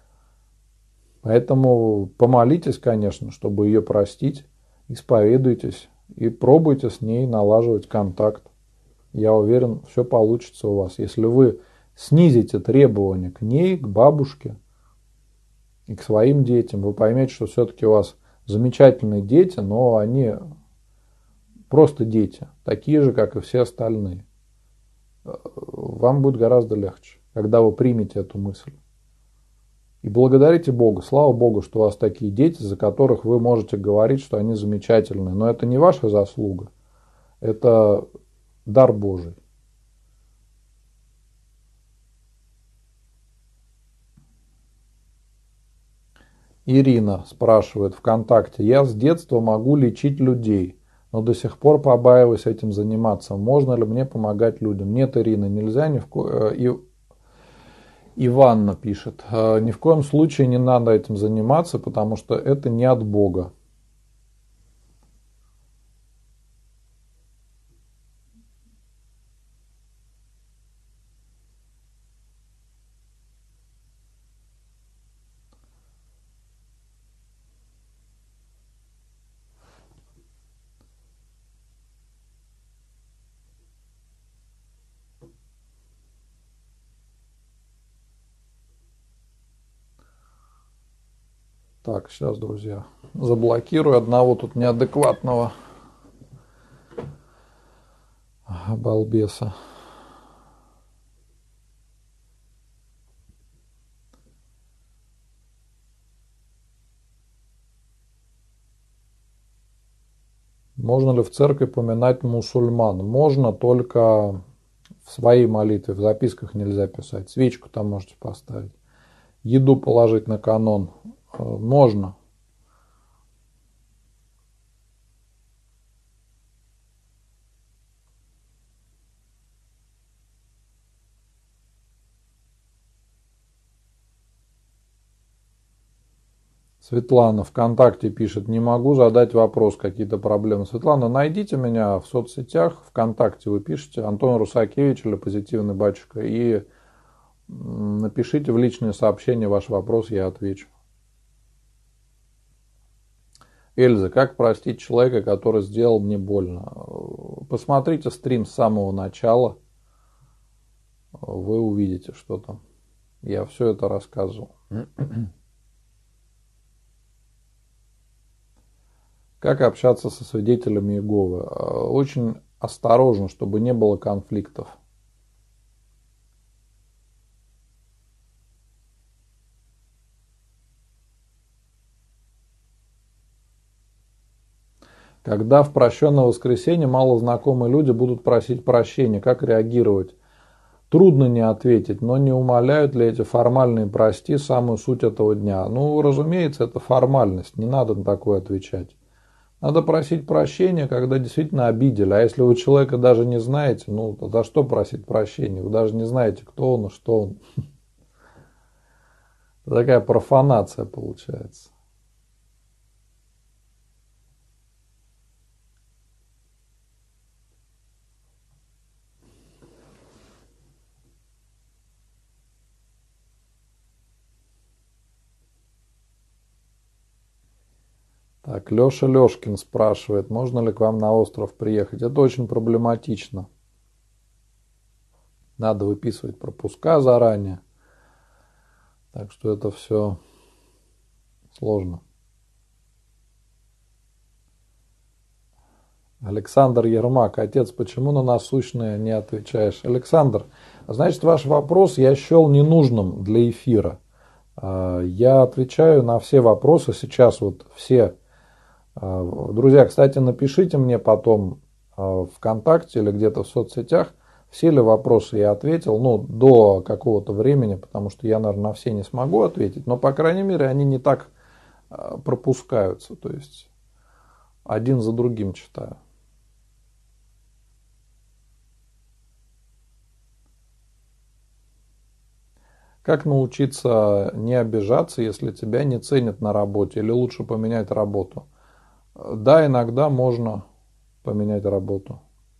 Поэтому помолитесь, конечно, чтобы ее простить, исповедуйтесь и пробуйте с ней налаживать контакт. Я уверен, все получится у вас. Если вы снизите требования к ней, к бабушке и к своим детям, вы поймете, что все-таки у вас замечательные дети, но они просто дети, такие же, как и все остальные. Вам будет гораздо легче, когда вы примете эту мысль. И благодарите Бога. Слава Богу, что у вас такие дети, за которых вы можете говорить, что они замечательные. Но это не ваша заслуга. Это дар Божий. Ирина спрашивает ВКонтакте. Я с детства могу лечить людей, но до сих пор побаиваюсь этим заниматься. Можно ли мне помогать людям? Нет, Ирина, нельзя ни в ко... И... Иванна пишет, ни в коем случае не надо этим заниматься, потому что это не от Бога. Так, сейчас, друзья, заблокирую одного тут неадекватного балбеса. Можно ли в церкви поминать мусульман? Можно, только в своей молитве, в записках нельзя писать. Свечку там можете поставить. Еду положить на канон. Можно. Светлана ВКонтакте пишет: не могу задать вопрос, какие-то проблемы. Светлана, найдите меня в соцсетях, ВКонтакте вы пишете Антон Русакевич или Позитивный Батюшка и напишите в личные сообщения ваш вопрос, я отвечу. Эльза, как простить человека, который сделал мне больно? Посмотрите стрим с самого начала, вы увидите, что там. Я все это рассказывал. Как общаться со свидетелями Иеговы? Очень осторожно, чтобы не было конфликтов. Когда в прощенное воскресенье малознакомые люди будут просить прощения, как реагировать? Трудно не ответить, но не умаляют ли эти формальные «прости» самую суть этого дня? Ну, разумеется, это формальность, не надо на такое отвечать. Надо просить прощения, когда действительно обидели. А если вы человека даже не знаете, ну, за что просить прощения? Вы даже не знаете, кто он и что он. Такая профанация получается. Так, Леша Лешкин спрашивает, можно ли к вам на остров приехать. Это очень проблематично. Надо выписывать пропуска заранее. Так что это все сложно. Александр Ермак, отец, почему на насущное не отвечаешь? Александр, значит, ваш вопрос я счел ненужным для эфира. Я отвечаю на все вопросы сейчас, вот все. Друзья, кстати, напишите мне потом ВКонтакте или где-то в соцсетях, все ли вопросы я ответил, ну, до какого-то времени, потому что я, наверное, на все не смогу ответить, но, по крайней мере, они не так пропускаются, то есть один за другим читаю. Как научиться не обижаться, если тебя не ценят на работе, или лучше поменять работу? Да, иногда можно поменять работу.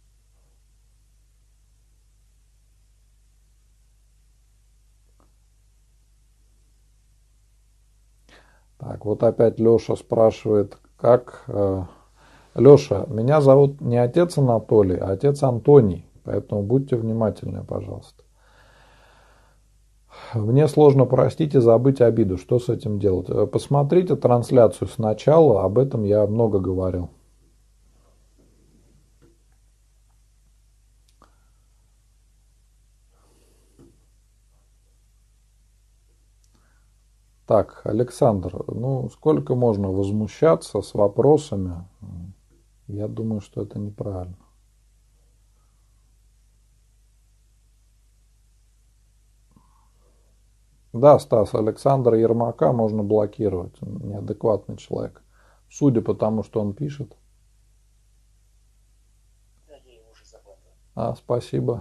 Так, вот опять Леша спрашивает, как... Леша, меня зовут не отец Анатолий, а отец Антоний, поэтому будьте внимательны, пожалуйста. Мне сложно простить и забыть обиду. Что с этим делать? Посмотрите трансляцию сначала, об этом я много говорил. Так, Александр, ну сколько можно возмущаться с вопросами? Я думаю, что это неправильно. Да, Стас, Александра Ермака можно блокировать. Он неадекватный человек. Судя по тому, что он пишет. Да, я его уже заблокировал. А, спасибо.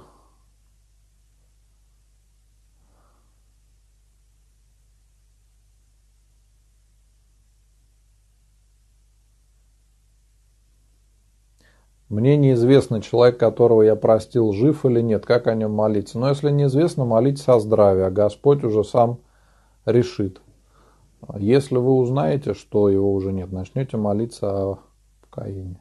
Мне неизвестно, человек, которого я простил, жив или нет, как о нем молиться. Но если неизвестно, молитесь о здравии, а Господь уже сам решит. Если вы узнаете, что его уже нет, начнете молиться о покаянии.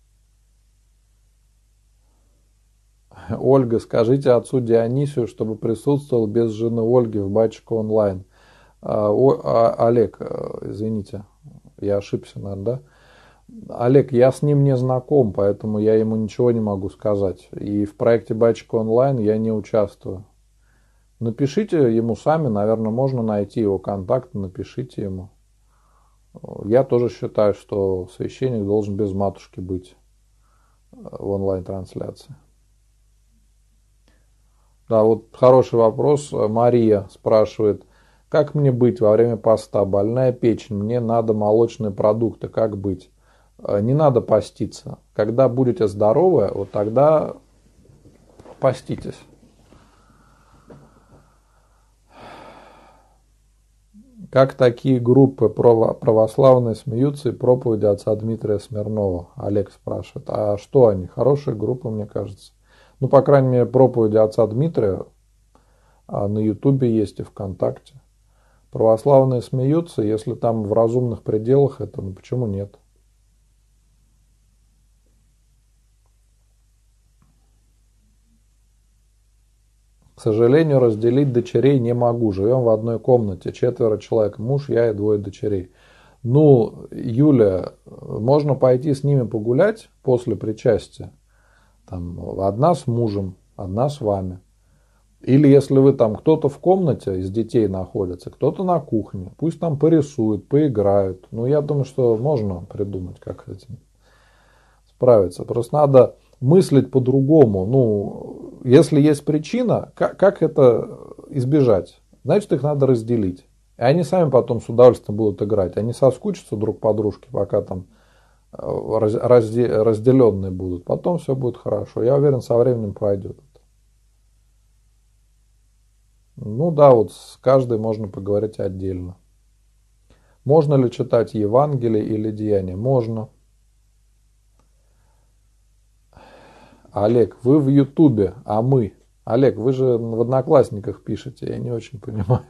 Ольга, скажите отцу Дионисию, чтобы присутствовал без жены Ольги в Батюшка онлайн. Олег, извините, я ошибся, наверное, да? Олег, я с ним не знаком, поэтому я ему ничего не могу сказать. И в проекте Батюшка онлайн я не участвую. Напишите ему сами, наверное, можно найти его контакты, напишите ему. Я тоже считаю, что священник должен без матушки быть в онлайн-трансляции. Да, вот хороший вопрос. Мария спрашивает, как мне быть во время поста? Больная печень, мне надо молочные продукты, как быть? Не надо поститься. Когда будете здоровы, вот тогда поститесь. Как такие группы православные смеются и проповеди отца Дмитрия Смирнова? Олег спрашивает. А что они? Хорошая группа, мне кажется. Ну, по крайней мере, проповеди отца Дмитрия на Ютубе есть и ВКонтакте. Православные смеются, если там в разумных пределах это, ну почему нет? К сожалению, разделить дочерей не могу. Живем в одной комнате, четверо человек, муж, я и двое дочерей. Ну, Юля, можно пойти с ними погулять после причастия. Там одна с мужем, одна с вами. Или если вы там, кто-то в комнате из детей находится, кто-то на кухне, пусть там порисуют, поиграют. Ну, я думаю, что можно придумать, как с этим справиться. Просто надо мыслить по-другому. Ну, если есть причина, как, как это избежать? Значит, их надо разделить. И они сами потом с удовольствием будут играть. Они соскучатся друг по дружке, пока там разделенные будут. Потом все будет хорошо. Я уверен, со временем пройдет. Ну да, вот с каждой можно поговорить отдельно. Можно ли читать Евангелие или Деяния? Можно. Олег, вы в Ютубе, а мы? Олег, вы же в Одноклассниках пишете, я не очень понимаю.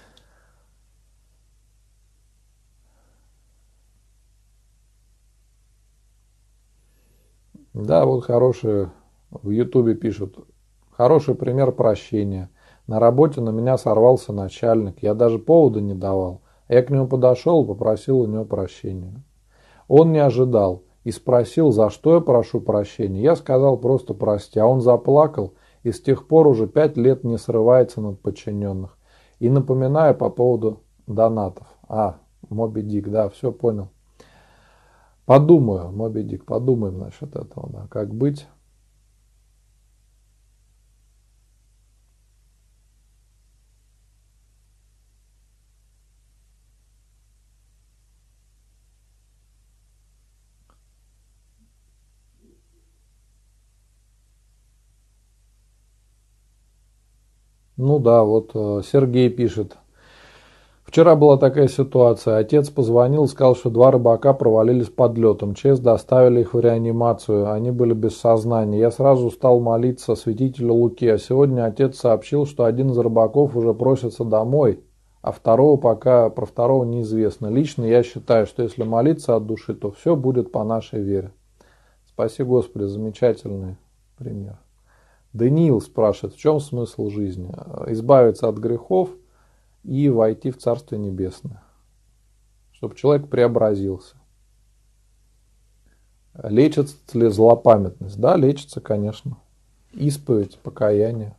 Да, вот хорошие в Ютубе пишут. Хороший пример прощения. На работе на меня сорвался начальник, я даже повода не давал. Я к нему подошел и попросил у него прощения. Он не ожидал и спросил, за что я прошу прощения. Я сказал просто прости, а он заплакал и с тех пор уже пять лет не срывается над подчиненных. И напоминаю по поводу донатов. А, Моби Дик, да, все понял. Подумаю, Моби Дик, подумаем насчет этого, да, как быть. Ну да, вот Сергей пишет. Вчера была такая ситуация. Отец позвонил, сказал, что два рыбака провалились под летом. ЧС доставили их в реанимацию. Они были без сознания. Я сразу стал молиться святителю Луки. А сегодня отец сообщил, что один из рыбаков уже просится домой, а второго пока про второго неизвестно. Лично я считаю, что если молиться от души, то все будет по нашей вере. Спаси Господи, замечательный пример. Даниил спрашивает, в чем смысл жизни? Избавиться от грехов и войти в Царствие Небесное, чтобы человек преобразился. Лечится ли злопамятность? Да, лечится, конечно. Исповедь, покаяние.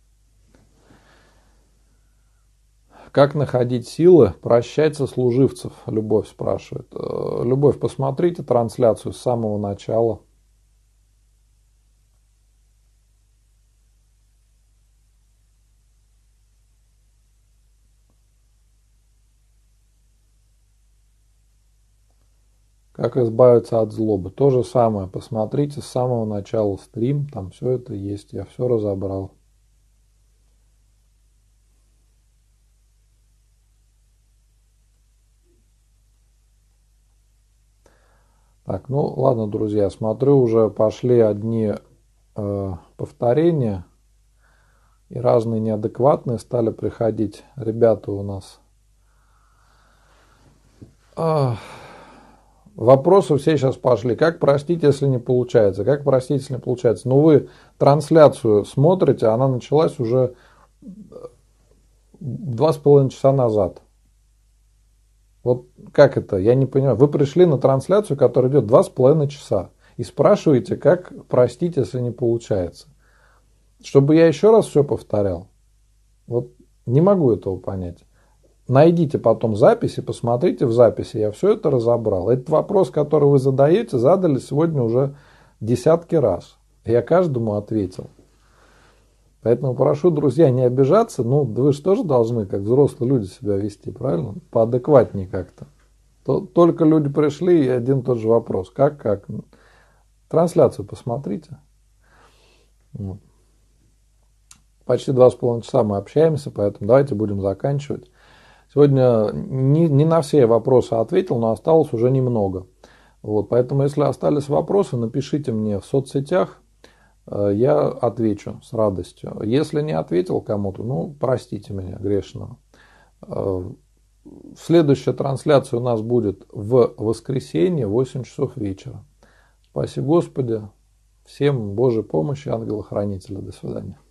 Как находить силы прощать сослуживцев? Любовь спрашивает. Любовь, посмотрите трансляцию с самого начала. Как избавиться от злобы? То же самое. Посмотрите с самого начала стрим. Там все это есть. Я все разобрал. Так, ну ладно, друзья. Смотрю, уже пошли одни э, повторения. И разные неадекватные стали приходить. Ребята у нас... Ах. Вопросы все сейчас пошли. Как простить, если не получается? Как простить, если не получается? Ну, вы трансляцию смотрите, она началась уже два с половиной часа назад. Вот как это? Я не понимаю. Вы пришли на трансляцию, которая идет два с половиной часа, и спрашиваете, как простить, если не получается. Чтобы я еще раз все повторял? Вот не могу этого понять. Найдите потом записи, посмотрите в записи, я все это разобрал. Этот вопрос, который вы задаете, задали сегодня уже десятки раз. Я каждому ответил. Поэтому прошу, друзья, не обижаться. Ну, вы же тоже должны, как взрослые люди, себя вести, правильно? Поадекватнее как-то. Только люди пришли, и один тот же вопрос. Как, как? Трансляцию посмотрите. Вот. Почти два с половиной часа мы общаемся, поэтому давайте будем заканчивать. Сегодня не, не на все вопросы ответил, но осталось уже немного. Вот, поэтому, если остались вопросы, напишите мне в соцсетях, я отвечу с радостью. Если не ответил кому-то, ну, простите меня, грешного. Следующая трансляция у нас будет в воскресенье в восемь часов вечера. Спаси Господи. Всем Божьей помощи, ангела-хранителя. До свидания.